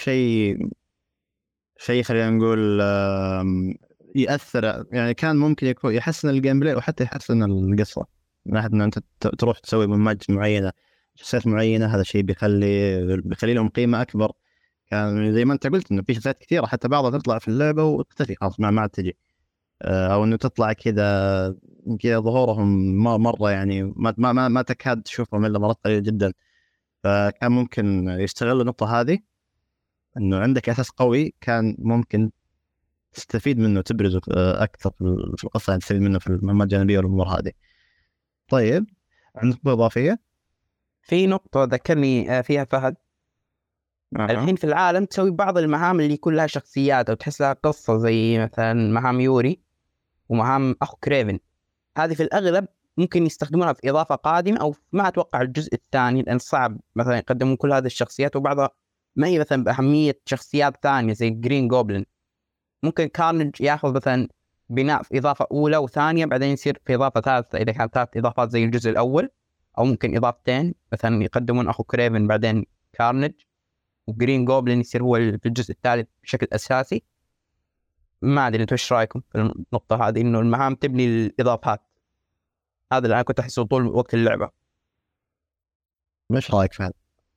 شيء خلينا نقول يأثر، يعني كان ممكن يكون يحسن الجيم بلاي وحتى يحسن القصة، من ناحية إن أنت تروح تسوي مهمات معينة، شخصيات معينة، هذا الشيء بيخلي لهم قيمة أكبر. كان زي ما أنت قلت إنه في شخصيات كثيرة حتى بعضها تطلع في اللعبة وتختفي خلاص ما عاد تجي، أو إنه تطلع كذا ظهورهم مرة يعني ما تكاد تشوفهم إلا مرات قليلة جدا. فكان ممكن يستغل النقطة هذه، إنه عندك أساس قوي كان ممكن تستفيد منه، تبرزه أكثر في القصة، يعني تستفيد منه في المهمات الجانبية والأمور هذه. طيب عندك نقطة إضافية؟ في نقطة ذكرني فيها فهد. الحين في العالم تسوي بعض المهام اللي يكون لها شخصيات أو تحس لها قصة، زي مثلا مهام يوري ومهام أخو كريفن. هذه في الأغلب ممكن يستخدمونها في إضافة قادمة، أو ما أتوقع الجزء الثاني، لأن صعب مثلا يقدمون كل هذه الشخصيات، وبعضها ما هي مثلا بأهمية شخصيات ثانية زي جرين جوبلin. ممكن كارنج ياخذ مثلا بناء في إضافة أولى وثانية، بعدين يصير في إضافة ثالثة إذا كانت 3 إضافات زي الجزء الأول، أو ممكن إضافتين مثلا يقدمون أخو كريفن بعدين كارنج، وجرين جوبلin يصير هو في الجزء الثالث بشكل أساسي. ما أدري أنتوا إيش رأيكم في النقطة هذه، إنه المهام تبني الإضافات؟ هذا اللي أنا كنت أحسه طول وقت اللعبة. مش رأيك في هذا؟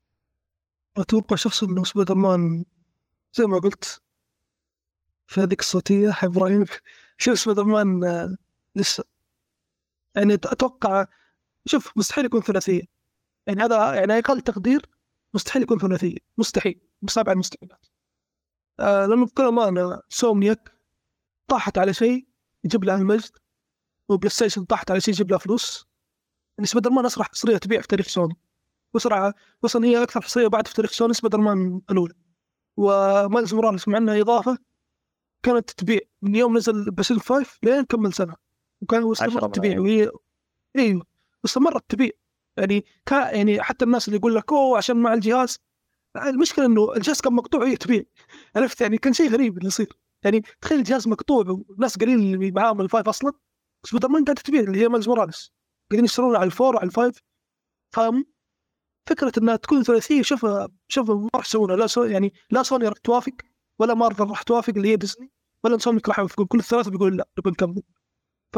أتوقع شخص إنه سبايدر مان زي ما قلت في هذيك الصوتية حي إبراهيم. شوف سبايدر مان لسه يعني أتوقع، شوف مستحيل يكون ثلاثية، يعني هذا يعني أقل تقدير، مستحيل يكون ثلاثية، مستحيل، بسبع المستحيلات. لأنه بكل أمانة سومنياك طاحت على شيء يجيب لها المجد، وبلاي ستيشن طاحت على شيء يجيب لها فلوس. يعني سبايدر مان أسرع حصرية تبيع في تاريخ سوني، وسرعة وصل هي أكثر حصرية بعد في تاريخ سوني سبايدر مان الأولى. ومايلز موراليس مع أنها إضافة كانت تبيع من يوم نزل بسيل 5 لين كمل سنة، وكان واستمرت تبيع، وهي ايوه واستمرت تبيع. يعني يعني حتى الناس اللي يقول لك اوه عشان مع الجهاز، المشكلة انه الجهاز كان مقطوع وهي تبيع. عرفت يعني كان شيء غريب اللي يصير. يعني تخيل الجهاز مقطوع والناس قليل اللي معاهم الفايف اصلا، سبايدر مان قاعدة تبيع اللي هي مايلز موراليس، قاعدين يشترون على الفور وعلى الفايف. فاهم فكرة انها تكون ثلاثية؟ شوف ما راح يسوونها، لا يعني لا سوني راح توافق، ولا مارفل راح توافق اللي هي ديزني، ولا سوني راح يوافقون. كل الثلاثة بيقول لا نبي نكمل. ف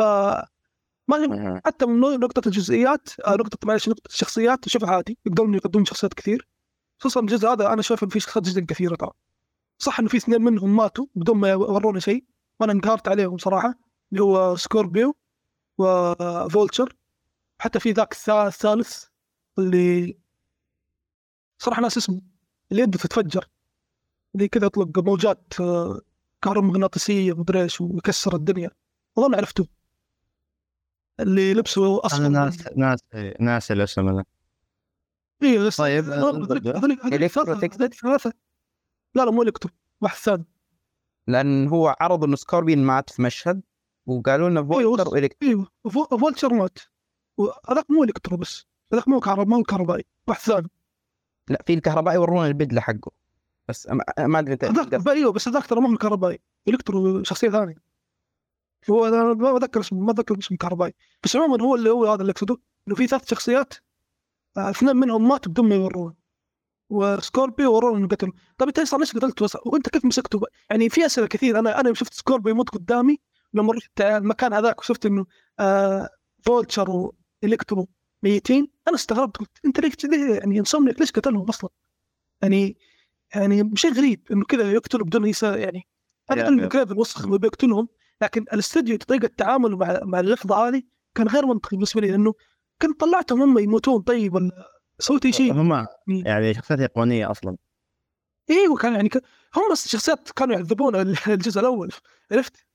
ما حتى من نقطة الجزئيات، نقطة الشخصيات، شوف عادي يقدرون يقدمون شخصيات كثير. خصوصا الجزء هذا أنا شايف إن في شخصيات جدا كثيرة طبعا. صح إنه في 2 منهم ماتوا بدون ما يورونا شيء، وأنا انقهرت عليهم صراحة، اللي هو سكوربيو وفولتشر. حتى في ذاك الثالث اللي صراحة ناس اسمه، اللي يده تتفجر، اللي كذا يطلق موجات كهرومغناطيسية مدري إيش ويكسر الدنيا، أظن عرفته، اللي لبسه أصفر. أنا ناس الاسم أنا. إيه طيب هذوليك ثلاثة. لا مو إلكترو، واحد ثاني. لأن هو عرض إنه سكوربين مات في مشهد، وقالوا لنا فولتر وإلكترو. ايوه فولتشر مات، وهذاك مو إلكترو، بس هذاك مو كهربائي، واحد ثاني. لا، في الكهربائي ورونا البدلة حقه، بس ما أدري أنت. هذاك ايوه، بس هذاك ترى مو الكهربائي، إلكترو شخصية ثانية. هو أنا ما أتذكر اسم كهربائي، بس عموما هو اللي هو هذا اللي أقصده، إنه في 3 شخصيات، 2 منهم ماتوا بدون ما يورونا، وسكوربيو ورونا انه قتل. طيب انت اصلا ليش قتلته وانت كيف مسكته؟ يعني في اسئله كثير. انا شفت سكوربيو يموت قدامي لما رحت المكان هذاك وشفت انه فولتشر والكترو ميتين، انا استغربت، قلت انت ليه يعني انسومنياك ليش قتلهم اصلا؟ يعني شيء غريب انه كذا يقتلوا بدون يعني انا انه كذا وسخ وبيقتلهم، لكن الاستوديو طريقه التعامل مع اللحظه هذه كان غير منطقي بالنسبه لي، لانه كنت طلعتهم هم يموتون طيب ولا سويت شيء. هم يعني شخصيات إيقونية أصلا. ايوه كان يعني هم الشخصيات كانوا يعذبون الجزء الاول، عرفت.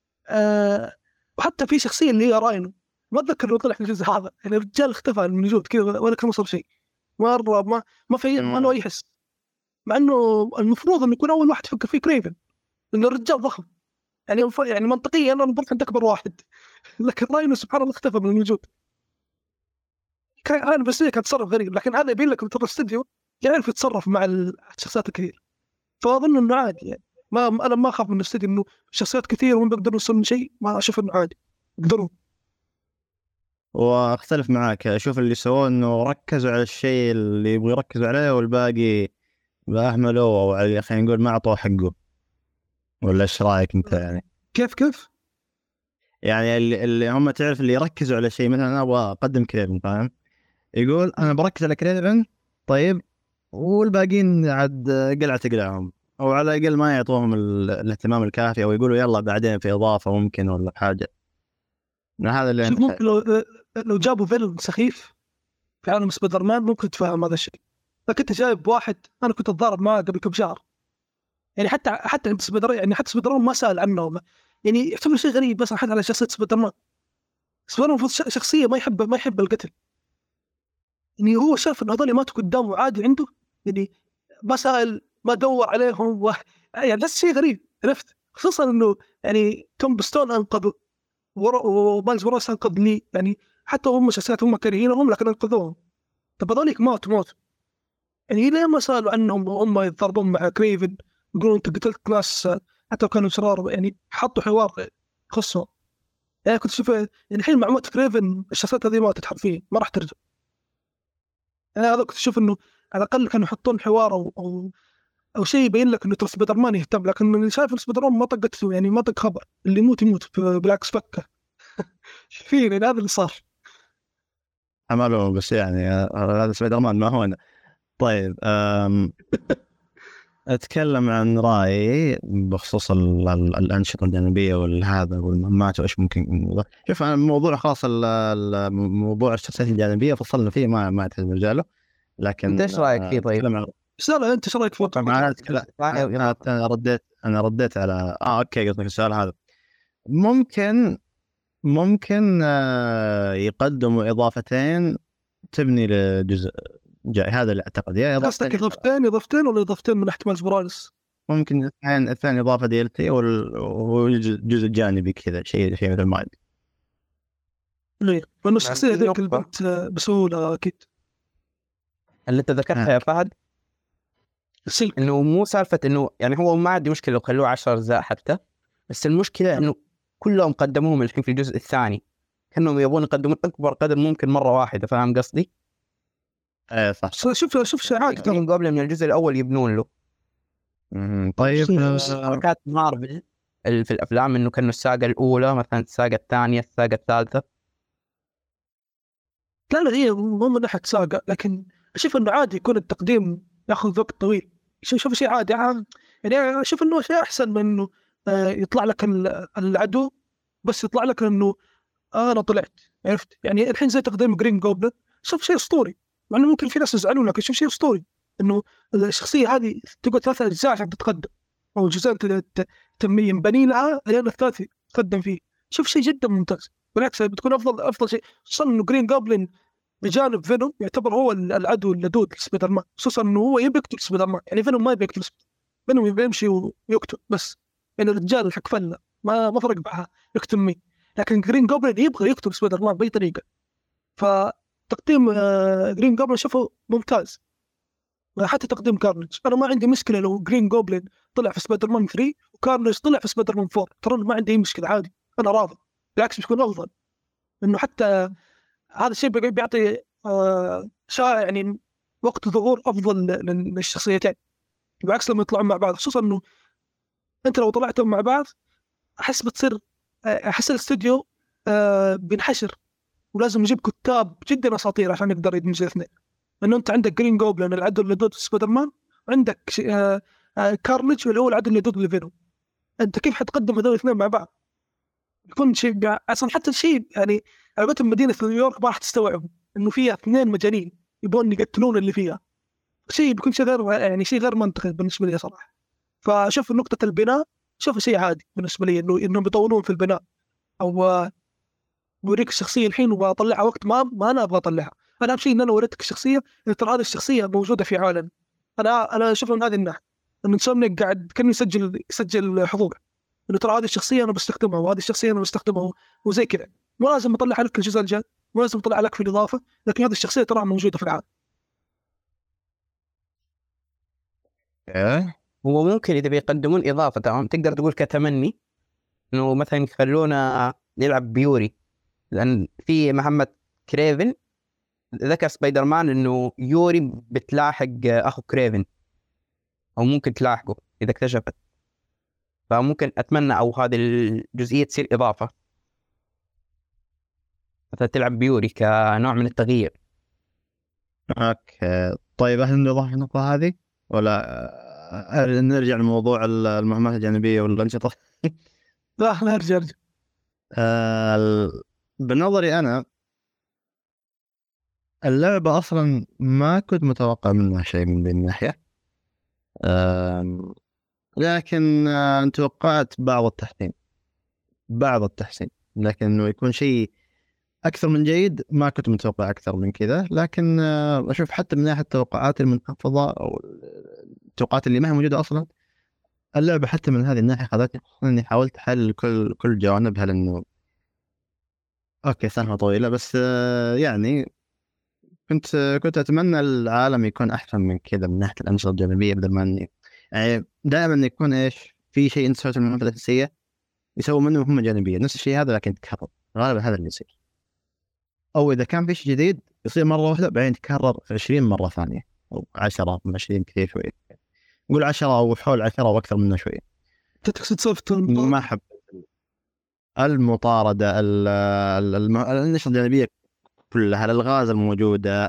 وحتى في شخصيه اللي هي راينو، ما اتذكر انه طلع في الجزء هذا، يعني الرجال اختفى من الوجود كذا ولا كان وصل شيء مره، ما في ما له اي حس، مع انه المفروض انه يكون اول واحد يفكر فيه كريفن، لانه الرجال ضخم، يعني منطقيا انا المفروض كنت اكبر واحد. لكن راينو سبحان الله اختفى من الوجود. كان بس كان تصرف غريب، لكن هذا يبين لك ان الاستوديو يعرف يتصرف مع الشخصيات الكثير، فاظن انه عادي يعني انا ما اخاف من الاستديو انه شخصيات كثير وهم بيقدروا يوصلون شيء، ما اشوف انه عادي يقدروا. واختلف معاك، اشوف اللي سووه انه ركزوا على الشيء اللي يبغوا يركزوا عليه والباقي باهملوا، او خلينا نقول ما اعطوه حقه. ولا ايش رايك انت يعني؟ كيف يعني اللي هم تعرف اللي يركزوا على شيء، مثلا انا ابغى اقدم كريفن، فاهم؟ يقول انا بركز على كريفن، طيب والباقيين عاد قلعة تقلعهم، او على الاقل ما يعطوهم الاهتمام الكافي، او يقولوا يلا بعدين في اضافة ممكن ولا حاجة. هذا اللي شوف، ممكن لو جابوا فيلن سخيف في عالم سبايدر مان ممكن تفهم هذا الشيء، لكن انت جايب واحد انا كنت اتضارب معاه قبل كم شهر، يعني حتى سبايدر، يعني حتى سبايدر مان ما سأل عنه، يعني يعتبر شيء غريب بس حتى على شخصية سبايدر مان. سبايدر مان شخصية ما يحب القتل، يعني هو شاف ان هذول ماتوا قدامه عادي عنده، يعني ما سأل ما دور عليهم يعني بس شيء غريب، عرفت؟ خصوصا انه يعني توم بستون انقذه ومايلز موراليس انقذ لي، يعني حتى هم شخصيات هم كارهينهم لكن انقذوهم. طب هذوليك ماتوا يعني ليه ما سألوا عنهم وهم يتضاربون مع كريفن، يقولون انت قتلت ناس حتى لو كانوا شرار، يعني حطوا حوار يخصهم. يعني كنت شوف يعني الحين مع موت كريفن الشخصيات هذه ماتت حرفيا ما راح ترجع. انا هذا كنت اشوف انه على الاقل كانوا يحطون حوار او شيء يبين لك انه سبايدر مان يهتم، لكن اللي شايف سبايدر مان ما طقته، يعني ما طق خبر، اللي يموت بالعكس فكه. فين يعني هذا اللي صار. عملوا بس يعني هذا سبايدر مان ما هو أنا. طيب أتكلم عن رأيي بخصوص الأنشطة الجانبية والهذا والمهمات وإيش ممكن. شوف أنا موضوع خاص موضوع الشخصيات الجانبية فصلنا فيه ما أعتقد مجاله، لكن انت ايش رايك فيه طيب؟ أتكلم عن سأله انت ايش رايك في أنا رديت على أوكي قصدك السؤال هذا. ممكن يقدموا إضافتين تبني لجزء جاي، هذا اللي أعتقد. يا قصدك اضافتين ولا اضافتين من احتمال موراليس؟ ممكن اثنين إضافة DLC وجزء جانبي كذا، شيء مثل مايد. ليه؟ لأنه الشخصية ذيك البنت بسهولة أكيد. اللي انت ذكرتها يا فهد السلك انه مو سالفة انه يعني هو ما عندي مشكلة لو خلوه 10 أجزاء حتى، بس المشكلة انه كلهم قدموهم الحين في الجزء الثاني كانوا يبغون يقدمون اكبر قدر ممكن مرة واحدة، فاهم قصدي؟ ايه صح. شوف شعاع من قبل من الجزء الاول يبنون له. طيب حركات مارفل في الافلام انه كانوا الساقة الاولى مثلا، الساقة الثانية، الساقة الثالثة. لا هي مو من ناحية ساقة، لكن أشوف إنه عادي يكون التقديم يأخذ وقت طويل. شوف شيء عادي يعني أشوف إنه شيء أحسن من إنه يطلع لك العدو بس يطلع لك إنه أنا طلعت، عرفت؟ يعني الحين زي تقديم جرين جوبلن، شوف شيء أسطوري، مع إنه ممكن في ناس يزعلون لكن شوف شيء أسطوري إنه الشخصية هذه تقعد 3 أجزاء عشان تتقدم، أو جزئين ينبني لها لين الثالث تقدم فيه. شوف شيء جدا ممتاز، بالعكس بتكون أفضل شيء، خصوصا إنه جرين جوبلن بجانب فينوم يعتبر هو العدو اللدود لسبايدر مان، خصوصا إنه هو يبي يقتل سبايدر مان، يعني فينوم ما يبي يقتل فينوم، يبي يمشي ويقتل بس، يعني الرجال الحق فله ما فرق معها يقتل مين، لكن جرين جوبلن يبغى يقتل سبايدر مان بأي طريقة. فتقديم جرين جوبلن شوفه ممتاز. حتى تقديم كارنج أنا ما عندي مشكلة لو جرين جوبلن طلع في سبايدر مان 3 وكارنج طلع في سبايدر مان 4، ترى ما عندي أي مشكلة عادي، أنا راضي، بالعكس بيكون أفضل، إنه حتى هذا الشيء بيعطي يعني وقت ظهور أفضل للشخصيتين، بالعكس لما يطلعون مع بعض، خصوصا إنه أنت لو طلعتهم مع بعض أحس بتصير أحس الاستوديو بينحشر، ولازم يجيب كتاب جدا أساطير عشان يقدر يدمج الاثنين، لأنه أنت عندك جرين جوبلن العدو اللدود سبايدر مان، وعندك كارنج اللي هو العدو اللدود لفينوم، أنت كيف حتقدم هذول الاثنين مع بعض؟ يكون شيء أصلا حتى الشيء يعني على قولتهم مدينة نيويورك ما راح تستوعب إنه فيها 2 مجانين يبون يقتلون اللي فيها، شيء بيكون شيء غير يعني شيء غير منطقي بالنسبة لي صراحة. فشوف نقطة البناء شوف شيء عادي بالنسبة لي، إنه بيطولون في البناء أو بوريك الشخصية الحين وأطلعها وقت ما أنا أبغى أطلعها، أنا أهم شيء إن أنا وريتك الشخصية إن ترى هذه الشخصية موجودة في عالم، أنا أشوف من هذه الناحية إنه إنسان قاعد كأنه يسجل حضور، إنه ترى هذه الشخصية أنا بستخدمها وهذه الشخصية أنا بستخدمها وزي كذا، مو لازم أطلع لك الجزء الجاي، مو لازم أطلع لك في الإضافة، لكن هذه الشخصية ترى موجودة في العالم. هو ممكن إذا بيقدمون إضافة تمام تقدر تقول كتمني إنه مثلا يخلونا نلعب بيوري، لأن في محمد كريفن ذكر سبايدر مان إنه يوري بتلاحق أخو كريفن أو ممكن تلاحقه إذا اكتشفت، فممكن أتمنى أو هذه الجزئية تصير إضافة مثلا تلعب بيوري كنوع من التغيير. اوكي طيب هل نضاف النقطة هذه ولا نرجع لموضوع المهمات الجانبية والأنشطة؟ لا ارجع. آه، بنظري أنا اللعبة أصلا ما كنت متوقع منها شيء من ذي الناحية، لكن توقعت بعض التحسين، لكن إنه يكون شيء أكثر من جيد ما كنت متوقع أكثر من كذا. لكن أشوف حتى من ناحية التوقعات المنخفضة أو التوقعات اللي ما هي موجودة أصلا، اللعبة حتى من هذه الناحية خذتني، خصوصا إني حاولت أحل كل جوانبها، لأنه أوكي سنة طويلة بس يعني كنت أتمنى العالم يكون أحسن من كذا من ناحية الأنشطة الجانبية، بدل ما إني يعني دائما يكون إيش في شيء أنت سويته المهمة الأساسية يسوي منه مهمة جانبية نفس الشيء هذا لكن يتكرر، غالبا هذا اللي يصير. أو إذا كان في شيء جديد يصير مرة واحدة بعدين يتكرر 20 مرة ثانية أو 10 20 كثير شوية، نقول 10 أو حول 10 أو أكثر منه شوية. تقصد سالفة ما أحب المطاردة النشرة الجانبية كلها، الألغاز الموجودة،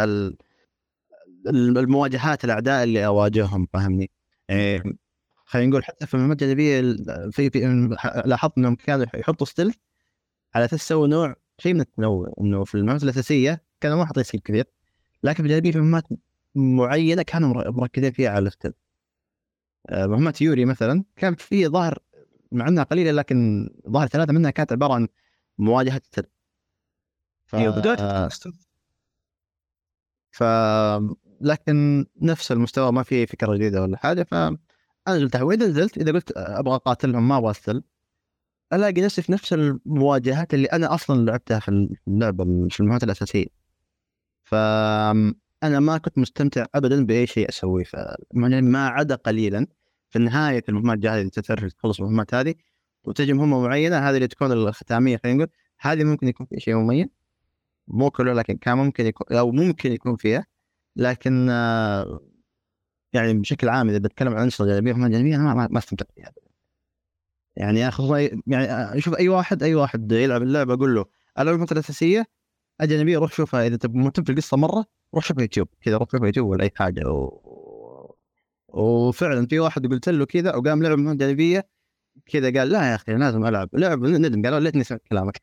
المواجهات الأعداء اللي أواجههم، فهمني؟ إيه، خلينا نقول حتى في المهمات الجانبية في لاحظت أنهم كانوا يحطوا ستيلث على أساس يسووا نوع شيء من التنوع، إنه في المهمات الأساسية كانوا ما حاطين سكيل كثير، لكن في الجانبية في مهمات معينة كانوا مركزين فيها على الستيلث. مهمة يوري مثلا كان في ظاهر مع انها قليله لكن ظاهر 3 منها كانت عباره عن مواجهه السد. لكن نفس المستوى ما في فكره جديده ولا حاجه، فانا قلت واذا نزلت اذا قلت ابغى اقاتلهم ما ابغى استل، الاقي نفسي في نفس المواجهات اللي انا اصلا لعبتها في اللعبه في المهمات الاساسيه، فانا ما كنت مستمتع ابدا باي شيء اسويه، ما عدا قليلا في نهايه المهمات جاهزه تخلص المهمات هذه وتجي مهمه معينه، هذه اللي تكون الختاميه خلينا نقول، هذه ممكن يكون في شيء مميز مو كله، لكن كان ممكن يكون او ممكن يكون فيها. لكن يعني بشكل عام اذا بتكلم عن انشطه جانبيه مهمات جانبيه انا ما استمتعت فيها يعني. خصوصا يعني اشوف اي واحد يلعب اللعبه اقول له المهمه الاساسيه اجنبيه روح شوفها، اذا تبغى مهتم في القصه مره روح شوف يوتيوب كذا، روح شوف يوتيوب ولا اي حاجه وفعلا في واحد قلت له كذا وقام لعب مهمه جانبيه كذا قال لا يا اخي لازم العب لعب ندم، قالوا ليتني سمعت كلامك.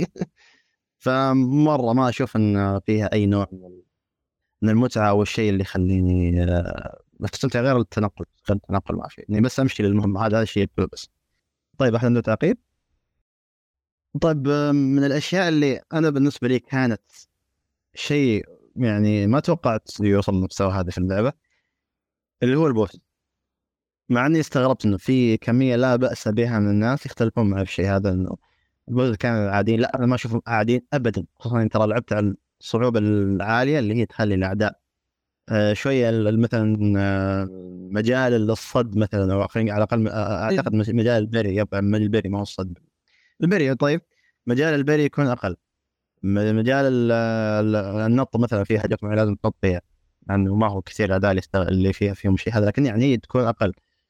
فمره ما اشوف ان فيها اي نوع من المتعه او الشيء اللي يخليني استمتع غير التنقل مع شيء يعني بس امشي للمهمه، هذا الشيء بس. طيب احنا عنده تعقيب. طيب من الاشياء اللي انا بالنسبه لي كانت شيء يعني ما توقعت يوصل للمستوى هذا في اللعبه اللي هو البوس، مع اني استغربت انه في كميه لا باس بها من الناس يختلفون معي في الشيء هذا، انه البوس كانوا عاديين، لا انا ما اشوفهم عاديين ابدا، خصوصا ترى لعبت على الصعوبه العاليه اللي هي تخلي الاعداء شويه مثلا مجال الصد مثلا، او على الاقل اعتقد مجال البري يبقى البري ما هو الصد البري، طيب مجال البري يكون اقل، مجال النط مثلا في حاجات معينه لازم تنط فيها لانه ما هو كثير اعداء اللي فيهم شيء هذا، لكن يعني هي تكون اقل.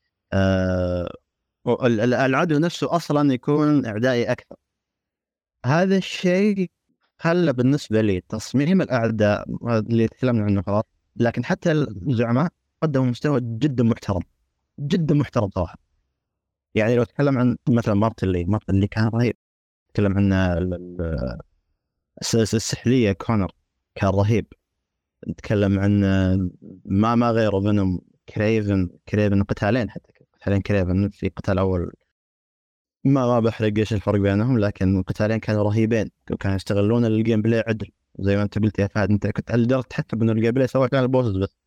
العدو نفسه اصلا يكون اعدائي اكثر. هذا الشيء خلى بالنسبه لي تصميم الاعداء اللي تكلمنا عنه خلاص، لكن حتى الزعماء قدموا مستوى جدا محترم صراحه. يعني لو اتكلم عن مثلا مارتن كان رهيب، اتكلم عن السحليه كونر كان رهيب، نتكلم عن ما غيره منهم كريفن قتالين، حتى قتالين كريفن في قتال اول ما بحرق ايش الفرق بينهم، لكن القتالين كانوا رهيبين وكانوا يستغلون الجيم بلاي عدل زي ما انت قلت يا فهد، انت كنت لدرجه تحسب انه الجيم بلاي سواء كان البوسز بس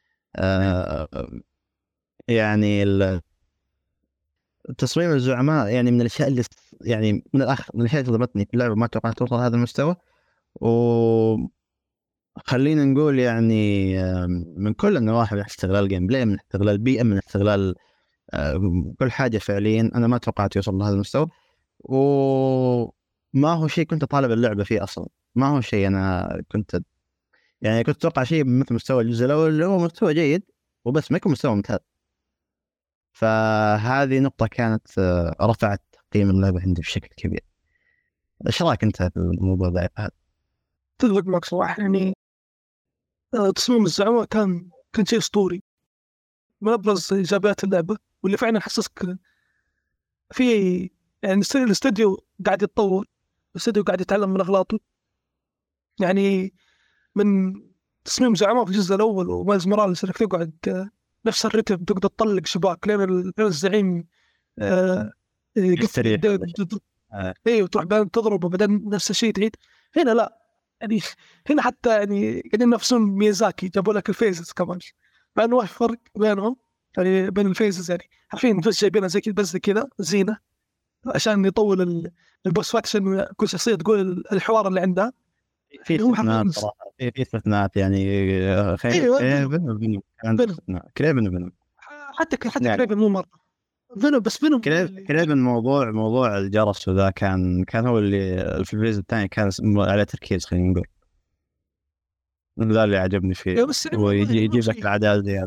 يعني تصميم الزعماء يعني من الاشياء اللي يعني من الاخر من الاشياء اللي صدمتني في اللعبه، ما توقعت توصل هذا المستوى. خلينا نقول يعني من كل النواحي، من استغلال الجيم بلاي، من استغلال البيئة، من استغلال كل حاجة فعليا أنا ما توقعت يوصل لهذا المستوى. وما هو شيء كنت طالب اللعبة فيه أصلا، ما هو شيء أنا كنت يعني كنت أتوقع شيء مثل مستوى الجزء الأول اللي هو مستوى جيد وبس، ما يكون مستوى ممتاز. فهذه نقطة كانت رفعت تقييم اللعبة عندي بشكل كبير. إيش رأيك أنت في الموضوع ذا هذا؟ تتفق معك صراحة يعني. تصميم الزعماء كان شيء أسطوري، من أبرز إيجابيات اللعبة، واللي فعلا حسسك في يعني الاستوديو قاعد يتطور، الاستوديو قاعد يتعلم من أغلاطه. يعني من تصميم زعماء في الجزء الأول ومايلز موراليس إنك تقعد نفس الرتم تقدر تطلق شباك لين الزعيم يستريح. ايوه تروح بعدين تضرب وبعدين نفس الشيء تعيد. هنا لا، يعني هنا حتى يعني قاعدين ينافسون ميازاكي، جابوا لك الفيزز كمان، مع انه واحد فرق بينهم يعني بين الفيزز، يعني عارفين بس جايبينها زي كذا، بس زي كذا زينه عشان يطول البوس فايت، عشان كل شخصيه تقول الحوار اللي عندها. في يعني هو استثناءات حرفيا صراحة، في استثناءات يعني ايوه كريفن وفينوم عنده استثناء. كريفن وفينوم حتى يعني كريفن مو مره فينوم، بس فينوم كريفن موضوع الجرس وذا كان هو اللي في الفيز الثاني كان عليه تركيز، خلينا نقول ذا اللي عجبني فيه. بس يعني ويجيب لك الأعداء زيادة.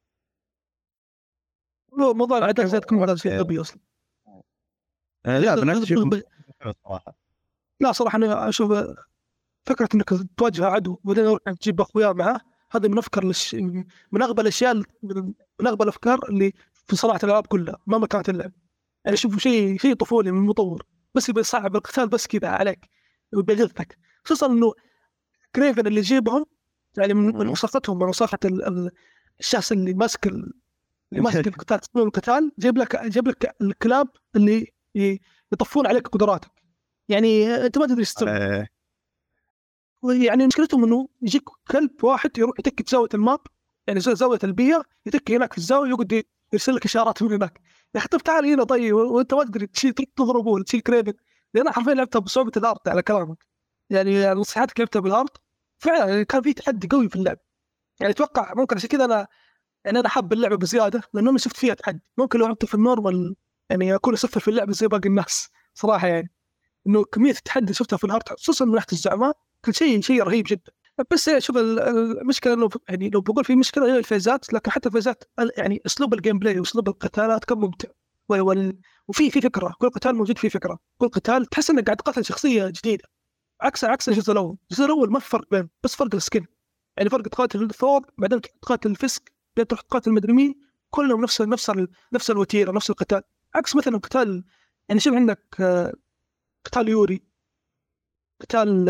موضوع الأعداء زاد كم مرة شيء غبي أصلا. لا بالعكس شوف صراحة. لا صراحة أنا أشوف فكرة إنك تواجه عدو وبعدين يروح تجيب أخويا معه، هذا من أفكار من أغبى الأشياء، من أغبى الأفكار اللي في صناعة الألعاب كلها مهما كانت اللعبة. يعني شوفوا شيء طفولي من المطور، بس يبي يصعب القتال بس كذا عليك وبيغثك. خصوصا إنه كريفن اللي يجيبهم يعني من وصفتهم، من وصفة الشخص اللي ماسك القتال، تصميم القتال، جيب لك الكلاب اللي يطفون عليك قدراتك. يعني أنت ما تدري تستوعب. يعني مشكلتهم انه يجيك كلب واحد يروح يتك بزاويه الماب، يعني زاويه البيئه، يتك هناك في الزاويه يقعد يرسل لك اشارات من هناك. يا اخي طب تعال هنا طيب، وانت ما تدري تشيل تضربه ولا تشيل كريفن. لان انا حرفيا لعبتها بصعوبه الارض على كلامك، يعني نصيحتك لعبتها بالارض فعلا. يعني كان في تحدي قوي في اللعب، يعني اتوقع ممكن عشان كذا انا حاب اللعبه بزياده، لانه انا شفت فيها تحدي. ممكن لو لعبت في النورمال يعني اكون اسفل في اللعبه زي باقي الناس صراحه، يعني انه كميه التحدي شفتها في الهارد خصوصا من ناحيه الزعماء كان شيء رهيب جدا. بس شوف المشكله انه يعني لو بقول في مشكله هي الفيزات، لكن حتى الفيزات يعني اسلوب الجيم بلاي واسلوب القتالات كان ممتع. وفي فكره، كل قتال موجود فيه فكره، كل قتال تحس انك قاعد تقاتل شخصيه جديده، عكس الجزء الاول. الجزء الاول ما في فرق بين، بس فرق السكن، يعني فرق تقاتل الثور بعدين تقاتل الفسك بعدين تروح تقاتل المدري مين، كلهم نفس الوتيره، نفس القتال. عكس مثلا قتال، يعني شوف عندك قتال يوري، قتال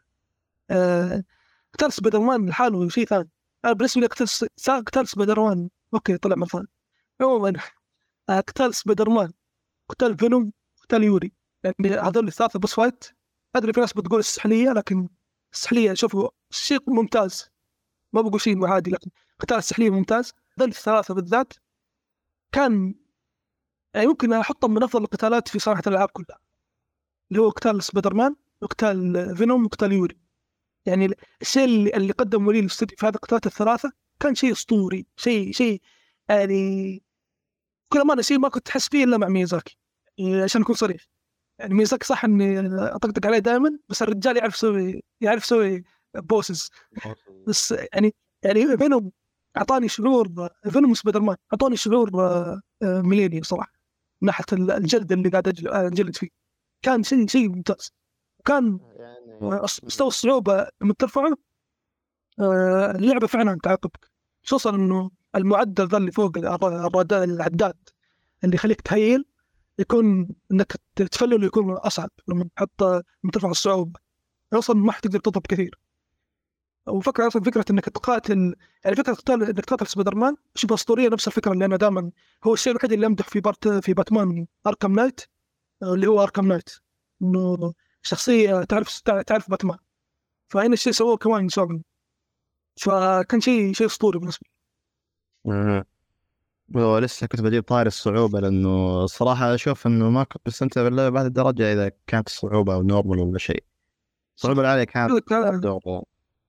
قتال سبايدر مان لحاله شيء ثاني. أنا بالنسبة لي قتال سبايدر مان أوكي طلع مثلا. عموما قتال سبايدر مان، قتال فينوم، قتال يوري، يعني هذول الثلاثة بس فايت. أدري في ناس بتقول السحلية، لكن السحلية شوفوا شيء ممتاز، ما بقول شيء عادي، لكن قتال السحلية ممتاز. هذول الثلاثة بالذات كان يعني ممكن أحطهم من أفضل القتالات في صناعة الألعاب كلها، اللي هو قتال سبايدر مان وقتال فينوم وقتال يوري. يعني الشيء اللي قدمه لي الاستوديو في هذه القطعات الثلاثة كان شيء أسطوري، شيء يعني كل ما شيء ما كنت أحس فيه إلا مع ميازاكي. يعني عشان أكون صريح، يعني ميازاكي صح إني أطقطق عليه دائما، بس الرجال يعرف يسوي بوسز. بس يعني فينوم أعطاني شعور، فينوم سبايدر مان أعطاني شعور ميلينيوم صراحة، من ناحية الجلد اللي قاعد أجلد فيه. كان شيء ممتاز. وكان مستوى الصعوبة لما ترفعه اللعبة فعلا تعاقبك، خصوصا انه المعدل ذا اللي فوق العداد اللي يخليك تهيل، يكون انك تفلل يكون اصعب لما ترفع الصعوبة، اصلا ما حتقدر تضرب كثير. وفكرة اصلا فكرة انك تقاتل، يعني فكرة انك تقاتل سبايدر مان شبه اسطورية. نفس الفكرة اللي انا دائما هو الشيء الوحيد اللي امدح في باتمان اركام نايت، اللي هو اركام نايت، انه شخصية تعرف باتمان، فهنا الشيء سووه كمان يسوون. فكان شيء أسطوري بالنسبة لي. ولسه كنت بجيب طاري الصعوبة، لأنه الصراحة أشوف إنه ما كنت بستمتع باللعبة بعد الدرجة إذا كانت الصعوبة أو نورمال ولا شيء. الصعوبة العالية كانت دور.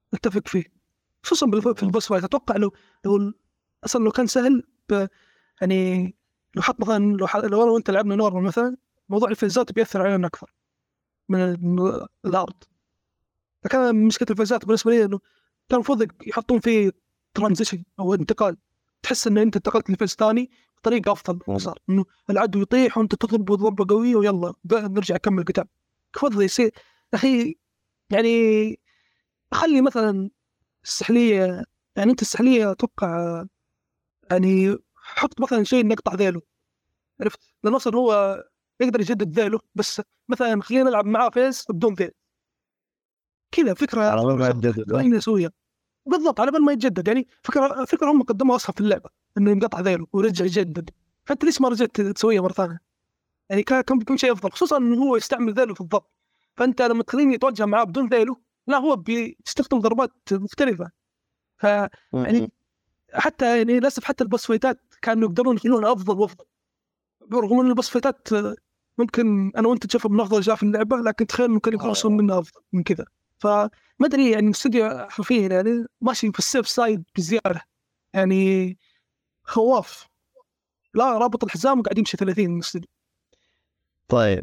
اتفق فيه، خصوصا في البوس فايت. اتوقع اصلا لو كان سهل يعني لو حط مثلا لو انا وانت لعبنا نورمال مثلا، موضوع الفيزات بيأثر علينا اكثر من الارض. فكان مشكله الفيزات بالنسبه لي انه كان المفروض يحطون فيه ترانزيشن او انتقال، تحس ان انت انتقلت لفيز ثاني بطريقه افضل. صار انه العدو يطيح وانت تضرب ضربه قويه ويلا نرجع نكمل القتال. كفضل يصير اخي يعني. خلي مثلا السحليه، يعني انت السحليه اتوقع يعني حط مثلا شيء نقطع ذيله، عرفت؟ لانه اصلا هو يقدر يجدد ذيله، بس مثلا خلينا نلعب معاه فيز بدون ذيل كذا. فكره على بال ما يتجدد. خلينا نسويها بالضبط على بال ما يتجدد. يعني فكره هم قدموا اصلا في اللعبه انه ينقطع ذيله ورجع يجدد، فانت ليش ما رجعت تسويها مره ثانيه؟ يعني كان بيكون شيء افضل، خصوصا انه هو يستعمل ذيله في الضرب. فانت لما تخليني اتوجه معاه بدون ذيله، لا هو بيستخدم ضربات مختلفه. ف يعني حتى يعني للاسف حتى البوس فايتات كانوا يقدرون يخلونها افضل وافضل، رغم ان البوس فايتات ممكن انا وانت تشوفها من افضل اجزاء في اللعبه، لكن تخيل ممكن يكون اصلا منها افضل من كذا. فما ادري يعني الاستوديو حرفيا يعني ماشي في السيف سايد بزياده، يعني خواف. لا رابط الحزام وقاعد يمشي 30 من الاستوديو. طيب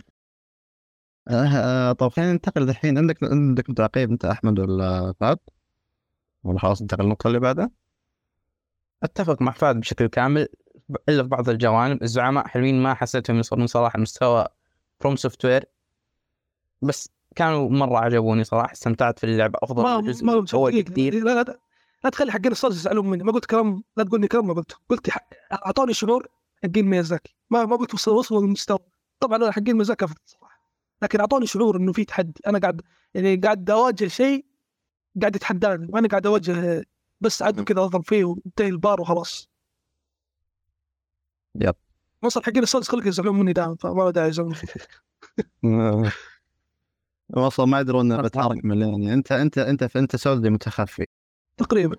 طب خلينا ننتقل الحين. عندك تعقيب انت احمد ولا فهد؟ ولا خلاص ننتقل للنقطه اللي بعدها؟ اتفق مع فهد بشكل كامل، الا في بعض الجوانب. الزعماء حلوين، ما حسيتهم يوصلون صراحه مستوى فروم سوفت وير، بس كانوا مره عجبوني صراحه، استمتعت في اللعبه افضل من الجزء الاول كثير. لا تخلي حقين الصوت يزعلون مني. ما قلت كلام، لا تقولني كلام ما قلت اعطوني شعور حقين ميازاكي. ما قلت وصلوا للمستوى. طبعا انا حقين ميازاكي افضل صراحه، لكن اعطوني شعور انه في تحدي. انا قاعد اواجه شيء قاعد يتحداني، وانا قاعد اواجه بس عدو كذا اضرب فيه وانتهي البار وخلاص. يب. وصل حقين الصوت خليك يزعلون مني دائما، فما داعي يزعلون. وصل ما يدرون انه بتحرك مليون. يعني انت سولدي متخفي تقريبا.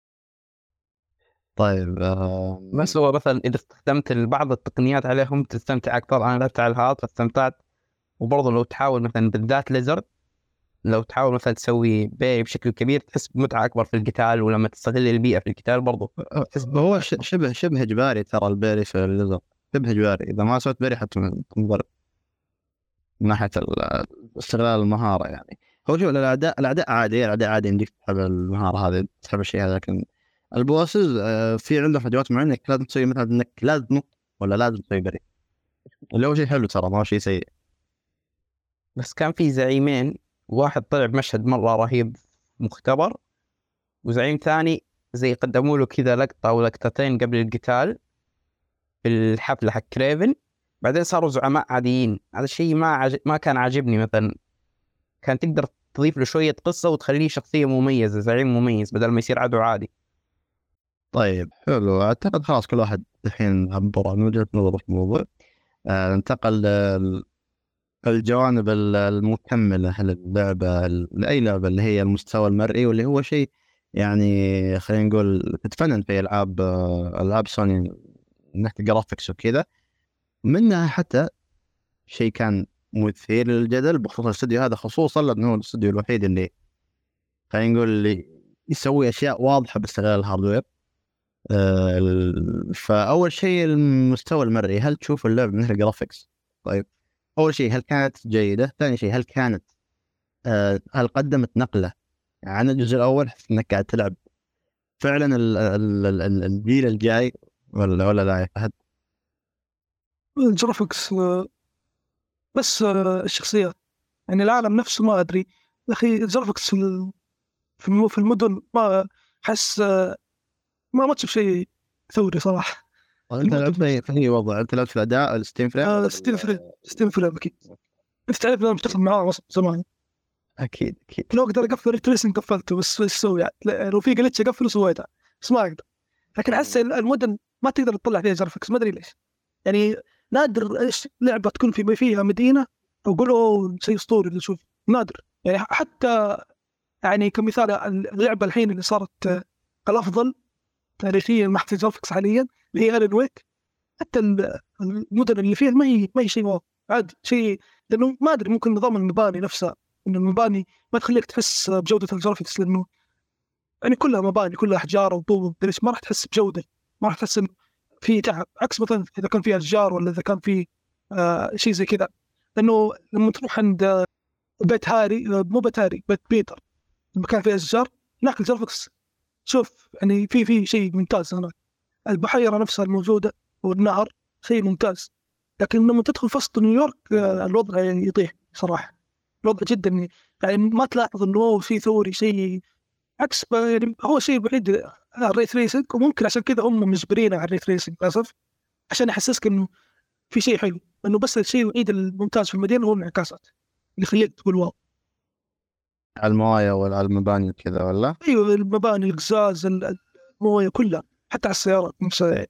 طيب بس هو مثلا اذا استخدمت بعض التقنيات عليهم تستمتع اكثر. انا لعبت على الهارد فاستمتعت. وبرضه لو تحاول مثلا بالذات ليزرد، لو تحاول مثلا تسوي بيع بشكل كبير تحس بمتعه اكبر في القتال، ولما تستغل البيئه في القتال برضه هو شبه اجباري ترى البيري في الليزر، شبه اجباري. اذا ما سويت بيري حتنضرب من ناحيه استغلال المهاره. يعني هو شوف الاعداء عادي يمديك تسحب المهاره هذه، تسحب الشيء هذا. لكن البوسز في عندهم فيديوهات معينه انك لازم تسوي مثلا انك لازم تنط ولا لازم تسوي بري، اللي هو شيء حلو ترى، ما هو شيء سيء. بس كان في زعيمين، واحد طلع بمشهد مره رهيب مختبر، وزعيم ثاني زي قدموا له كذا لقطه او لقطتين قبل القتال في الحفله حق كريفن، بعدين صاروا زعماء عاديين. هذا الشيء ما كان عاجبني. مثلا كان تقدر تضيف له شويه قصه وتخليه شخصيه مميزه، زعيم مميز، بدل ما يصير عدو عادي. طيب حلو، اعتقد خلاص كل واحد الحين عبر عن وجهة نظره في الموضوع. ننتقل للجوانب المكملة للعبة، لأي لعبة، اللي هي المستوى المرئي، واللي هو شيء يعني خلينا نقول تتفنن في ألعاب سوني من ناحية الجرافيكس وكذا. منها حتى شيء كان مثير للجدل بخصوص الاستوديو هذا، خصوصا لأنه هو الاستوديو الوحيد اللي خلينا نقول اللي يسوي أشياء واضحة باستغلال الهاردوير. فأول شيء المستوى المرئي، هل تشوف اللعبة من الجرافيكس؟ طيب أول شيء هل كانت جيدة؟ ثاني شيء هل كانت هل قدمت نقلة عن الجزء الأول، إنك قاعد تلعب فعلا الجيل الجاي ولا لا يا فهد؟ الجرافيكس بس الشخصيات، يعني العالم نفسه ما أدري. أخي الجرافيكس في المدن ما أحس ما تشوف شيء ثوري صراحة. أنت لعبت في أي وضع؟ أنت لعبت في الأداء الستيم فريم؟ ستيم فريم أكيد. أنت تعرف أنا مشتغل معاه زمان. اكيد لو أقدر أقفل التريسنج قفلته، بس إيش سوي يعني؟ لو في جلتش أقفله سويتها، بس ما أقدر. لكن أحس المدن ما تقدر تطلع فيها جرافيكس، ما أدري ليش. يعني نادر إيش لعبة تكون فيها مدينة وقولوا شيء أسطوري اللي شوف، نادر. يعني حتى يعني كمثال اللعبة الحين اللي صارت الأفضل تاريخيا مع جرافيكس حاليا اللي هي ألان ويك، حتى المدن اللي فيها ما هي شيء واو عادي شيء. لأنه ما أدري، ممكن نظام المباني نفسها، إن المباني ما تخليك تحس بجودة الجرافيكس، لأنه يعني كلها مباني، كلها احجار وطوب، ليش ما راح تحس بجوده، ما راح تحس إن في تعب، عكس مثلا اذا كان في اشجار ولا اذا كان في شيء زي كذا. لانه لما تروح عند بيت هاري، مو بيت هاري، بيت بيتر، المكان فيه اشجار، هناك الجرافكس شوف يعني في شيء ممتاز هناك. البحيره نفسها الموجوده والنهر شيء ممتاز. لكن لما تدخل في وسط نيويورك الوضع يعني يطيح صراحه، الوضع جدا يعني ما تلاحظ انه هو شيء ثوري، شيء عكس يعني هو الشيء الوحيد الري تريسنج، وممكن عشان كذا هم مجبرين على الري تريسنج للاسف، عشان يحسسك انه في شيء حلو. انه بس الشيء الوحيد الممتاز في المدينه هو الانعكاسات اللي يخليك تقول واو. على الموايا ولا على المباني وكذا ولا؟ ايوه المباني، القزاز، المويه كلها، حتى على السيارات نفسها.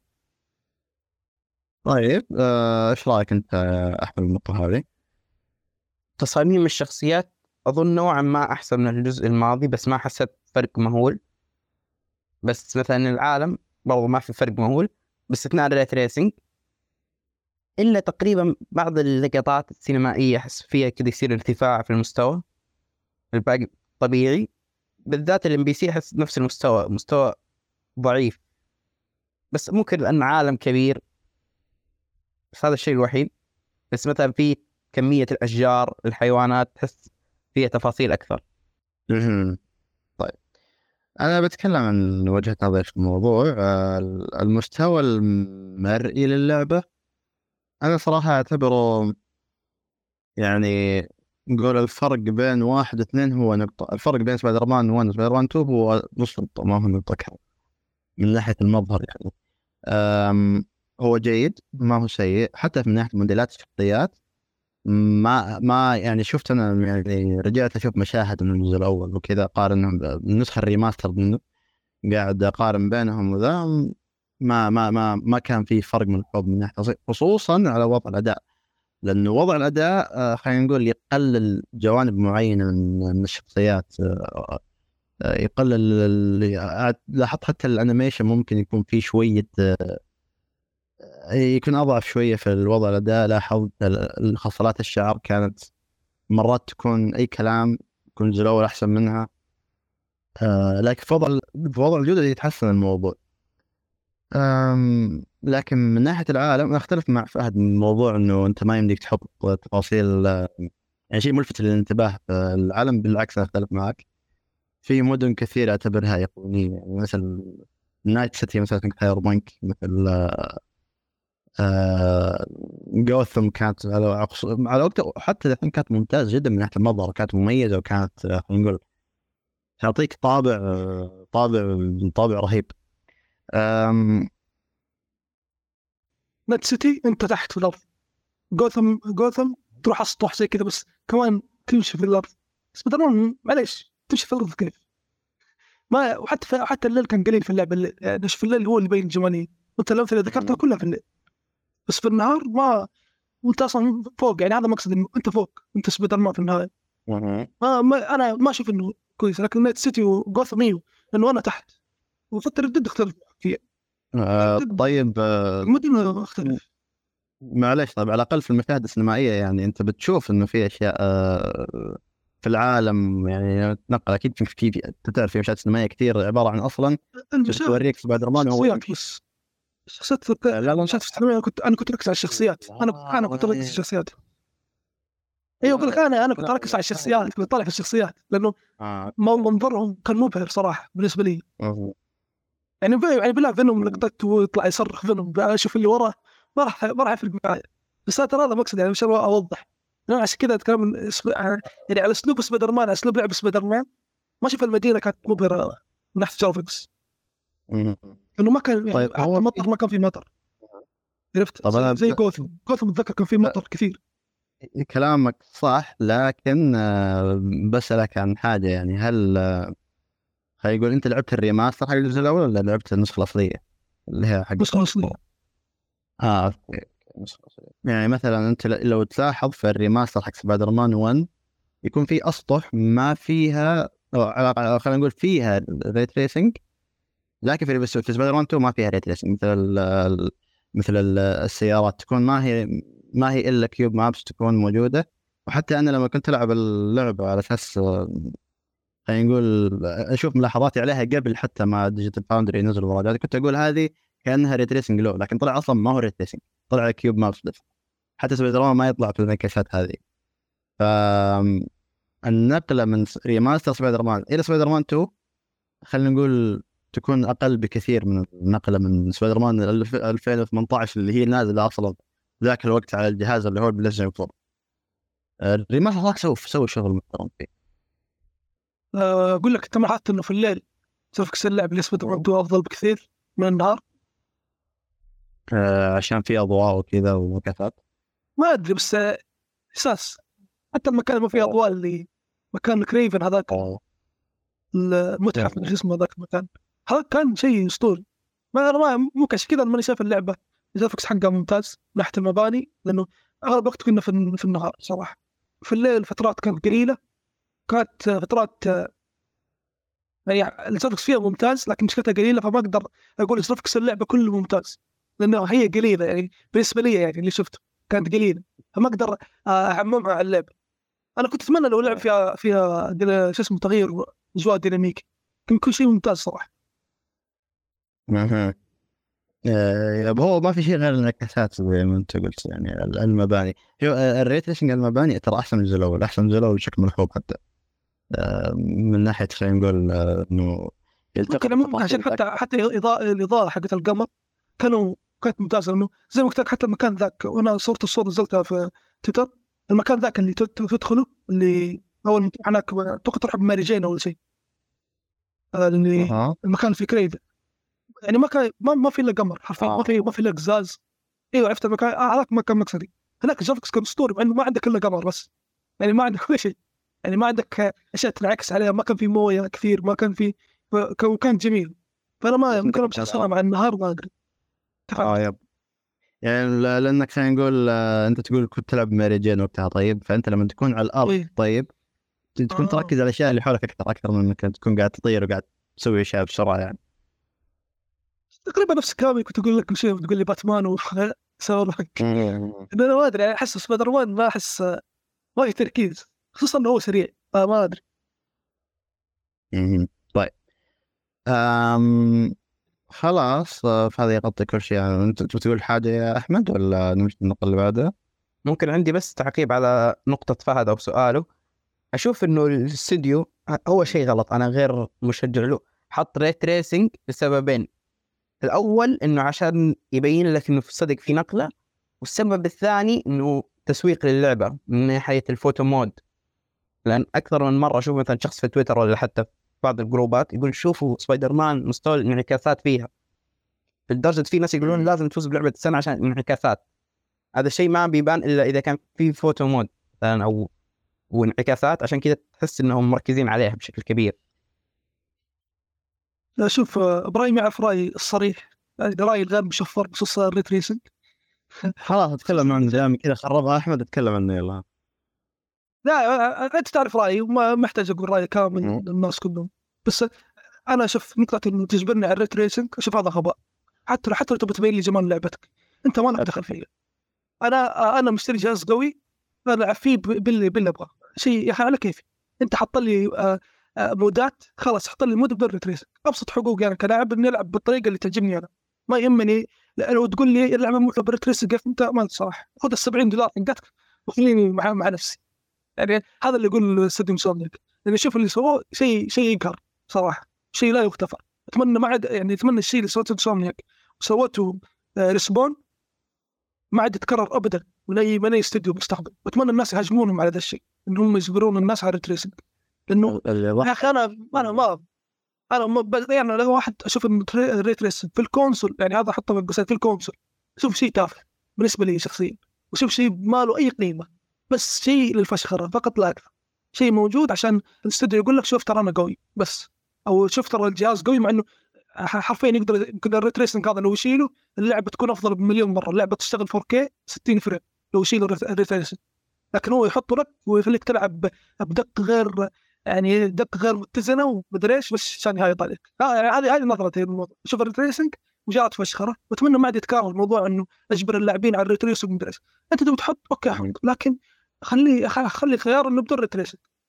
طيب ايش رايك انت يا احمد بالنقطه هذه؟ تصاميم الشخصيات أظن نوعا ما أحسن من الجزء الماضي، بس ما حسيت فرق مهول. بس مثلا العالم برضو ما في فرق مهول باستثناء الري تريسنج، إلا تقريبا بعض اللقطات السينمائية أحس فيها كده يصير ارتفاع في المستوى، الباقي طبيعي. بالذات الام بي سي أحس نفس المستوى، مستوى ضعيف، بس ممكن لأن عالم كبير، بس هذا الشيء الوحيد. بس مثلا في كمية الأشجار، الحيوانات، تحس فيها تفاصيل أكثر. طيب أنا بتكلم عن وجهة نظري في الموضوع. المستوى المرئي للعبة أنا صراحة أعتبره يعني نقول الفرق بين 1 و2 هو نقطة. الفرق بين سبايدر مان 1 وسبايدر مان 2 هو نص نقطة، ما هو نقطة كاملة من ناحية المظهر يعني. هو جيد، ما هو سيء. حتى من ناحية موديلات الشخصيات ما يعني شفت أنا يعني رجعت أشوف مشاهد من الجزء الأول وكذا، قارنهم بالنسخة الريماستر منه، قاعد أقارن بينهم وذا. ما كان في فرق من الحب من ناحية خصوصا على وضع الأداء. لأنه وضع الأداء خلينا نقول يقلل جوانب معينة من الشخصيات. يقلل لاحظت حتى الأنيميشن ممكن يكون فيه شوية يكون أضعف شوية في الوضع الأداء. لاحظت الخصلات الشعر كانت مرات تكون أي كلام، يكون الجزء الأول أحسن منها. لكن في وضع الجودة يتحسن الموضوع. لكن من ناحية العالم أنا أختلف مع فهد من الموضوع إنه أنت ما يمديك تحط تفاصيل يعني شيء ملفت للانتباه في العالم. بالعكس أنا أختلف معك. في مدن كثيرة أعتبرها أيقونية، يعني مثل نايت سيتي، مثلا فاير بانك، مثل جوثم كانت على وقت حتى الحين كانت ممتازة جدا من ناحية المظهر، كانت مميزة، وكانت خلينا نقول تعطيك طابع رهيب. نت سيتي انت تحت في الارض، جوثم تروح اسطح زي كذا، بس كمان تمشي في الارض. سبايدر مان معليش تمشي في الارض كيف؟ ما وحتى الليل كان قليل في اللعبه، ليش في الليل هو اللي يبين الجماليه، وانت الامثله اللي ذكرتها كلها في الليل، بس في النهار ما، وانت اصلا فوق، يعني هذا مقصد انه انت فوق، انت سبايدر مان في النهايه. انا ما اشوف انه كويس. لكن نايت سيتي وغوثم ايوه، انه انا تحت، وفتره ضد اختلف فيها. طيب المدينه اختلف. معليش، طيب على الأقل في المشاهد السينمائية يعني أنت بتشوف إنه في أشياء في العالم يعني تنقل. أكيد تعرف في مشاهد سينمائية كثير عبارة عن أصلا توريك سبايدر مان وهو بس الشخصيات المشاهد السينمائية انا كنت ركز على الشخصيات. انا كنت ركز على الشخصيات. ايوه بقول لك انا كنت اركز على الشخصيات، كنت طالع في الشخصيات، لانه منظرهم كان مبهر صراحه بالنسبه لي. يعني بالله فينوم لقطته ويطلع يصرخ فينوم، اشوف اللي وراه ما راح يفرق معي. بس ترى هذا مقصد، يعني مش اوضح. انا عشان كذا اتكلم يعني على اسلوب سبايدر مان، اسلوب لعب سبايدر مان. ما شوف المدينه كانت مبهره من ناحيه جرافيكس، انه ما كان يعني طيب حتى مطر، ما كان في مطر، عرفت؟ زي جوثم اتذكر كان في مطر كثير. كلامك صح، لكن بسألك عن حاجة. يعني هل خلينا نقول أنت لعبت الريماستر حق الجزء الأول ولا لعبت النسخة الأصلية اللي هي حق نسخه اصليه؟ أوكي. يعني مثلا أنت لو تلاحظ في الريماستر حق سبايدر مان 1 يكون في أسطح ما فيها، خلينا نقول فيها ري تريسنج، لكن في سبايدر مان 2 ما فيها ري تريسنج. مثل السيارات تكون ما هي إلا كيوب مابس تكون موجودة. وحتى أنا لما كنت ألعب اللعبة على أساس خلينا نقول اشوف ملاحظاتي عليها قبل حتى ما ديجيتال فاوندري ينزل مراجعات، كنت اقول هذه كانها ريتريسنج لو، لكن طلع اصلا ما هو ريتريسنج، طلع كيوب مابس بس. حتى سبايدر مان ما يطلع في الانعكاسات هذه. ف النقله من ريماستر سبايدر مان الى سبايدر مان 2 خلينا نقول تكون اقل بكثير من النقله من سبايدر مان 2018 اللي هي نازله اصلا ذاك الوقت على الجهاز اللي هو البلاي ستيشن 4. الريماستر سووا شغل محترم فيه. اقول لك انت ما لاحظت انه في الليل تفكس اللعب اللي سبايدر مان 2 افضل بكثير من النهار؟ عشان في اضواء وكذا ومكافآت. ما ادري بس احساس. حتى المكان اللي ما فيه اضواء، اللي مكان كريفن هذاك المتحف من اسمه هذاك المكان، هذا كان شيء اسطوري. ما ممكن عشان كذا ماني شايف اللعبه الجرافكس حقها ممتاز من ناحيه المباني، لانه اغلب وقت كنا في النهار صراحه. في الليل فترات كانت قليله، كانت فترات يعني الجرافكس فيها ممتاز لكن مشكلتها قليله، فما اقدر اقول جرافكس اللعبه كله ممتاز لانه هي قليله يعني بالنسبه لي، يعني اللي شفته كانت قليله، فما اقدر اعممها على اللعبه. انا كنت اتمنى لو لعب فيها شو اسمه تغيير اجواء ديناميكي، كان كل شيء ممتاز صراحه. هو ما في شيء غير الانعكاسات زي ما انت قلت، يعني المباني. الريت ريسنج المباني ترى احسن من الجزء الاول، احسن من الجزء الاول بشكل ملحوظ حتى من ناحيه خلينا نقول انه ممكن عشان حتى الاضاءه حقت القمر كانت ممتازه، انه زي ما قلت لك حتى المكان ذاك، وانا صورة الصور نزلتها في تويتر، المكان ذاك اللي تدخله اللي اول هناك تروح بماري جين اول شيء، اللي المكان في كريد، يعني ما في الا قمر حرفيا، ما في الا قزاز. ايوه عرفت المكان هذاك مكان مقصدي. هناك الجرافكس كان اسطوري مع انه ما عندك الا قمر بس، يعني ما عندك كل شيء، يعني ما عندك اشياء تنعكس عليها، ما كان في مويه كثير، ما كان في، كان جميل. فانا ما ممكن امشي الصراحه مع النهار ما ادري. يب يعني لانك خلينا نقول انت تقول كنت تلعب ماري جين وقتها، طيب فانت لما تكون على الارض طيب تكون تركز على الاشياء اللي حولك اكثر من انك تكون قاعد تطير وقاعد تسوي اشياء بسرعه. يعني تقريبا نفس كلامي كنت اقول لك شيء وتقول لي باتمان وسوى لك. انا ما ادري، احس سبايدر مان ما احس ما في تركيز، خصوصا انه هو سريع، ما ادري. طيب خلاص فهذا يغطي كل شيء. يعني انت بتقول حاجه يا احمد ولا نمشي النقطه اللي بعدها؟ ممكن عندي بس تعقيب على نقطة فهد أو سؤاله. أشوف إنه الاستوديو هو شيء غلط، أنا غير مشجع له. حط ريت ريسنج لسببين، الأول إنه عشان يبين لك إنه في صدق في نقلة، والسبب الثاني إنه تسويق للعبة من ناحية الفوتو مود. لأن أكثر من مرة أشوف مثلا شخص في تويتر ولا حتى في بعض الجروبات يقول شوفوا سبايدر مان مستوى الانعكاسات فيها، لدرجة في ناس يقولون لازم تفوز بلعبة السنة عشان الانعكاسات. هذا الشيء ما بيبان إلا إذا كان في فوتو مود مثلا أو وانعكاسات، عشان كذا تحس إنهم مركزين عليها بشكل كبير. لا شوف إبراهيم يعرف رأيي الصريح، رأيي الغير مشفر بخصوص الريت ريسنج. خلاص اتكلم عن زي كذا خربها احمد، اتكلم عنه يلا. لا انت تعرف رايي وما محتاج اقول رايي كامل للناس كلهم، بس انا اشوف نقطه انه تجبرني على الريت ريسنج، اشوف هذا غباء. حتى لو تبي تبين لي جمال لعبتك، انت ما لك دخل فيها. انا مشتري جهاز قوي العب فيه باللي ابغاه شيء يا اخي على كيفي. انت حط لي مودات، خلاص حط لي مود بالريت ريسنج، ابسط حقوقي انا كلاعب اني العب بالطريقه اللي تعجبني انا، ما يهمني لو تقول لي اللعبه مو بالريت ريسنج انت ما صراحه خذ $70 حقتك وخليني مع نفسي. يعني هذا اللي يقول استوديو سونيك، لأن شوف اللي سووه شيء ينكر صراحة، شيء لا يغتفر. أتمنى ما عاد، يعني أتمنى الشيء اللي سوته سونيك وسوته ريسبون ما عاد يتكرر أبدا من أي استوديو مستقبل. وأتمنى الناس يهاجمونهم على هذا الشيء، إنهم يجبرون الناس على التريسنج، لأنه يا أخي أنا ما يعني لو واحد أشوف إن الريت ريسنج في الكونسول، يعني هذا حطه من قصة في الكونسول، شوف شيء تافه بالنسبة لي شخصيا، وشوف شيء ما له أي قيمة، بس شيء للفشخرة فقط لا أكثر. شيء موجود عشان الاستوديو يقول لك شوف ترى أنا قوي بس، أو شوف ترى الجهاز قوي، مع إنه حرفيا يمكن الريت ريسنج هذا لو يشيله اللعبة تكون أفضل بمليون مرة. اللعبة تشتغل 4K 60 فريم لو يشيله الريت ريسنج، لكن هو يحطه لك ويخليك تلعب بدقة غير، يعني دقة غير متزنة ومدري إيش، بس عشان هاي يطلع. هذه نظرتي للموضوع. شوف الريت ريسنج وجاءت فشخرة، وأتمنى ما عاد يتكرر الموضوع إنه أجبر اللاعبين على الريت ريسنج ومدري إيش. أنت تبي تحط أوكي حط، لكن خلي خيار إنه بدون ريت ريسنج.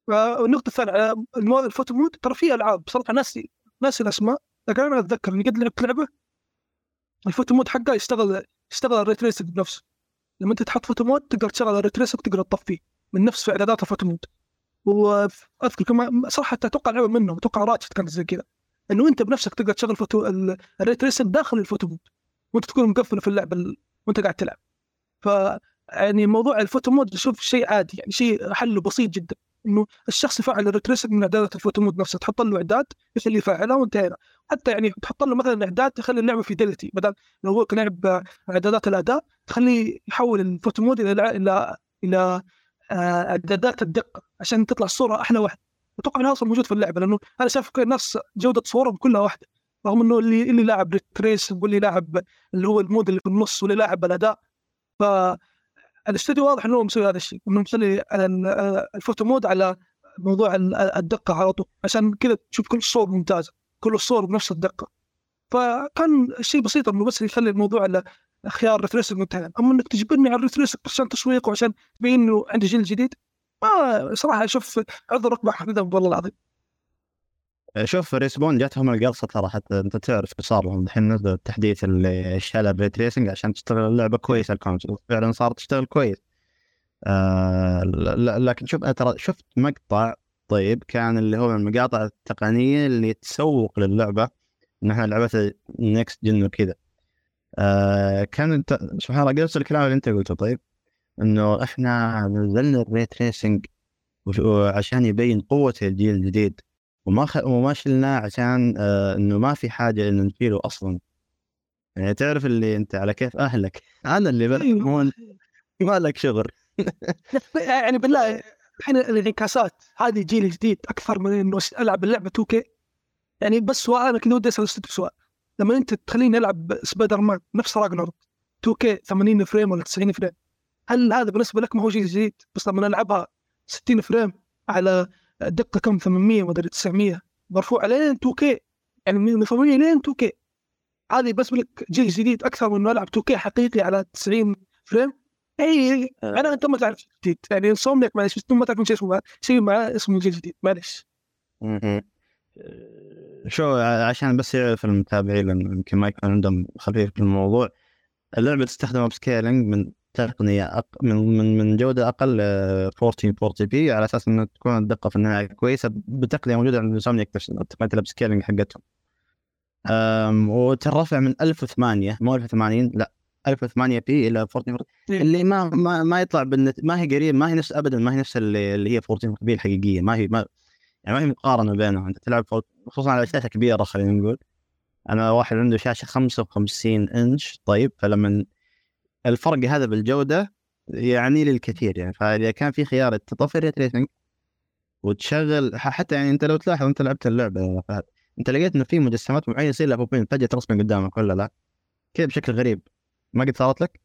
والنقطة الثانية الفوتو مود، ترى في ألعاب بصراحة ناس الأسماء، لكن أنا أتذكر إني قد لعبت لعبة الفوتو مود حقها يشتغل الري تريسنج بنفسه. لما أنت تحط فوتو مود تقدر تشغل الري تريسنج وتقدر تطفيه من نفس إعدادات الفوتو مود. وأذكر كمان صراحة أتوقع لعبة منهم، أتوقع راتشت كانت زي كذا، إنه أنت بنفسك تقدر تشغل الري تريسنج داخل الفوتو مود وأنت تكون مقفل في اللعبة وأنت قاعد تلعب. يعني موضوع الفوتو مود شوف شيء عادي، يعني شيء حله بسيط جدا، انه الشخص يفعل الريتريسنج من اعدادات الفوتو مود نفسه، تحط له اعداد يخليه يفعلها وانتهينا. حتى يعني تحط له مثلا اعداد تخلي اللعبه فيدلتي، بدل لو هو كان يلعب اعدادات الاداء تخليه يحول الفوتو مود الى اعدادات الدقه عشان تطلع الصوره احلى واحده. اتوقع انه اصلا موجود في اللعبه، لانه انا شايف كل الناس جوده صورهم كلها واحده، رغم انه اللي لاعب ريتريسنج واللي لاعب اللي هو المود اللي في النص واللي لاعب الاداء. ف الاستوديو واضح انه مسوي هذا الشيء، انه مسوي الفوتو مود على موضوع الدقه على طول، عشان كذا تشوف كل الصور ممتازه، كل الصور بنفس الدقه. فكان شيء بسيط انه بس يخلي الموضوع على خيار ريتريسنج منتهى. اما انك تجبرني على الريتريسنج عشان تسويق وعشان تبين انه عندي جيل جديد، ما صراحه اشوف عذر ركبه حديدا والله العظيم. شوف ريسبون جاتهم القرصة ترى، حتى انت تعرف صار لهم الحين نزل التحديث اللي شال الري تريسنج عشان تشتغل اللعبة كويس. الكونسول فعلا صارت تشتغل كويس. لكن شوف أنا ترى شفت مقطع طيب كان اللي هو من المقاطع التقنية اللي تسوق للعبة ان احنا لعبة نيكست جن وكذا. كان انت سبحان الله قلت الكلام اللي انت قلته، طيب انه احنا نزلنا الري تريسنج عشان يبين قوة الجيل الجديد، وما شلناه عشان انه ما في حاجه ان نشيله اصلا. يعني تعرف اللي انت على كيف اهلك، انا اللي بلعب ما لك شغل. يعني بالله الحين الانعكاسات هذه جيل جديد اكثر من انه العب اللعبه 2K. يعني بس سؤال انا كذا ودي اسال سؤال، لما انت تخليني العب سبايدر مان نفس راجنر 2K 80 فريم ولا 90 فريم، هل هذا بالنسبه لك ما هو جيل جديد؟ بس لما العبها 60 فريم على دقه كم 800 ولا 900 مرفوع لين 2K، يعني من 800 لين 2K، هذه بس لك جيل جديد اكثر من انه العب 2K حقيقي على 90 فريم. اي انا انت ما تعرف جديد، يعني انسومنياك معلش، بس ما تعرفون شيء مع اسمه جيل جديد معلش. شو عشان بس يعرف المتابعين لأن يمكن ما يكون عندهم خلفية في الموضوع، اللعبة تستخدم أبسكيلينج من تقنية من جودة أقل 1440p على أساس إنه تكون الدقة في النهاية كويسة بتقنية موجودة عند انسومنياك، تقنية الأبسكيلينج حقتهم. وترفع من 1008 مو 1080 لا 1008p إلى 1440 اللي ما يطلع ما هي قريب، ما هي نفس أبدا، ما هي نفس اللي هي 1440p الحقيقية، يعني ما هي مقارنة بينهم. أنت تلعب خصوصا على شاشة كبيرة، خلينا نقول أنا واحد عنده شاشة 55 إنش طيب، فلما الفرق هذا بالجودة يعني للكثير يعني. فإذا كان في خيار تطفي الري تريسنج وتشغل حتى يعني أنت لو تلاحظ أنت لعبت اللعبة فهد، أنت لقيت إنه في مجسمات معينة يصير لها بوبين فجأة ترسم قدامك ولا لا كيف بشكل غريب؟ ما قد صارت لك؟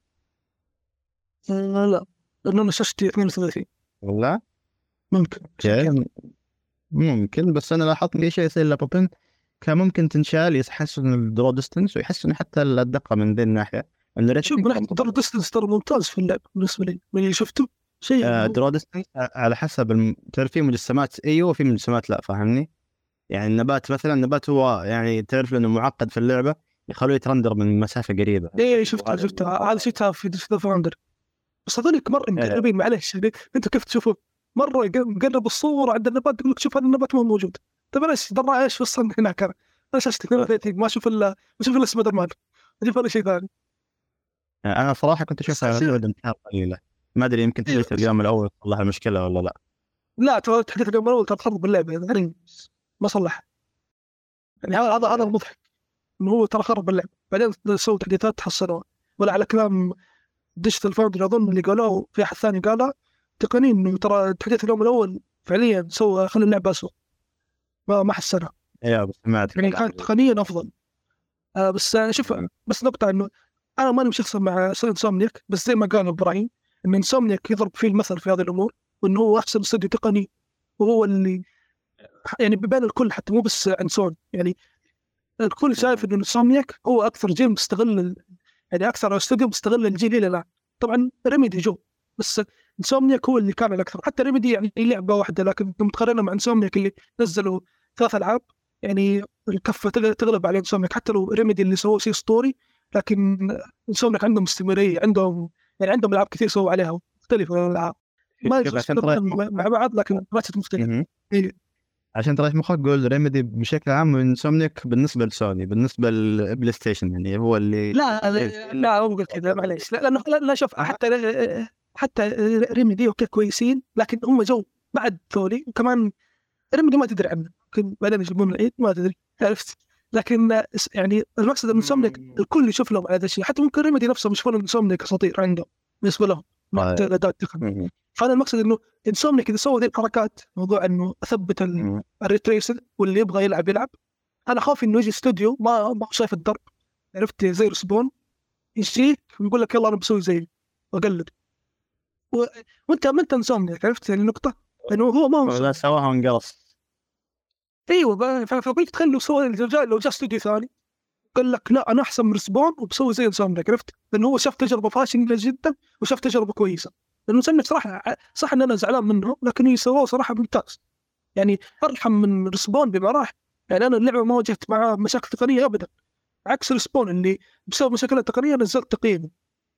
لا لأنه شاشتي 32 ولا ممكن ممكن بس أنا لاحظت في شيء يصير لها بوبين كان ممكن تنشال يحسن الدرو ديستنس ويحسن حتى الدقة من ذي الناحية. شوف من ناحية درو ديستنس ترى ممتاز في اللعب بالنسبة لي من اللي شفته شيء. درو ديستنس على حسب تعرف في مجسمات ايوه وفي مجسمات لا، فاهمني؟ يعني النبات مثلا النبات هو يعني تعرف لانه معقد في اللعبة يخلوه يترندر من مسافة قريبة. ايه شفتها هذا شفتها في ذا فاوندر، بس هذولك مرة مقربين معلش يعني انتوا كيف تشوفوا مرة مقرب الصور عند النبات يقول لك شوف هذا النبات مو موجود. طيب ايش درى ايش وصلنا هناك؟ انا شاشتي 32 ما اشوف الا سبايدر مان، اشوف ولا شيء ثاني. انا صراحه كنت اشوفها جوده امتحان قليله، ما ادري يمكن تحديث اليوم الاول صلح المشكله ولا لا. لا ترى تحديث اليوم الاول ترى خرب اللعبه يعني ما صلح، يعني هذا المضحك انه هو ترى خرب اللعبه، بعدين سووا تحديثات تحسنوها. ولا على كلام ديجيتال فاوندر اظن اللي قالوه في احد ثاني قاله تقنيا انه ترى تحديث اليوم الاول فعليا سوى خلى اللعبه اسوء ما حسنها. ايوه بس سمعت يعني كانت تقنيا افضل. بس شوف بس نقطه انه انا ماني مشخصا مع انسومنياك، بس زي ما قال ابراهيم ان انسومنياك يضرب فيه المثل في هذه الامور، وانه هو احسن استوديو تقني، وهو اللي يعني بين الكل حتى مو بس عن سون، يعني الكل شايف انه انسومنياك هو اكثر جيل مستغل يعني اكثر استوديو مستغل الجيل الى الان. طبعا ريميدي جو بس انسومنياك هو اللي كان الاكثر. حتى ريميدي يعني لعبه واحده، لكن لما تقارنها مع انسومنياك اللي نزلوا 3 ألعاب، يعني الكفه تغلب على انسومنياك. حتى لو ريميدي اللي سووا شيء اسطوري، لكن انسومنياك عندهم استمراريه، عندهم العاب كثير سووا عليها مختلفه الالعاب، ما شوف، عشان مع بعض لكن راتب مختلف. عشان تريح مخك قول ريميدي بشكل عام وانسومنيك بالنسبه لسوني، بالنسبه للبلاي ستيشن يعني هو اللي لا مو قلت كذا معليش. لانه لا شوف، حتى ريميدي اوكي كويسين، لكن هم جو بعد ثوري. وكمان ريميدي ما تدري عنه، ممكن بعدين يجيبون العيد ما تدري، عرفت. لكن يعني المقصد ان سومنيك الكل يشوف لهم على هذا الشيء. حتى ممكن ريميدي نفسهم يشوفون ان سومنيك اساطير عندهم بالنسبه لهم مع الاداء التقني. فانا المقصد انه انسومنيك اذا سووا ذي الحركات، موضوع انه اثبت الريتريسر واللي يبغى يلعب. انا خاف انه يجي استوديو ما شايف الدرب، عرفت، زي رسبون يجيك ويقول لك يلا انا بسوي زي واقلد وانت ما انت انسومنيك، عرفت يعني النقطه انه هو ما هو سواها وانقرص. ايوه، فقلت تخلوا سوى لو جاء استوديو ثاني قال لك لا انا احسن من رسبون وبسوي زي انسومنيك، عرفت، لانه هو شاف تجربه فاشله جدا وشاف تجربه كويسه. لانه انسومنيك صراحه صح ان انا زعلان منه، لكن يسووه صراحه ممتاز، يعني ارحم من رسبون بمراحل. يعني انا اللعبه ما واجهت معها مشاكل تقنيه ابدا، عكس رسبون اللي بسبب مشاكل تقنيه نزلت تقييمه.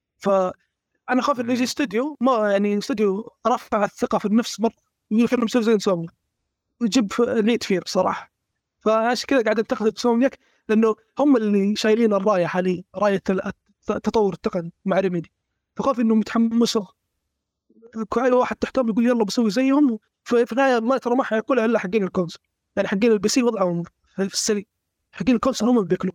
فانا خاف انه يجي استوديو ما يعني استوديو رفع الثقه في النفس مره يقول لك انه مسوي زي انسومنيك ويجيب ليد فير صراحه. فعشان كذا قاعد انتقد انسومنيك، لانه هم اللي شايلين الرايه حاليا، رايه التطور التقني مع ريميدي. فخاف انه متحمسوا كل واحد تحتهم يقول يلا بسوي زيهم، في النهايه ما ترى ما حياكلها الا حقين الكونسول. يعني حقين البي سي وضعهم في السريع، حقين الكونسول هم اللي بياكلون.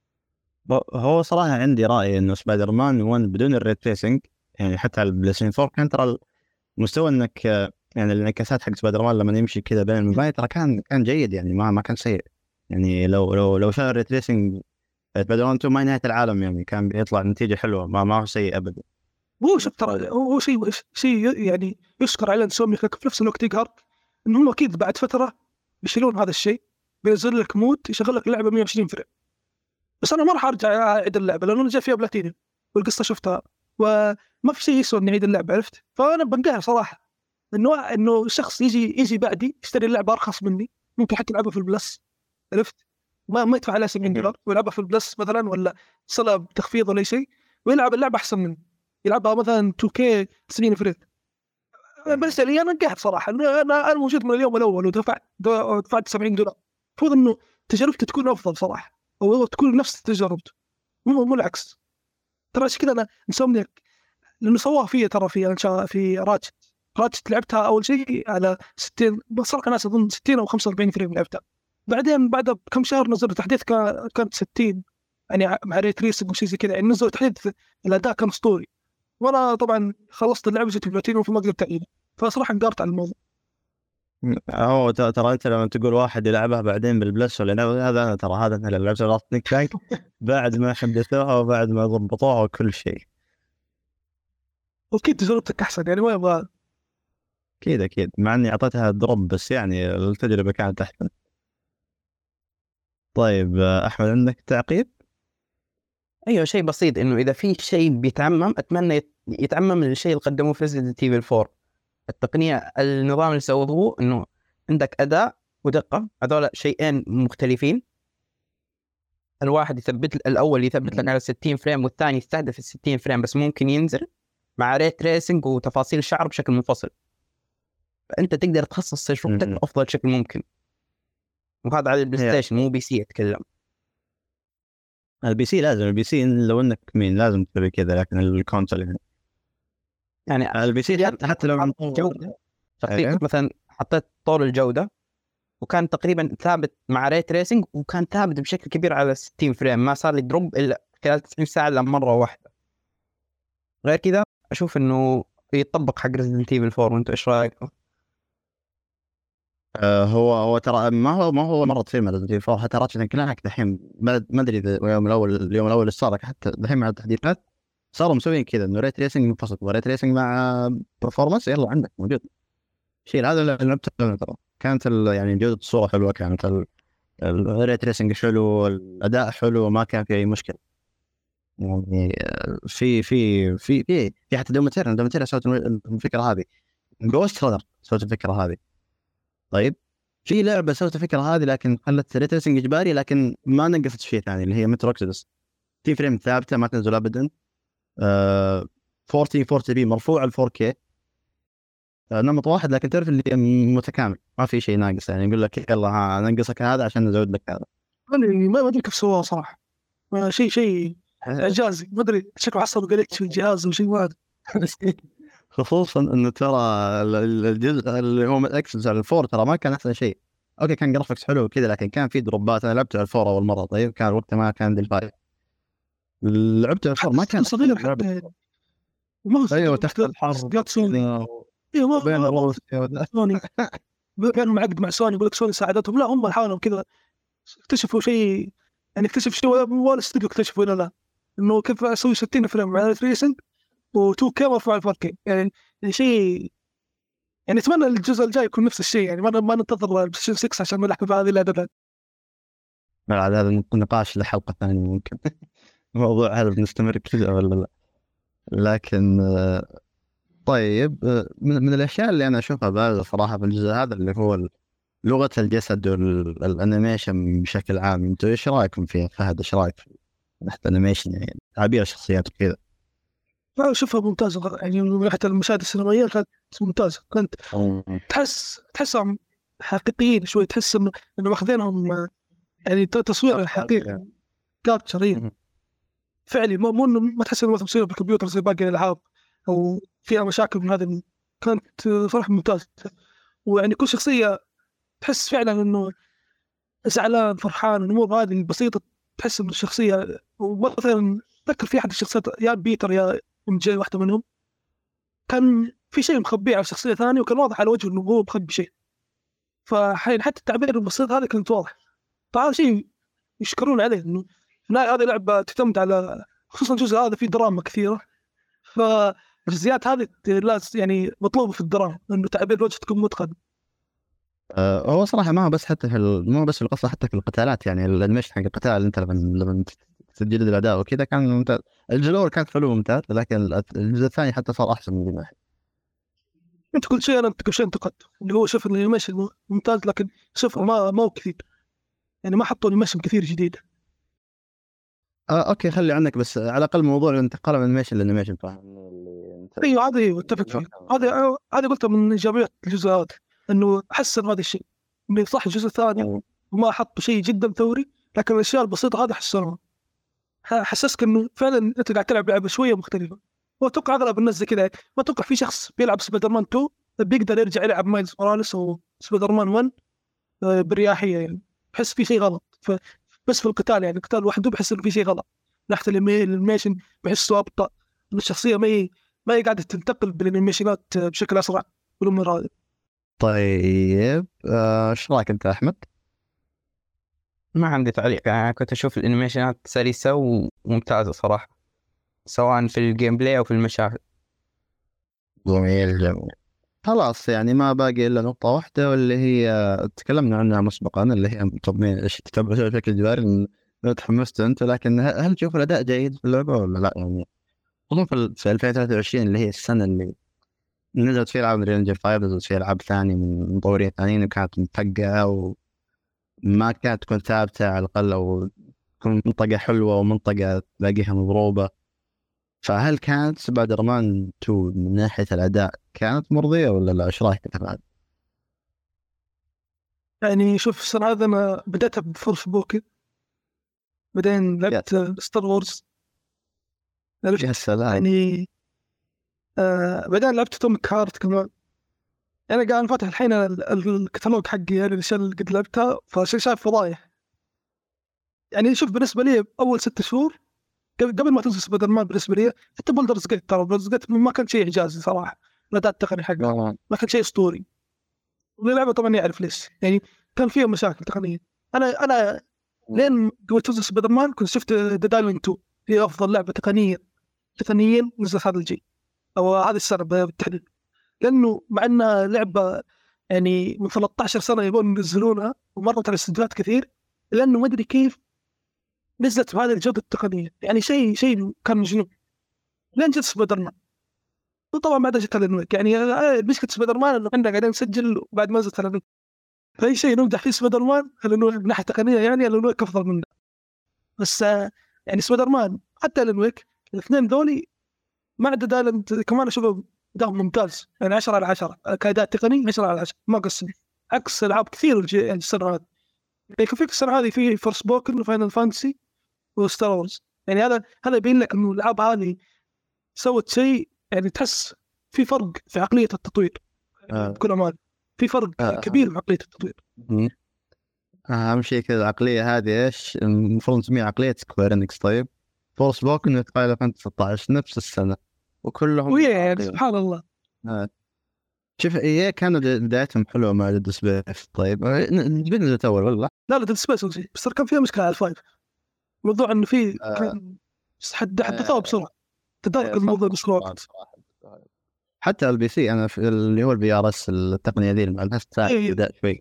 هو صراحه عندي راي انه سبايدر مان 1 بدون الريت تريسنج، يعني حتى على البلاي ستيشن 4 كان ترى المستوى انك يعني الانعكاسات حق سبايدر مان لما يمشي كذا بين المباني ترى كان جيد، يعني ما كان سيء. يعني لو شال الريت تريسنج سبايدر مان 2 ما نهايه العالم، يعني كان بيطلع نتيجه حلوه، ما هو سيء ابدا. هو شوف ترى هو شيء يعني يشكر على انسومنيك، في نفس الوقت يقهر انه هم اكيد بعد فتره بيشيلون هذا الشيء، بينزل لك مود يشغل لك اللعبه 120 فريم. بس انا ما راح ارجع اعيد اللعبه لانه انا جاي فيها بلاتينيوم والقصه شفتها وما في شيء يسوى اني اعيد اللعبه، عرفت. فانا بنقهر صراحه انه شخص يجي بعدي يشتري اللعبه ارخص مني، ممكن حتى يلعبها في البلس، عرفت، ما يدفع عليها $70 ويلعبها في البلس مثلا، ولا صله بتخفيض ولا شيء، ويلعب اللعبه احسن مني، يلعبها مثلا 2K 90 فريم. بالنسبه لي انا انقهر صراحه. انا موجود من اليوم الاول ودفعت $70. المفروض انه تجربتي تكون افضل صراحه، او تكون نفس تجربته، مو العكس. ترى عشان كذا انا انسومنيك لانه سواها فيها، ترى في راتشت لعبتها اول شيء على 60، بصراحه ناس اظن 60 او 45 فريم لعبتها. بعدين بعد بكم شهر نزل تحديث كانت 60، يعني مع ري تريسنج وشيء زي كذا، يعني نزلوا تحديث الاداء كان اسطوري. وانا طبعا خلصت اللعبه جبت بلاتينيوم فما قدرت اعيدها، فصراحه انقهرت على الموضوع. هو ترى انت لما تقول واحد يلعبها بعدين بالبلس ولا هذا انا ترى هذا انا لعبت راتنيك بانك بعد ما حدثوها وبعد ما ضبطوها وكل شيء. اكيد تجربتك احسن، يعني ما يبغى. اكيد مع اني اعطيتها دروب، بس يعني التجربه كانت احسن. طيب احمد عندك تعقيب؟ ايوه، شيء بسيط، انه اذا في شيء بيتعمم اتمنى يتعمم الشيء اللي قدموه في ريزيدنت ايفل 4. التقنيه، النظام اللي سووه انه عندك اداء ودقه، هذول شيئين مختلفين. الواحد الاول يثبت لك على 60 فريم، والثاني يستهدف ال 60 فريم بس ممكن ينزل مع ريت تريسنج وتفاصيل الشعر بشكل منفصل، فانت تقدر تخصص تجربتك بافضل شكل ممكن. وهذا على البلاي ستيشن مو بي سي اتكلم. البي سي لازم، البي سي لو انك مين لازم تسوي كذا، لكن الكونسول يعني البي سي حتى لو عن جودة مثلا حطيت طول الجودة وكان تقريبا ثابت مع ريت ريسنج، وكان ثابت بشكل كبير على 60 فريم، ما صار لي دروب الا خلال 90 ساعة الا مرة واحدة. غير كذا اشوف انه يطبق حق ريزيدنت ايفل 4. وانتم ايش رايكم؟ هو ترى ما هو مرة تصير مع ريزيدنت ايفل 4، حتى راتشت كلانك دحين ما ادري اليوم الاول صار حتى دحين مع التحديثات صاروا مسوين كذا انه ريت ريسنج منفصل، وريت ريسنج مع برفورمانس يلا عندك موجود. شيء هذا اللي لعبته ترى كانت يعني جودة الصورة حلوة، كانت الريت ريسنج حلو، الأداء حلو، وما كان في أي مشكلة. يعني في حتى دومتيرا سوت الفكره هذه. جوست رانر سوت الفكره هذه. طيب في لعبه سوت الفكره هذه لكن خلت ريتريسنج اجباري، لكن ما نقصت شيء ثاني اللي هي مترو اكسودس. في فريم ثابته ما تنزل ابدا. 40 بي مرفوع ل 4K. نمط واحد لكن تعرف اللي متكامل، ما في شيء ناقص. يعني يقول لك يلا ننقصك هذا عشان نزود لك هذا. أنا ما أدري كيف سواه صراحة. شيء إعجازي، ما أدري شكله حصل قلت في الجهاز وشيء واحد. خصوصا انه ترى الجزء اللي هو اكسس على الفور ترى ما كان احسن شيء. اوكي كان جرافيكس حلو وكذا لكن كان في دروبات. انا لعبت على الفور اول مره، طيب كان وقتها ما كان عندي الفايف. لعبت على الفور ما كان صغير حتى، ما ايوه تحت الحر قاعد سوني. ايوه بين ما روسيا سوني كانوا معقد مع سوني، يقول لك سوني ساعدتهم. لا هم حاولوا كذا اكتشفوا شيء، يعني اكتشف شيء ولا استوديو اكتشفوا ولا لا، انه كيف اسوي 60 فريم على ريسنج و2K مرفوع على 4K. يعني شيء، يعني اتمنى الجزء الجاي يكون نفس الشيء. يعني ما ننتظر البلايستيشن 6 عشان نلعب في هذه اللعبه. بعد هذا النقاش لحلقه ثانيه ممكن. موضوع هذا بنستمر كذا ولا لا. لكن طيب من الاشياء اللي انا اشوفها بالغ صراحه في الجزء هذا اللي هو لغه الجسد والانيميشن بشكل عام. انتوا ايش رايكم فيها فهد؟ ايش رايك في ناحيه الانيميشن يعني تعبير الشخصيات وكذا؟ لا أشوفها ممتازة، يعني من ناحية المشاهد السينمائية كانت ممتازة. كانت تحسهم حقيقيين شوي، تحس إنه ماخذينهم يعني تصوير حقيقي كابتشر فعلي، مو إنه ما تحس إنه تمثيل بالكمبيوتر زي باقي الألعاب أو فيها مشاكل من هذا. كانت صراحة ممتازة، ويعني كل شخصية تحس فعلا إنه زعلان فرحان. الأمور هذه البسيطة تحس إن الشخصية، ومثلا تذكر في أحد الشخصيات يا بيتر يا MJ واحدة منهم كان في شيء مخبيه على شخصية ثانية، وكان واضح على وجهه إنه هو مخبي شيء. فحين حتى التعبير البسيط هذا كان واضح. فهذا شيء يشكرون عليه، إنه هذه لعبة تعتمد على، خصوصا الجزء هذا فيه دراما كثيرة. فالجزئيات هذه لازم يعني مطلوبة في الدراما، إنه تعبير الوجه تكون متقن. هو صراحه ما هو بس حتى مو بس في القصه، حتى في القتالات. يعني الانيميشن حق القتال اللي انت لما تجدد الاداء وكذا كان ممتاز. الجزء الاول كان حلو وممتاز، لكن الجزء الثاني حتى صار احسن من ذي ناحيه. أنت كل شيء، أنا كل شيء انتقد اللي هو شوف الانيميشن ممتاز، لكن شوف ما هو كثير، يعني ما حطوا انيميشن كثير جديد. اوكي خلي عنك، بس على الاقل موضوع الانتقال من انيميشن لانيميشن فاهم اللي انت. ايوه هذا اتفق فيه. هذا قلته من ايجابيات الجزء هذا، انه حسن هذا الشيء. انه صح الجزء الثاني وما حطوا شيء جدا ثوري، لكن الاشياء البسيطه هذا حسنوها. حسسك انه فعلا انت قاعد تلعب لعبه شويه مختلفه. واتوقع اغلب الناس زي كذا، ما اتوقع في شخص بيلعب سبايدر مان 2 بيقدر يرجع يلعب مايلز موراليس او سبايدر مان 1 برياحيه. يعني بحس في شيء غلط. بس في القتال، يعني القتال لوحده بحس انه في شيء غلط. ناحيه الانيميشن بحسه ابطا، ان الشخصيه ما هي قاعده تنتقل بالانيميشنات بشكل اسرع والامور هذه. طيب ايش رايك انت احمد؟ ما عندي تعليق. أنا كنت أشوف الأنيميشنات سلسة وممتازة صراحة، سواء في الجيم بلاي أو في المشاهد. جميل. خلاص يعني ما باقي الا نقطه واحده، واللي هي تكلمنا عنها مسبقا، اللي هي تضمين ايش تتابع بشكل اجباري. تحمست انت، لكن هل تشوف الاداء جيد في اللعبه ولا لا؟ يعني خصوصا في 2023 اللي هي السنه اللي نزلت فيها العاب رينجر 5، نزلت فيها العاب ثانيه من مطورين ثانيين وكانت مفقعه وما كانت تكون ثابته على الاقل، او تكون منطقه حلوه ومنطقه تلاقيها مضروبه. فهل كانت سبايدر مان 2 من ناحيه الاداء كانت مرضيه ولا لا؟ ايش رايك انت بعد؟ يعني شوف السنه هذا انا بدأتها بفورس بوكن، بعدين لعبت ستار وورز. يا سلام. يعني بعدين لعبت توميك هارت كمان. يعني قاعد فاتح الحين الكتالوج حقي، يعني الاشياء اللي قد لعبتها، فشايف فضايح. يعني شوف بالنسبه لي اول 6 شهور قبل ما تنزل سبايدر مان، بالنسبه لي حتى بولدرز جيت، ترى بولدرز جيت ما كان شيء اعجازي صراحه. الاداء التقني حقه ما كان شيء اسطوري، واللعبه طبعا يعرف ليش، يعني كان فيها مشاكل تقنيه. انا لين قبل تنزل سبايدر مان كنت شفت ديد ايلاند 2 هي افضل لعبه تقنيا نزلت هذا الجيل او هذه السنه بالتحديد، لانه مع انها لعبه يعني من 13 سنه يبون ينزلونها ومرت على استديوهات كثير، لانه ما ادري كيف نزلت بهذه الجودة التقنية، يعني شيء كان مجنون. لين جت سبايدر مان، وطبعا بعد جت ألان ويك. يعني مشكلة سبايدر مان إنه إحنا قاعدين نسجل وبعد ما نزلت ألان ويك، فأي شيء نمدح فيه سبايدر مان ألان ويك من ناحية تقنية، يعني ألان ويك أفضل منه. بس يعني سبايدر مان حتى ألان ويك، الاثنين ذولي ما عدا دايلاند كمان أشوفه داهم ممتاز، يعني 10/10 كأداء تقني 10/10 ما قصني، عكس ألعاب كثير يعني السنة هذه. يعني في السنة هذه في فورس بوكن وفاينل فانتسي وستار وورز، يعني هذا يبين لك إنه الألعاب هذه سوت شيء، يعني تحس في فرق في عقلية التطوير. بكل أمان في فرق كبير في عقلية التطوير. أهم شيء كذا العقلية هذه إيش المفروض نسميها؟ عقلية سكوير إنكس. طيب فورس بوكن وفاينل فانتسي 16 نفس السنة وكلهم ويا يعني سبحان الله. شوف إيه كانوا بدايتهم حلوة مع ديد سبيس. طيب نزلت أول ولا لا ديد سبيس أول شيء، بس كان فيها مشكلة على الفايف، موضوع إنه في كان حدثوه بسرعة، تدارك الموضوع بسرعة. حتى البي سي أنا في اللي هو البي ار اس التقنية ذي مع الناس بدأ شوي.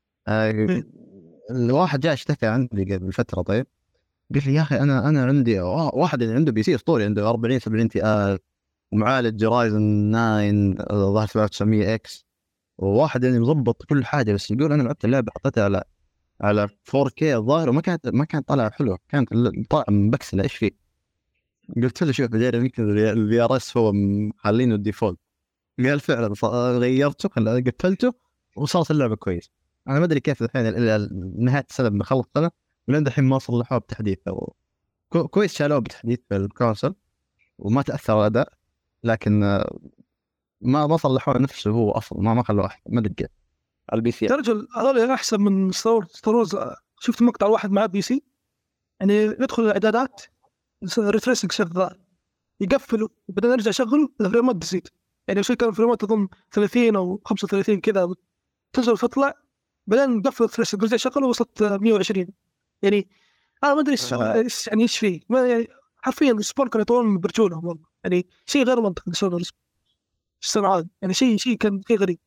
الواحد جاء اشتكى عندي قبل فترة. طيب قلت لي يا أخي أنا عندي واحد اللي عنده بي سي أسطوري، عنده 4070 تي آي ومعالج رايزن 9 ظهر 790 اكس، وواحد يعني مضبط كل حاجة، بس يقول أنا لعبت اللعبة حطيتها على 4K الظاهر وما كانت طالعة حلوة، كانت طالعة مبكسلة. إيش فيه؟ قلت له شوف بدير يمكن الفي ار اس هو محلينه الديفولت. قال فعلا غيرته قفلته وصارت اللعبة كويس. أنا ما أدري كيف الحين إلى نهاية السنة بنخلص سنة ولين دحين ما صلحوه بتحديث. كويس شالوه بتحديث في الكونسول وما تأثر الأداء، لكن ما صلحوه نفسه هو أصلا، ما خلوه أحسن. ما أدري كيف على البي سي. يا رجل هذول أحسن من ستار وورز. شفت مقطع واحد مع بي سي، يعني يدخل الإعدادات ريتريسنج شغال، يقفله وبعدين يرجع يشغله الفريمات تزيد. يعني شوي كان الفريمات أظن 30 أو 35 كذا، تنزل وتطلع، بعدين قفل الريتريسنج رجع يشغله وصلت 120. يعني أنا ما أدري إيش يعني إيش فيه، ما يعني حرفيا السبور كانوا يطولون برجولهم والله، يعني شيء غير منطقي يسوونه السنة هذه، يعني شيء كان شيء غريب.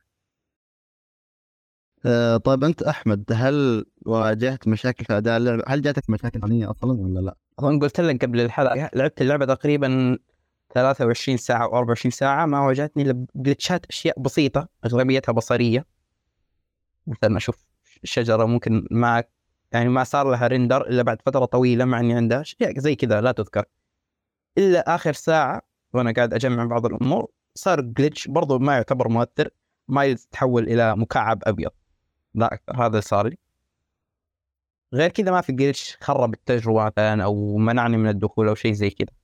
طيب أنت أحمد، هل واجهت مشاكل في أداء اللعبة؟ هل جاتك مشاكل فنية أصلا ولا لا؟ أظن قلت لك قبل الحلقة لعبت اللعبة تقريبا 23 ساعة أو 24 ساعة، ما واجهتني إلا جلتشات أشياء بسيطة أغلبيتها بصرية. مثلا أشوف الشجرة ممكن ما صار لها ريندر إلا بعد فترة طويلة، مع إني عندها أشياء زي كذا لا تذكر. إلا آخر ساعة وأنا قاعد أجمع بعض الأمور صار جلتش برضو ما يعتبر مؤثر، ما يتحول إلى مكعب أبيض، لا أكثر. هذا صار لي. غير كذا ما في جلتش خرب التجربة مثلا أو منعني من الدخول أو شيء زي كذا.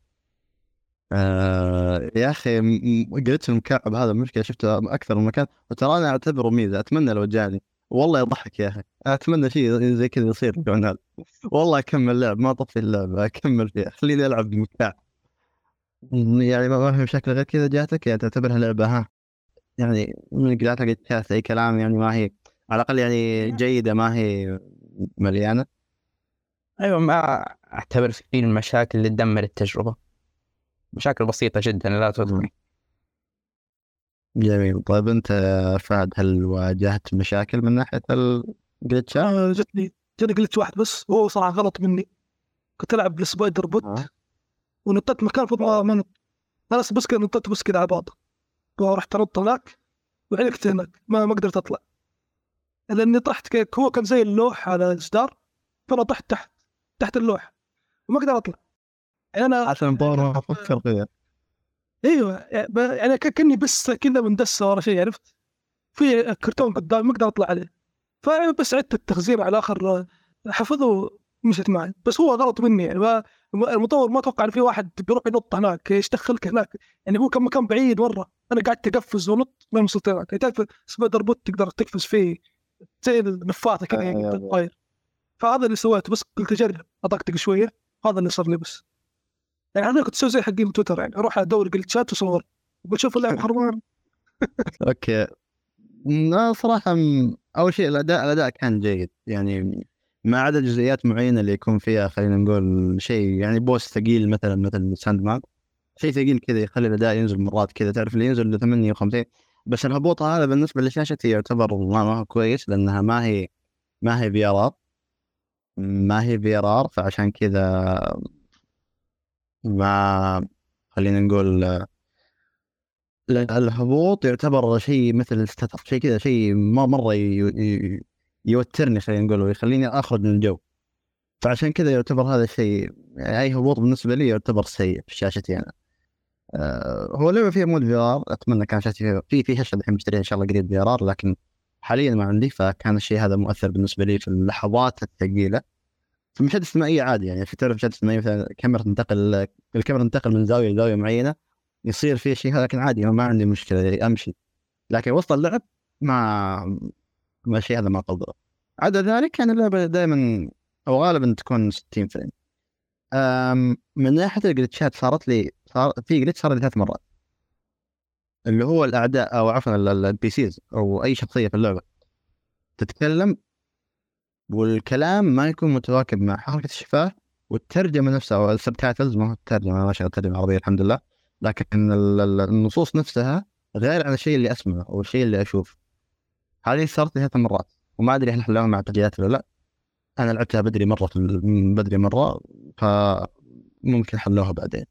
يا أخي قلت المكعب هذا مشكلة شفته أكثر من مكان، وترى أنا أعتبره ميزة. أتمنى لو جاني والله يضحك يا أخي، أتمنى شيء زي كذا يصير في عناد. والله أكمل لعب، ما طفي اللعبة أكمل فيها، خليني ألعب بمكعب. يعني ما في مشاكل غير كذا جاتك؟ يعني تعتبرها لعبة يعني من قلتها قلت أي كلام، يعني ما هي على الأقل يعني جيدة، ما هي مليانة. أيوة، ما أعتبر في المشاكل اللي تدمر التجربة، مشاكل بسيطة جدا لا تذكر. جميل. طيب أنت فهد، هل واجهت مشاكل من ناحية الجلتشات؟ جاني جلتش واحد بس، وهو صراحة غلط مني. كنت ألعب بالسبايدر بوت ونطت مكان فوق ما نط، أنا بس كده نطت بس كده على بعض، ورحت أنط هناك وعلقت هناك، ما قدرت أطلع لأني طحت هو كان زي اللوح على الجدار، فأنا طحت تحت اللوح وما أقدر أطلع. يعني أنا عشان طور ما أفكر فيها. ايوه يعني كأني بس كذا مندسه ورا شيء، عرفت، في كرتون قدام ما اقدر اطلع عليه، فبس عدت التخزين على الاخر حفظه مشت معي. بس هو غلط مني، يعني المطور ما توقع ان في واحد بيروح ينط هناك، ايش دخلك هناك؟ يعني هو كان مكان بعيد مره، انا قعدت اقفز ونط ما وصلت هناك. يعني تعرف سبايدر بوت تقدر تقفز فيه زي النفاثه كذا طاير، فهذا اللي سويته. بس قلت اجرب اطقطق شويه، هذا اللي صار لي. بس يعني انا كنت اسوي زي حقين تويتر، يعني اروح ادور جلتشات وصور وبشوف اللعبه حرمان. اوكي. لا صراحة اول شيء الاداء كان جيد، يعني ما عدا جزئيات معينة اللي يكون فيها خلينا نقول شيء يعني بوس ثقيل، مثل ساند مان، شيء ثقيل كذا يخلي الاداء ينزل مرات كذا، تعرف اللي ينزل ل 58. بس الهبوط هذا بالنسبة لشاشتي يعتبر ما هو كويس، لانها ما هي في ار. ما هي VR، فعشان كذا ما خلينا نقول الهبوط يعتبر شيء مثل الستاتر، شيء كذا، شيء ما مرة يوترني خلينا نقول، ويخليني أخرج من الجو. فعشان كذا يعتبر هذا الشيء، يعني أي هبوط بالنسبة لي يعتبر سيء في شاشتي أنا. هو لعبة فيها مود VR، أتمنى كان شاشتي في هشة الحين بشتريها إن شاء الله قريب VR، لكن حاليا ما عندي. فكان الشيء هذا مؤثر بالنسبة لي في اللحظات الثقيلة. في المشاهد السينمائية عادي، يعني في تعرف مشاهد السينمائية مثلا الكاميرا تنتقل من زاوية لزاوية معينة، يصير في شيء، لكن عادي ما عندي مشكلة أمشي. لكن وسط اللعب ما الشيء هذا ما قدره. عدا ذلك كان اللعبة دائما أو غالبا تكون 60 فريم. من ناحية الجلتشات صار في جلتش صار لي 3 مرات، اللي هو الأعداء أو عفوا البي سيز أو أي شخصية في اللعبة تتكلم والكلام ما يكون متواكب مع حركة الشفاه والترجمة نفسها أو السبتايتلز. ما هو الترجمة، ما شغل ترجمة عربية الحمد لله، لكن النصوص نفسها غير عن الشيء اللي أسمعه أو الشيء اللي أشوف. هذه صارت لي 3 مرات، وما أدري هل حلوها مع تسجيلات ولا لا. أنا لعبتها بدري مرة، فممكن حلوها بعدين.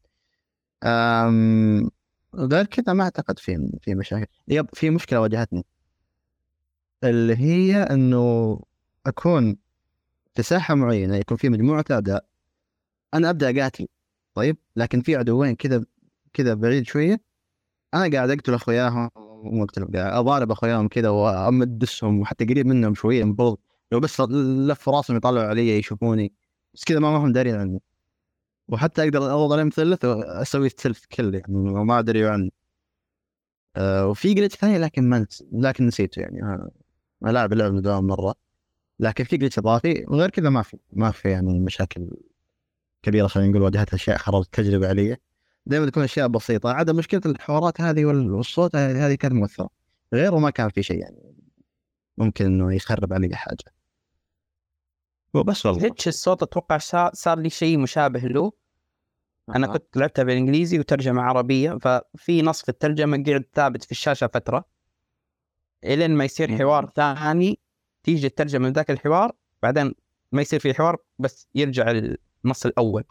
غير كذا ما أعتقد في مشاكل. في مشكلة واجهتني، اللي هي إنه أكون في ساحة معينة، يكون في مجموعة أعداء، أنا أبدأ أقاتل، طيب لكن في عدوين كذا بعيد شوية، أنا قاعد أقتل أخوياهم قاعد أضارب أخوياهم كذا وأمدسهم، وحتى قريب منهم شوية المفروض لو بس لف راسهم يطلعوا علي يشوفوني، بس كذا ما هم دارين عني. وحتى أقدر أضغط عليهم مثلث وأسوي سيلف كل يعني وما أدري عني. وفي جلتش ثاني لكن نسيته يعني. أنا لاعب اللعبة دوام مرة، لكن في جلتش إضافي. وغير كذا ما في يعني مشاكل كبيرة خلينا نقول واجهتها أشياء خربت التجربة علي. دائما تكون أشياء بسيطة، عدا مشكلة الحوارات هذه والصوت هذه كانت مؤثرة، غيره ما كان في شيء يعني ممكن إنه يخرب علي حاجة. وبس والله. هيتش الصوت أتوقع صار لي شيء مشابه له. أنا كنت لعبتها بالإنجليزي وترجمة عربية، ففي نص في الترجمة قاعد ثابت في الشاشة فترة إلين ما يصير حوار ثاني، تيجي الترجمة من ذاك الحوار، بعدين ما يصير في حوار بس يرجع النص الأول.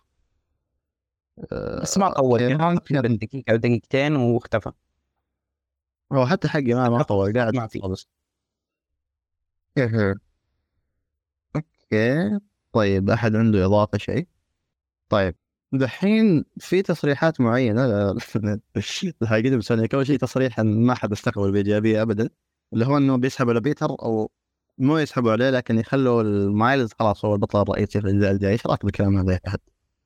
بس ما طول، يعني دقيقة أو دقيقتين واختفى. هو حتى حقي ما طول، قاعد ما في. خالص. اوكي طيب، احد عنده اضافه شيء؟ طيب دحين في تصريحات معينه الحقيقه بسوني، اول شيء تصريح ما حد استقبل بايجابيه ابدا، اللي هو انه بيسحبوا على بيتر، او مو يسحبوا عليه لكن يخلوا المايلز خلاص هو البطل الرئيسي في الجزء الجاي. ايش رايك بالكلام هذا يا فهد؟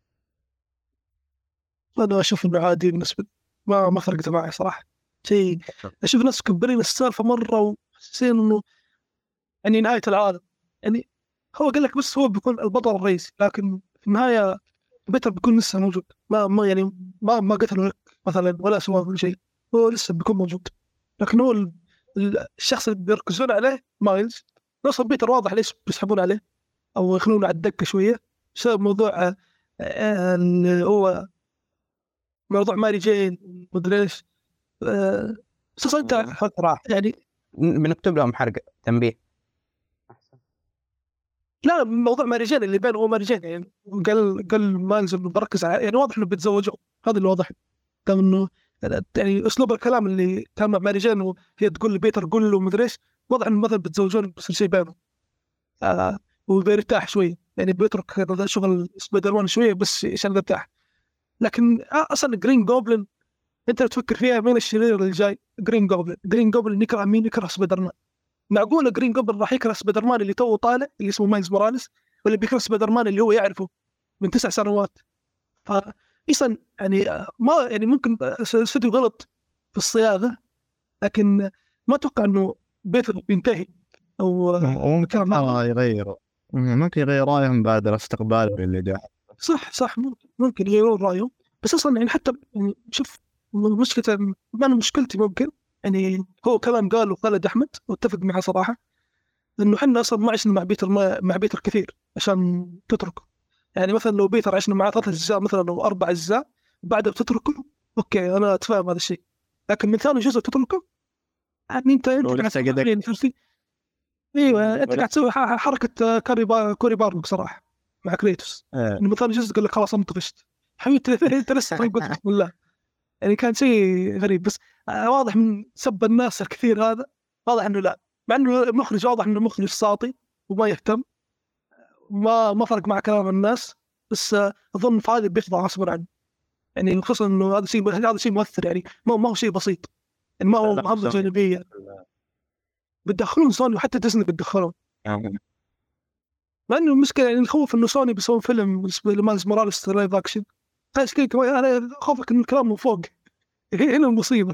أنا أشوف إنه عادي بالنسبة ما فرقت معي صراحة شيء. أشوف ناس كبرين السالفة مرة وحسين إنه يعني نهاية العالم. يعني هو قال لك بس هو بيكون البطل الرئيسي، لكن في النهاية بيتر بيكون لسه موجود. ما يعني ما قتلوا لك مثلا ولا سوى كل شيء، هو لسه بيكون موجود. لكن هو الشخص اللي بيركزون عليه مايلز. نص بيتر واضح ليش بيسحبون عليه أو يخلونه على الدكة شوية بسبب موضوع اللي هو موضوع ماري جين مدري ايش. اساسا انت راح يعني بنكتب لهم حرق تنبيه. لا، موضوع ماري جين اللي بينه وماري جين يعني قال مايلز انه بركز على، يعني واضح انه بيتزوجوا، هذا اللي واضح. كان انه يعني اسلوب الكلام اللي كان مع ماري جين وهي تقول لبيتر قول له مدري ايش، واضح انه مثلا بيتزوجون بس شيء بينهم. وبيرتاح شويه، يعني بيترك هذا شغل سبايدر مان شويه بس عشان يرتاح. لكن اصلا جرين جوبلن انت تفكر فيها مين الشرير اللي جاي؟ جرين جوبلن يكره مين؟ يكره سبايدر مان. معقوله جرين جوبلن راح يكره سبايدر مان اللي توه طالع اللي اسمه مايلز موراليس، ولا بيكره سبايدر مان اللي هو يعرفه من 9 سنوات؟ فايضا يعني ما يعني ممكن الاستوديو غلط في الصياغه، لكن ما اتوقع انه بيتر بينتهي او ممكن ممكن يغير رايهم بعد الاستقبال اللي جاء. صح ممكن يغيرون رايهم. بس اصلا يعني حتى يعني شوف مشكلة، أنا مشكلتي ممكن يعني هو كلام قاله خالد أحمد واتفق معه صراحة، لأنه حنا أصلا ما عشنا مع بيتر كثير عشان تتركه. يعني مثلا لو بيتر عشنا معاه 3 أجزاء مثلا أو 4 أجزاء بعدها بتتركه، أوكي أنا أتفهم هذا الشيء. لكن من ثاني جزء تتركه، يعني أنت ايوه انت قاعد تسوي حركه كوري بارلوك صراحه مع كريتوس، انه مثلا جزء يقول لك خلاص انت طفشت حبيبي انت لسه طيب قلت بسم الله. يعني كان شيء غريب، بس واضح من سب الناس الكثير هذا واضح انه لا، مع انه المخرج واضح انه مخرج ساطي وما يهتم، ما فرق مع كلام الناس، بس اظن فادي بيخضع غصبا عنه، يعني خصوصا انه هذا شيء مؤثر، يعني ما هو شيء بسيط، يعني ما هو مهمة جانبية. بتدخلون سوني وحتى ديزني بتدخلون، مع انه المشكلة يعني الخوف انه سوني بيسوون فيلم لمايلز موراليس لايف اكشن، ايش كذا انا خوفك ان الكلام من فوق. هنا المصيبة.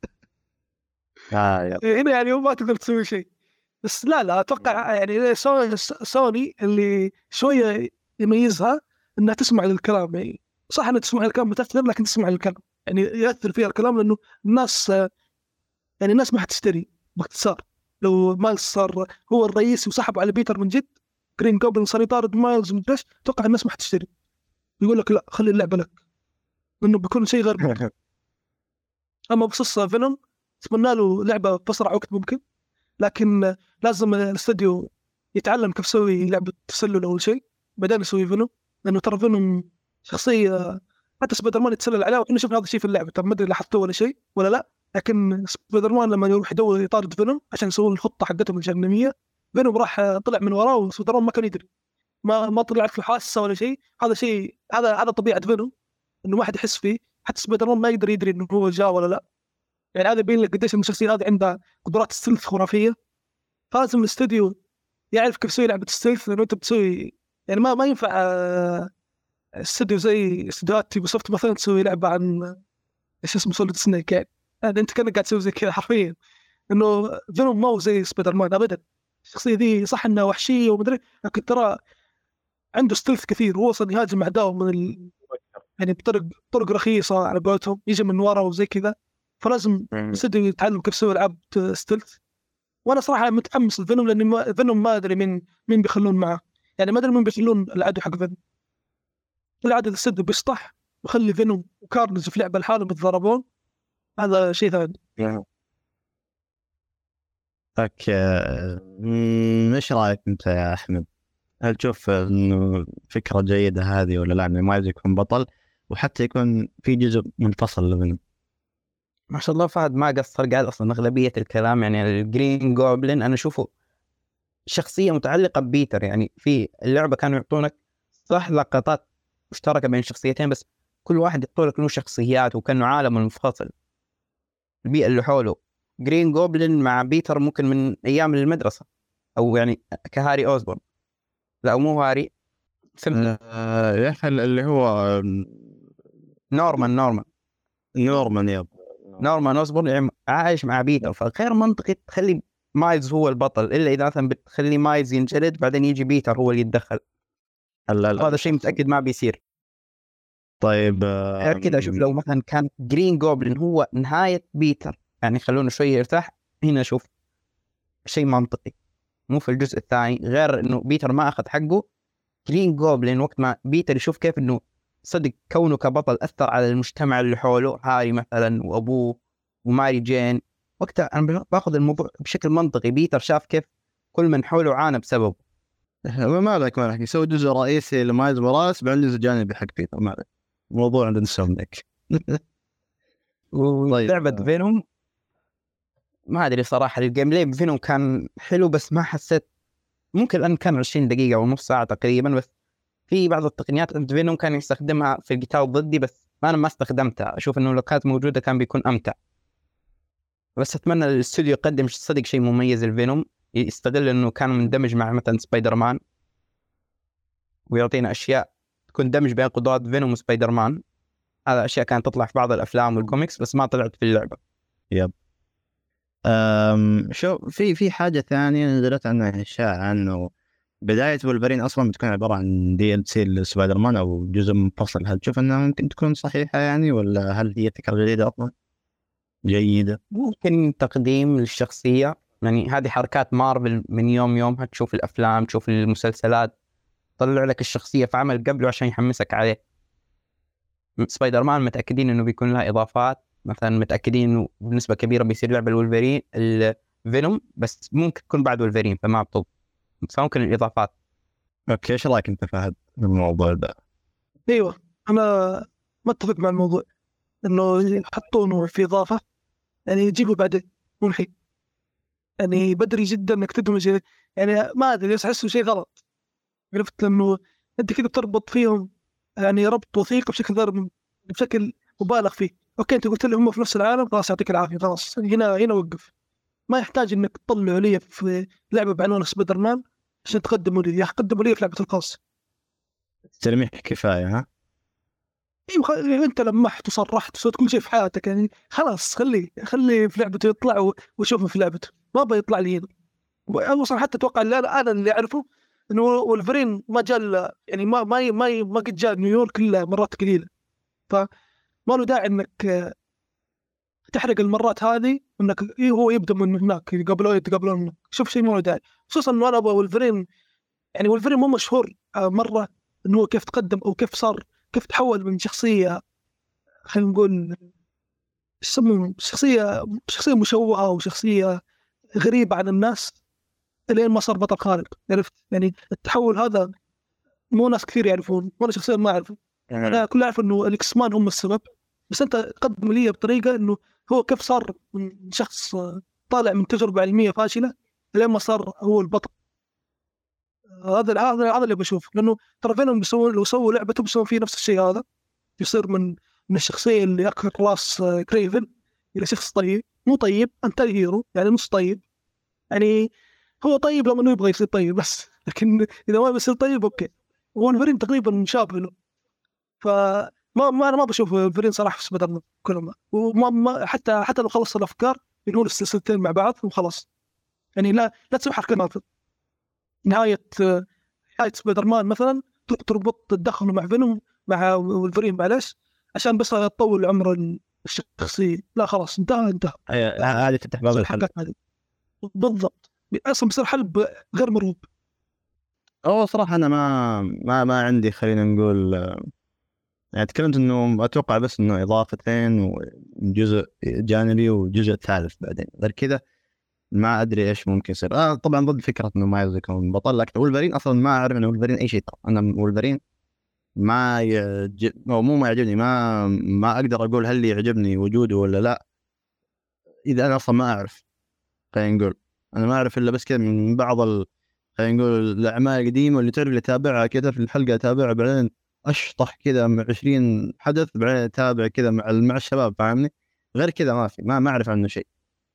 هنا يعني ما تقدر تسوي شيء. بس لا اتوقع يعني سوني اللي شويه يميزها انها تسمع للكلام، يعني صح انها تسمع للكلام متاثر، لكن تسمع للكلام يعني ياثر فيها الكلام، لانه الناس يعني الناس ما حتشتري. باختصار لو مايلز صار هو الرئيس وسحبوا على بيتر من جد، جرين جوبلin صار يطارد مايلز من ايش، اتوقع الناس ما حتشتري، يقول لك لا خلي اللعبه لك، لانه بيكون شيء غير ممكن. اما بخصوص فينوم اتمنى له لعبه باسرع وقت ممكن، لكن لازم الاستوديو يتعلم كيف يسوي لعبة تسلل أول شيء، بعدين يسوي فينوم، لأنه ترى فينوم شخصية حتى سبايدر مان يتسلل عليها، وإحنا شفنا هذا الشيء في اللعبة، طب ما أدري لاحظتوه ولا شيء ولا لا، لكن سبايدر مان لما يروح يدور يطارد فينوم عشان يسوون الخطة حقتهم الجهنمية، فينوم راح طلع من وراه وسبايدر مان ما كان يدري، ما طلعت له حاسة ولا شيء. هذا شيء هذا طبيعة فينوم، إنه واحد يحس فيه، حتى سبايدر مان ما يقدر يدري إنه هو جاء ولا لا. يعني هذا يبين لك قديش إن الشخصية هذه عندها قدرات ستيلث خرافية. فلازم الاستوديو يعرف كيف يسوي لعبة ستيلث، لأنه أنت بتسوي يعني ما ينفع استوديو زي استوديوهات تيبي سوفت مثلا تسوي لعبة عن ايش اسمه سوليد سنيك، يعني انت كأنك قاعد تسوي زي كذا حرفيا، انه فينوم ما هو زي سبايدر مان ابدا. الشخصية ذي صح انها وحشية ومدري، لكن ترى عنده ستيلث كثير، هو اصلا يهاجم اعدائه يعني بطرق رخيصة على قولتهم، يجي من ورا وزي كذا. فلازم الاستوديو يتعلم كيف يسوي العاب ستيلث. وانا صراحه متحمس لفينوم، لاني فينوم ما ادري مين بيخلون معه، يعني ما ادري مين بيخلون العدو حق فينوم. العدو السد بيشطح وخلي فينوم وكارنج في لعبه لحالهم بيتضاربون، هذا شيء ثاني. اوكي، ايش رايك انت يا احمد؟ هل تشوف انه فكره جيده هذه ولا لا، انه ما يكون بطل وحتى يكون في جزء منفصل لفينوم؟ ما شاء الله فهد ما قصر، قال أصلا أغلبية الكلام يعني الجرين جوبلin أنا أشوفه شخصية متعلقة ببيتر، يعني في اللعبة كانوا يعطونك صح لقطات مشتركة بين شخصيتين، بس كل واحد يعطوا لك له شخصيات وكأنه عالم منفصل. البيئة اللي حوله جرين جوبلin مع بيتر ممكن من أيام المدرسة، أو يعني كهاري أوزبورن، لا مو هاري، يا أخي اللي هو نورمان يب نورمان أوزبورن يعني عايش مع بيتر، فغير منطقي تخلي مايلز هو البطل، إلا إذا مثلا بتخلي مايلز ينجلد بعدين يجي بيتر هو اللي يتدخل. هذا شيء متأكد ما بيصير. طيب غير كذا أشوف لو مثلا كان جرين جوبلin هو نهاية بيتر، يعني خلونا شوية يرتاح هنا، أشوف شيء منطقي مو في الجزء الثاني، غير إنه بيتر ما أخذ حقه. جرين جوبلin وقت ما بيتر يشوف كيف إنه صدق كونه كبطل أثر على المجتمع اللي حوله، هاري مثلا وأبوه وماري جين، وقتها أنا باخذ الموضوع بشكل منطقي. بيتر شاف كيف كل من حوله عانى بسببه. ما لك يسوي جزء رئيسي لمايلز موراليس بعدين جزء جانبي حق بيتر، ما لك الموضوع عند انسومنيك. لعبة فينوم ما أدري صراحة، الجيم بلاي بفينوم كان حلو بس ما حسيت، ممكن لأن كان 20 دقيقة أو نص ساعة تقريبا، بس في بعض التقنيات عند فينوم كان يستخدمها في القتال ضدي، بس أنا ما استخدمتها. أشوف إنه لو كانت موجودة كان بيكون أمتع. بس أتمنى الاستوديو يقدم صدق شيء مميز لفينوم، يستغل إنه كان مندمج مع مثلا سبايدر مان، ويعطينا أشياء تكون دمج بين قدرات فينوم وسبايدر مان. هذا أشياء كانت تطلع في بعض الأفلام والكوميكس بس ما طلعت في اللعبة. يب. شو في حاجة ثانية نزلت عنها إشاعة أنه بداية وولفرين أصلا بتكون عبارة عن DLC لسبايدر مان أو جزء منفصل. هل تشوف أنها ممكن تكون صحيحة يعني، ولا هل هي فكرة جديدة أصلا جيدة؟ ممكن تقديم للشخصية، يعني هذه حركات مارفل من يومها، تشوف الأفلام تشوف المسلسلات طلع لك الشخصية في عمل قبله عشان يحمسك عليه. سبايدر مان متأكدين إنه بيكون لها إضافات، مثلا متأكدين إنه بنسبة كبيرة بيصير لعبة الولفرين فينوم بس ممكن تكون بعد ولفرين فما بطل، فممكن الإضافات. اوكي، ايش رايك انت فهد بالموضوع ده؟ ايوه، انا متفق مع الموضوع انه يحطونه في اضافه، يعني يجيبوا بعدين مو الحين، يعني بدري جدا انك تدمج. يعني ما ادري ليش احسه شيء غلط، عرفت؟ لانه انت كذا بتربط فيهم يعني ربط وثيق بشكل مبالغ فيه. اوكي انت قلت لي هم في نفس العالم، خلاص يعطيك العافيه، خلاص هنا وقف. ما يحتاج انك تطلعوا لي في لعبه بعنوان سبايدر مان عشان تقدموا لي، يا أخي قدموا لي في لعبه الخاص. تلميح كفايه ها. ايوه انت لمحت وصرحت وسويت كل شيء في حياتك، يعني خلاص خلي في لعبته يطلع وشوفه في لعبته، ما بيطلع لي هنا. اصلا حتى اتوقع اللي انا اللي اعرفه انه ولفرين ما جاء، يعني ما قد جاء نيويورك الا مرات قليله، فما له داعي انك تحرق المرات هذه، انك هو يبدا من هناك يتقابلون هناك. شوف شيء ما له داعي، خصوصا انه انا ابغى ولفرين. يعني ولفرين مو مشهور مره انه هو كيف تقدم او كيف صار، كيف تحول من شخصيه، خلينا نقول شخصيه مشوهه وشخصيه غريبه عن الناس، لين ما صار بطل خارق. عرفت؟ يعني التحول هذا مو ناس كثير يعرفون، ولا شخصيا ما اعرفه. انا كل اعرف انه الاكس مان هم السبب، بس انت قدم لي بطريقه انه هو كيف صار من شخص طالع من تجربه علميه فاشله لين ما صار هو البطل. هذا اللي بشوف، لانه ترى فينوم لو سووا لعبته بيسوون فيه نفس الشيء هذا، يصير من الشخصيه اللي اكثر كلاس كريفن الى شخص طيب، مو طيب انت هيرو يعني نص طيب. يعني هو طيب لما انه يبغى يصير طيب بس، لكن اذا ما بيصير طيب اوكي. وولفرين تقريبا مشابه له، انا ما بشوف ولفرين صراحه في سبايدر مان كلهم، حتى لو خلص الافكار ينقول السلسلتين مع بعض وخلاص. يعني لا تسوي حركه ناقصه. نهايه سبايدر مان مثلا تربط تدخله مع فينوم مع ولفرين، معلش عشان بس تطول عمر الشخصيه. لا خلاص انتهى. هذه تفتح باب الحل بالضبط، اصلا بصير حل غير مرغوب. صراحه انا ما عندي، خلينا نقول يعني تكلمت انه اتوقع بس انه اضافتين وجزء جانبي وجزء ثالث بعدين، غير كذا ما ادري ايش ممكن يصير. طبعا ضد فكره انه مايلز يكون بطل، لكن ولفرين اصلا ما اعرف انه ولفرين اي شيء. ترى انا ولفرين ما يعجب او مو ما يعجبني، ما اقدر اقول هل يعجبني وجوده ولا لا اذا انا اصلا ما اعرف. خلينا نقول انا ما اعرف الا بس كذا من بعض خلينا نقول الاعمال القديمه اللي تعرف اللي تابعها كذا في الحلقه، اتابعها بعدين اشطح كذا مع 20 حدث، بعدين اتابع كذا مع الشباب، فاهمني؟ غير كذا ما اعرف عنه شيء،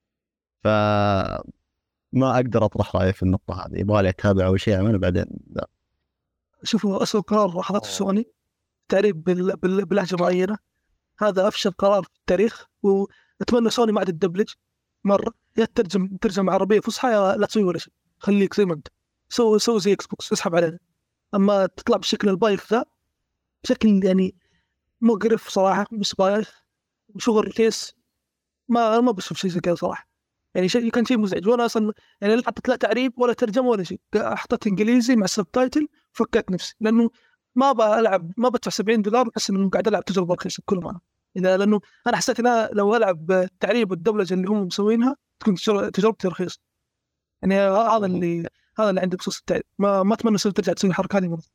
فما اقدر اطرح رايي في النقطه هذه. يبغى لي اتابع اول شيء اعمله بعدين لا. شوفوا أسوأ قرار أخذته سوني تعريب بلهجة معينة، هذا أفشل قرار في التاريخ. وأتمنى سوني ما عاد تدبلج مرة، يا ترجم عربية فصحى يا لا تسوي ولا شيء، خليك زي ما أنت. سو زي إكس بوكس، اسحب علينا. أما تطلع بالشكل البايخ ذا، بشكل يعني مقرف صراحة، مش بايخ وشغل كيس. ما بشوف شيء زي كذا صراحة. يعني كان شيء مزعج. وأنا أصلا يعني لا حطيت لا تعريب ولا ترجمة ولا شيء، حطيت إنجليزي مع السبتايتل، فكيت نفسي. لأنه ما بلعب، ما بدفع $70 بحس إنه قاعد ألعب تجربة رخيصة بكل مرة. لأنه أنا حسيت إن لو ألعب التعريب والدبلجة اللي هم مسوينها تكون تجربتي رخيصة. يعني هذا اللي عندي بخصوص التعريب. ما أتمنى ترجع تسوي الحركة هذه مرة.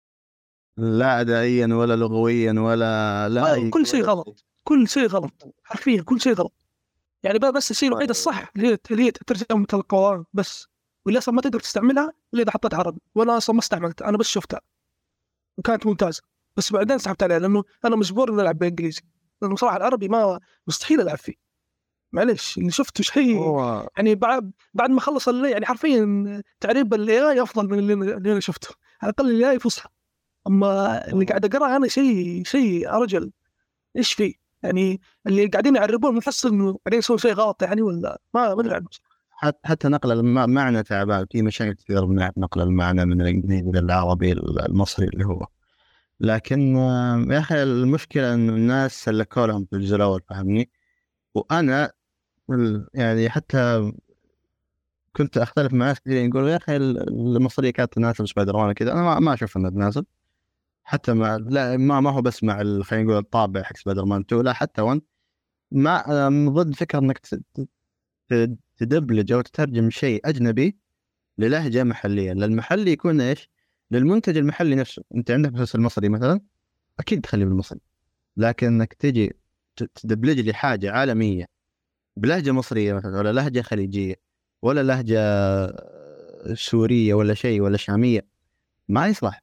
لا ادائيا ولا لغويا ولا لا، كل شيء غلط، كل شيء غلط، حرفيا كل شيء غلط. يعني بس الشيء الوحيد الصح اللي هي ترجمة القوائم بس، واللي اصلا ما تقدر تستعملها الا اذا حطيت عربي، وانا اصلا ما استعملتها، انا بس شفتها وكانت ممتازه، بس بعدين سحبت عليها لانه انا مجبور اني العب بالانجليزي، لانه صراحه العربي ما مستحيل العب فيه. معليش اللي شفته شيء يعني بعد ما خلص يعني حرفيا تعريب الاي افضل من اللي انا شفته، على الاقل الاي فصحى. اما اللي قاعد اقراه انا شيء ارجل. ايش فيه؟ يعني اللي قاعدين يعربون نحس انه قاعدين يسوون شيء غلط يعني، ولا ما ادري. حتى نقل المعنى تعبان، في مشاكل كثير من نقل المعنى من الانجليزي للعربي المصري اللي هو. لكن يا اخي المشكله انه الناس سلكوا لهم في الجزء الاول، فاهمني؟ وانا يعني حتى كنت اختلف مع ناس كثير يقولوا يا اخي المصريه كانت تناسب سبايدر مان كذا. انا ما اشوف انها تناسب، حتى ما هو بس مع خلينا نقول الطابع حق سبايدر مان 2، لا حتى 1. ما ضد فكره انك تدبلج او تترجم شيء اجنبي للهجه محليه، للمحلي يكون ايش؟ للمنتج المحلي نفسه. انت عندك مسلسل مصري مثلا، اكيد تخليه بالمصري، لكن انك تجي تدبلج لي حاجه عالميه بلهجه مصريه مثلا، ولا لهجه خليجيه، ولا لهجه سوريه، ولا شيء، ولا شاميه، ما يصلح.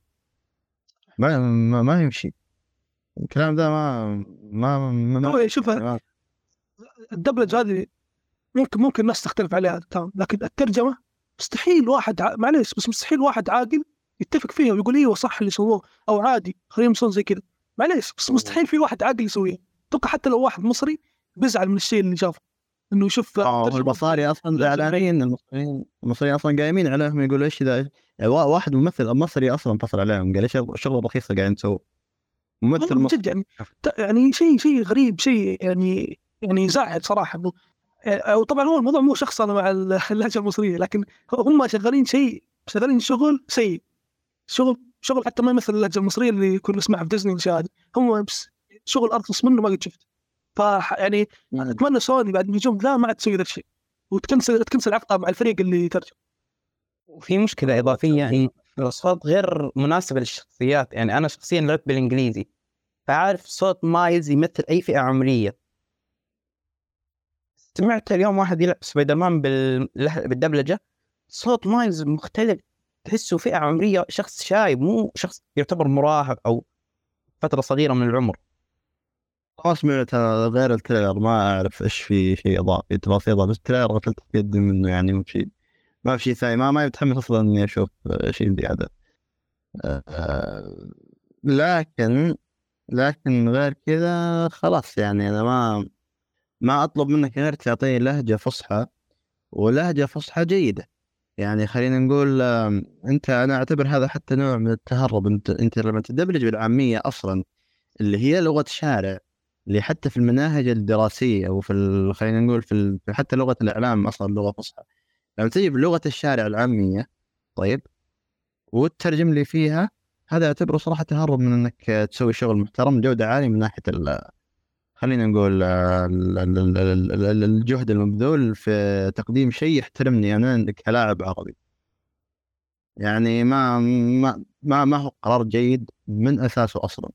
ما يمشي الكلام ده. هو شوف الدبلج هذه ممكن الناس تختلف عليها تمام، لكن الترجمة مستحيل واحد معليش بس مستحيل واحد عاقل يتفق فيها ويقول ايوه صح اللي سووه او عادي خليهم يسوون زي كذا. معليش بس مستحيل في واحد عاقل يسويه. اتوقع حتى لو واحد مصري بيزعل من الشيء اللي شافه، انه يشوف المصاري اصلا زعلانين. المصريين اصلا قايمين عليهم يقولوا ايش ذا. يعني واحد ممثل مصري اصلا فصل عليهم قال ايش شغل رخيصه قاعدين تسووا. ممثل مصري يعني شيء غريب، شيء يعني يزعل صراحه. وطبعا هو الموضوع مو شخص انا مع اللهجه المصريه، لكن هم شغالين شغل سيء. شغل حتى ما يمثل اللهجه المصريه اللي كنا نسمعها في ديزني والاشياء هذه. هم بس شغل ارخص منه ما قد شفت. يعني اتمنى سوني بعد نجوم لا ما عاد تسوي ذا الشيء، وتكنسل عقدها مع الفريق اللي يترجم. وفي مشكله اضافيه، يعني الاصوات غير مناسبه للشخصيات. يعني انا شخصيا لعبت بالانجليزي، فعارف صوت مايلز يمثل اي فئه عمريه. سمعت اليوم واحد يلعب سبايدر مان بالدبلجه، صوت مايلز مختلف، تحسه فئه عمريه، شخص شايب مو شخص يعتبر مراهق او فتره صغيره من العمر. ما سمعت غير التريلر، ما أعرف إيش في شيء إضافي تفاصيل، بس التريلر غفلت جدا منه. يعني ما في شيء ثاني، ما يتحمس أصلا إني أشوف شيء زيادة. لكن غير كذا خلاص. يعني أنا ما أطلب منك غير تعطيني لهجة فصحى، ولهجة فصحى جيدة. يعني خلينا نقول أنا أعتبر هذا حتى نوع من التهرب. أنت لما تدبلج بالعامية أصلا، اللي هي لغة شارع، اللي حتى في المناهج الدراسية خلينا نقول حتى لغة الإعلام أصلا لغة فصحى. لما تجي بلغة الشارع العامية طيب وتترجم لي فيها، هذا أعتبره صراحة تهرب من أنك تسوي شغل محترم جودة عالية من ناحية خلينا نقول الجهد المبذول في تقديم شيء يحترمني أنا كلاعب عربي. يعني ما هو قرار جيد من أساسه أصلا.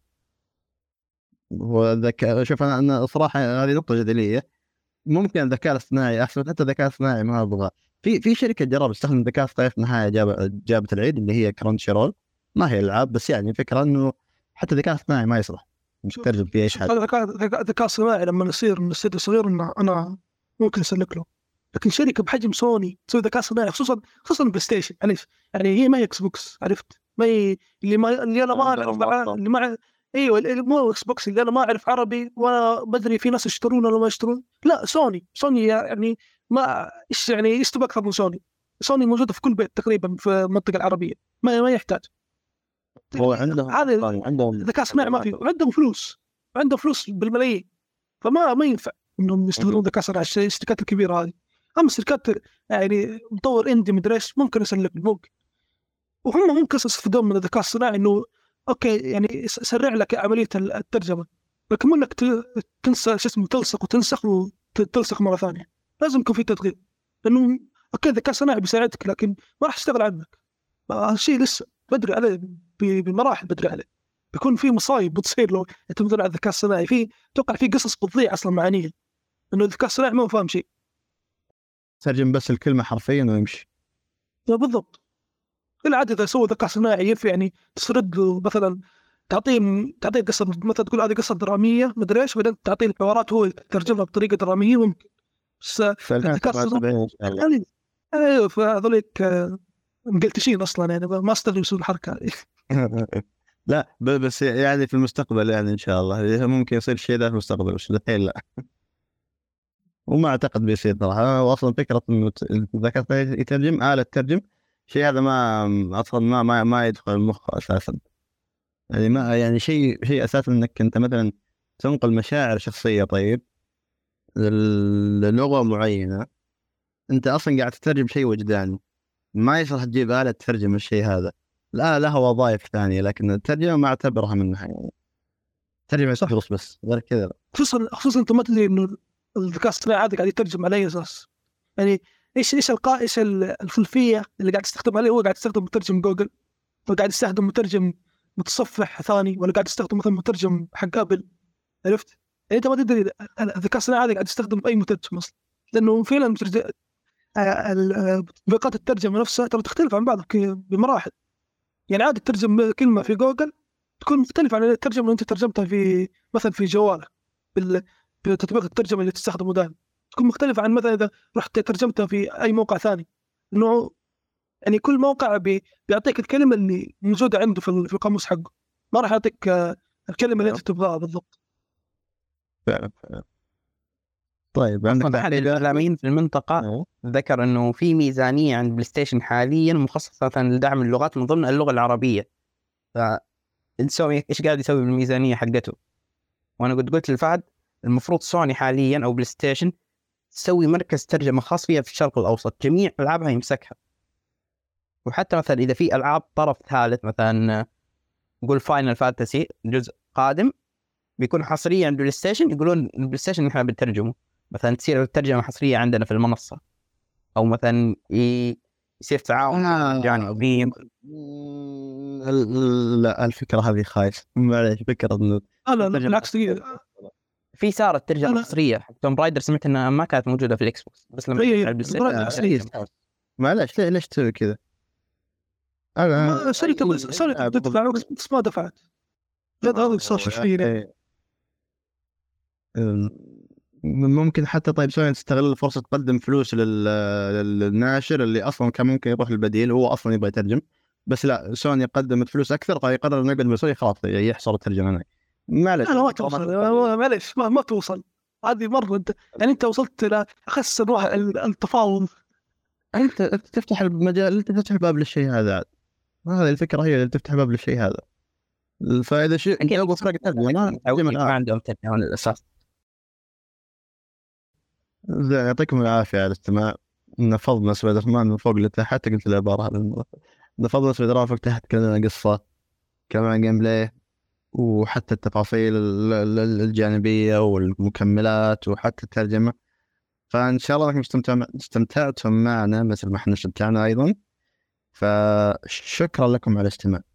شوف أنا صراحة هذه نقطة جدلية. ممكن الذكاء الاصطناعي أحسن، حتى الذكاء الاصطناعي ما أبغى. في شركة جرب تستخدم الذكاء الاصطناعي في النهاية جابت العيد اللي هي كرانشيرول. ما هي ألعاب، بس يعني الفكرة إنه حتى الذكاء الاصطناعي ما يصلح مش ترجم في أي حاجة. الذكاء الصناعي لما يصير صغير أنا ممكن أسلك له، لكن شركة بحجم سوني تسوي ذكاء صناعي خصوصا بلاي ستيشن، يعني هي ما هي اكس بوكس، عرفت؟ ما هي اللي انا ما اعرف اللي ما ايوه مو اكس بوكس اللي انا ما اعرف عربي ولا بدري في ناس يشترون ولا ما يشترون. لا سوني يعني ما ايش يعني يستوى اكثر من سوني موجوده في كل بيت تقريبا في المنطقه العربيه، ما يحتاج. هو عندهم ذكاء صناعي ما في، عندهم فلوس بالملايين، فما ينفع انهم يستخدمون ذكاء صناعي الشركات الكبيره هذه. اما الشركات يعني مطور اندي مدري ايش ممكن يسلك، ممكن وهم ممكن يستفيدون من الذكاء الصناعي انه اوكي يعني يسرع لك عمليه الترجمه، لكن مو انك تنسى تلصق وتنسخ وتلصق مره ثانيه. لازم يكون في تدقيق، لانه اوكي الذكاء الصناعي بيساعدك لكن ما راح يشتغل عنك. هالشيء لسه بدري عليه، بمراحل بدري عليه. بيكون في مصايب بتصير لو يعتمدون على الذكاء الصناعي. اتوقع في قصص بتضيع اصلا معانيها انه الذكاء الصناعي ما هو فاهم شيء، ترجم بس الكلمه حرفيا ويمشي. بالضبط. العادة إذا سووا ذكاء صناعي ينفع يعني تسرد له مثلا، تعطيه قصة، مثلا تقول هذه قصة درامية مدري إيش، بعدين تعطيه الحوارات هو يترجمها بطريقة درامية ممكن. بس الذكاء الصناعي أيوه فهذوليك مقلتشين أصلا، يعني ما استغلوا يسوون الحركة هذه. لا بس يعني في المستقبل يعني إن شاء الله ممكن يصير شيء ذا في المستقبل، بس الحين لا. وما أعتقد بيصير صراحة. وأصلا فكرة إنه الذكاء الصناعي يترجم آلة ترجم شيء هذا ما أصلا ما يدخل المخ أساسا. يعني ما يعني شيء أساسا إنك أنت مثلا تنقل مشاعر شخصية طيب للغة معينة، أنت أصلا قاعد تترجم شيء وجداني. ما يصلح تجيب آلة تترجم الشيء هذا. لا لها وظائف ثانية، لكن الترجمة ما أعتبرها منها. يعني ترجمة تدرس بس غير كذا. خصوصا أنت ما تدري إنه الذكاء الصناعي هذا قاعد يترجم على أي أساس. يعني ايش الخلفيه اللي قاعد تستخدم عليه. هو قاعد يستخدم مترجم جوجل، ولا قاعد يستخدم مترجم متصفح ثاني، ولا قاعد يستخدم مثلا مترجم حق ابل؟ عرفت؟ يعني انت ما تدري الذكاء الصناعي هذا قاعد يستخدم اي مترجم اصلا، لانه فعلا تطبيقات الترجمه نفسها ترى تختلف عن بعض بمراحل. يعني عادي تترجم كلمه في جوجل تكون مختلفه عن الترجمه اللي انت ترجمتها في مثلا في جوالك بتطبيق الترجمه اللي تستخدمه دائما، تكون مختلفه عن مثلا اذا رحت ترجمتها في اي موقع ثاني. انه يعني كل موقع بيعطيك الكلمه اللي موجوده عنده في القاموس حقه، ما راح يعطيك الكلمه اللي انت تبغاها بالضبط. فعلا. طيب عندك أحد تعقيبات؟ الإعلاميين في المنطقة ذكر إنه في ميزانية عند بلاي ستيشن حاليا مخصصة لدعم اللغات من ضمن اللغة العربية. فسوني إيش قاعد يسوي بالميزانية حقته؟ وأنا قلت للفهد المفروض سوني حاليا أو بلاي ستيشن تسوي مركز ترجمة خاص فيها في الشرق الأوسط، جميع ألعابها يمسكها. وحتى مثلا إذا في ألعاب طرف ثالث مثلا نقول فاينل فانتسي جزء قادم بيكون حصريا عند بلاي ستيشن، يقولون البلاي ستيشن نحن بنترجمه، مثلا تصير الترجمة حصرية عندنا في المنصة، أو مثلا يصير تعاون جانبي. لا الفكرة هذه خايس، معليش فكرة إنه لا بالعكس دقيقة. في صارت ترجمة حصرية حق توم رايدر، سمعت انها ما كانت موجودة في الاكس بوكس بس لما هي على البلاي ستيشن حصرية. معليش ليش تسوي كذا؟ سوني تدفع بس ما دفعت. هذا صار شيء ممكن حتى طيب سوني تستغل الفرصة تقدم فلوس للناشر اللي أصلا كان ممكن يروح للبديل، هو أصلا يبغى يترجم، بس لا سوني قدمت فلوس أكثر فيقرر إنه يقدم بسوني خلاص يحصر الترجمة هناك. معليش لا ما توصل، معليش ما توصل. هذه مرة يعني أنت وصلت إلى أخس أنواع التفاوض. أنت تفتح المجال، أنت تفتح الباب للشيء هذا. هذه الفكرة هي اللي تفتح باب للشيء هذا. الفائدة شيء يبغى فرق ترجمة ما عندهم ترجمة الأساس. زين يعطيكم العافية على الاستماع. نفضنا سبايدر مان من فوق لتحت، قلت العبارة هذه المرة. نفضنا سبايدر مان فوق تحت، تكلمنا عن قصة، تكلمنا عن جيم بلاي، وحتى التفاصيل الجانبية والمكملات وحتى الترجمة. فإن شاء الله أنكم استمتعتم معنا مثل ما احنا استمتعنا أيضا. فشكرا لكم على الاستماع.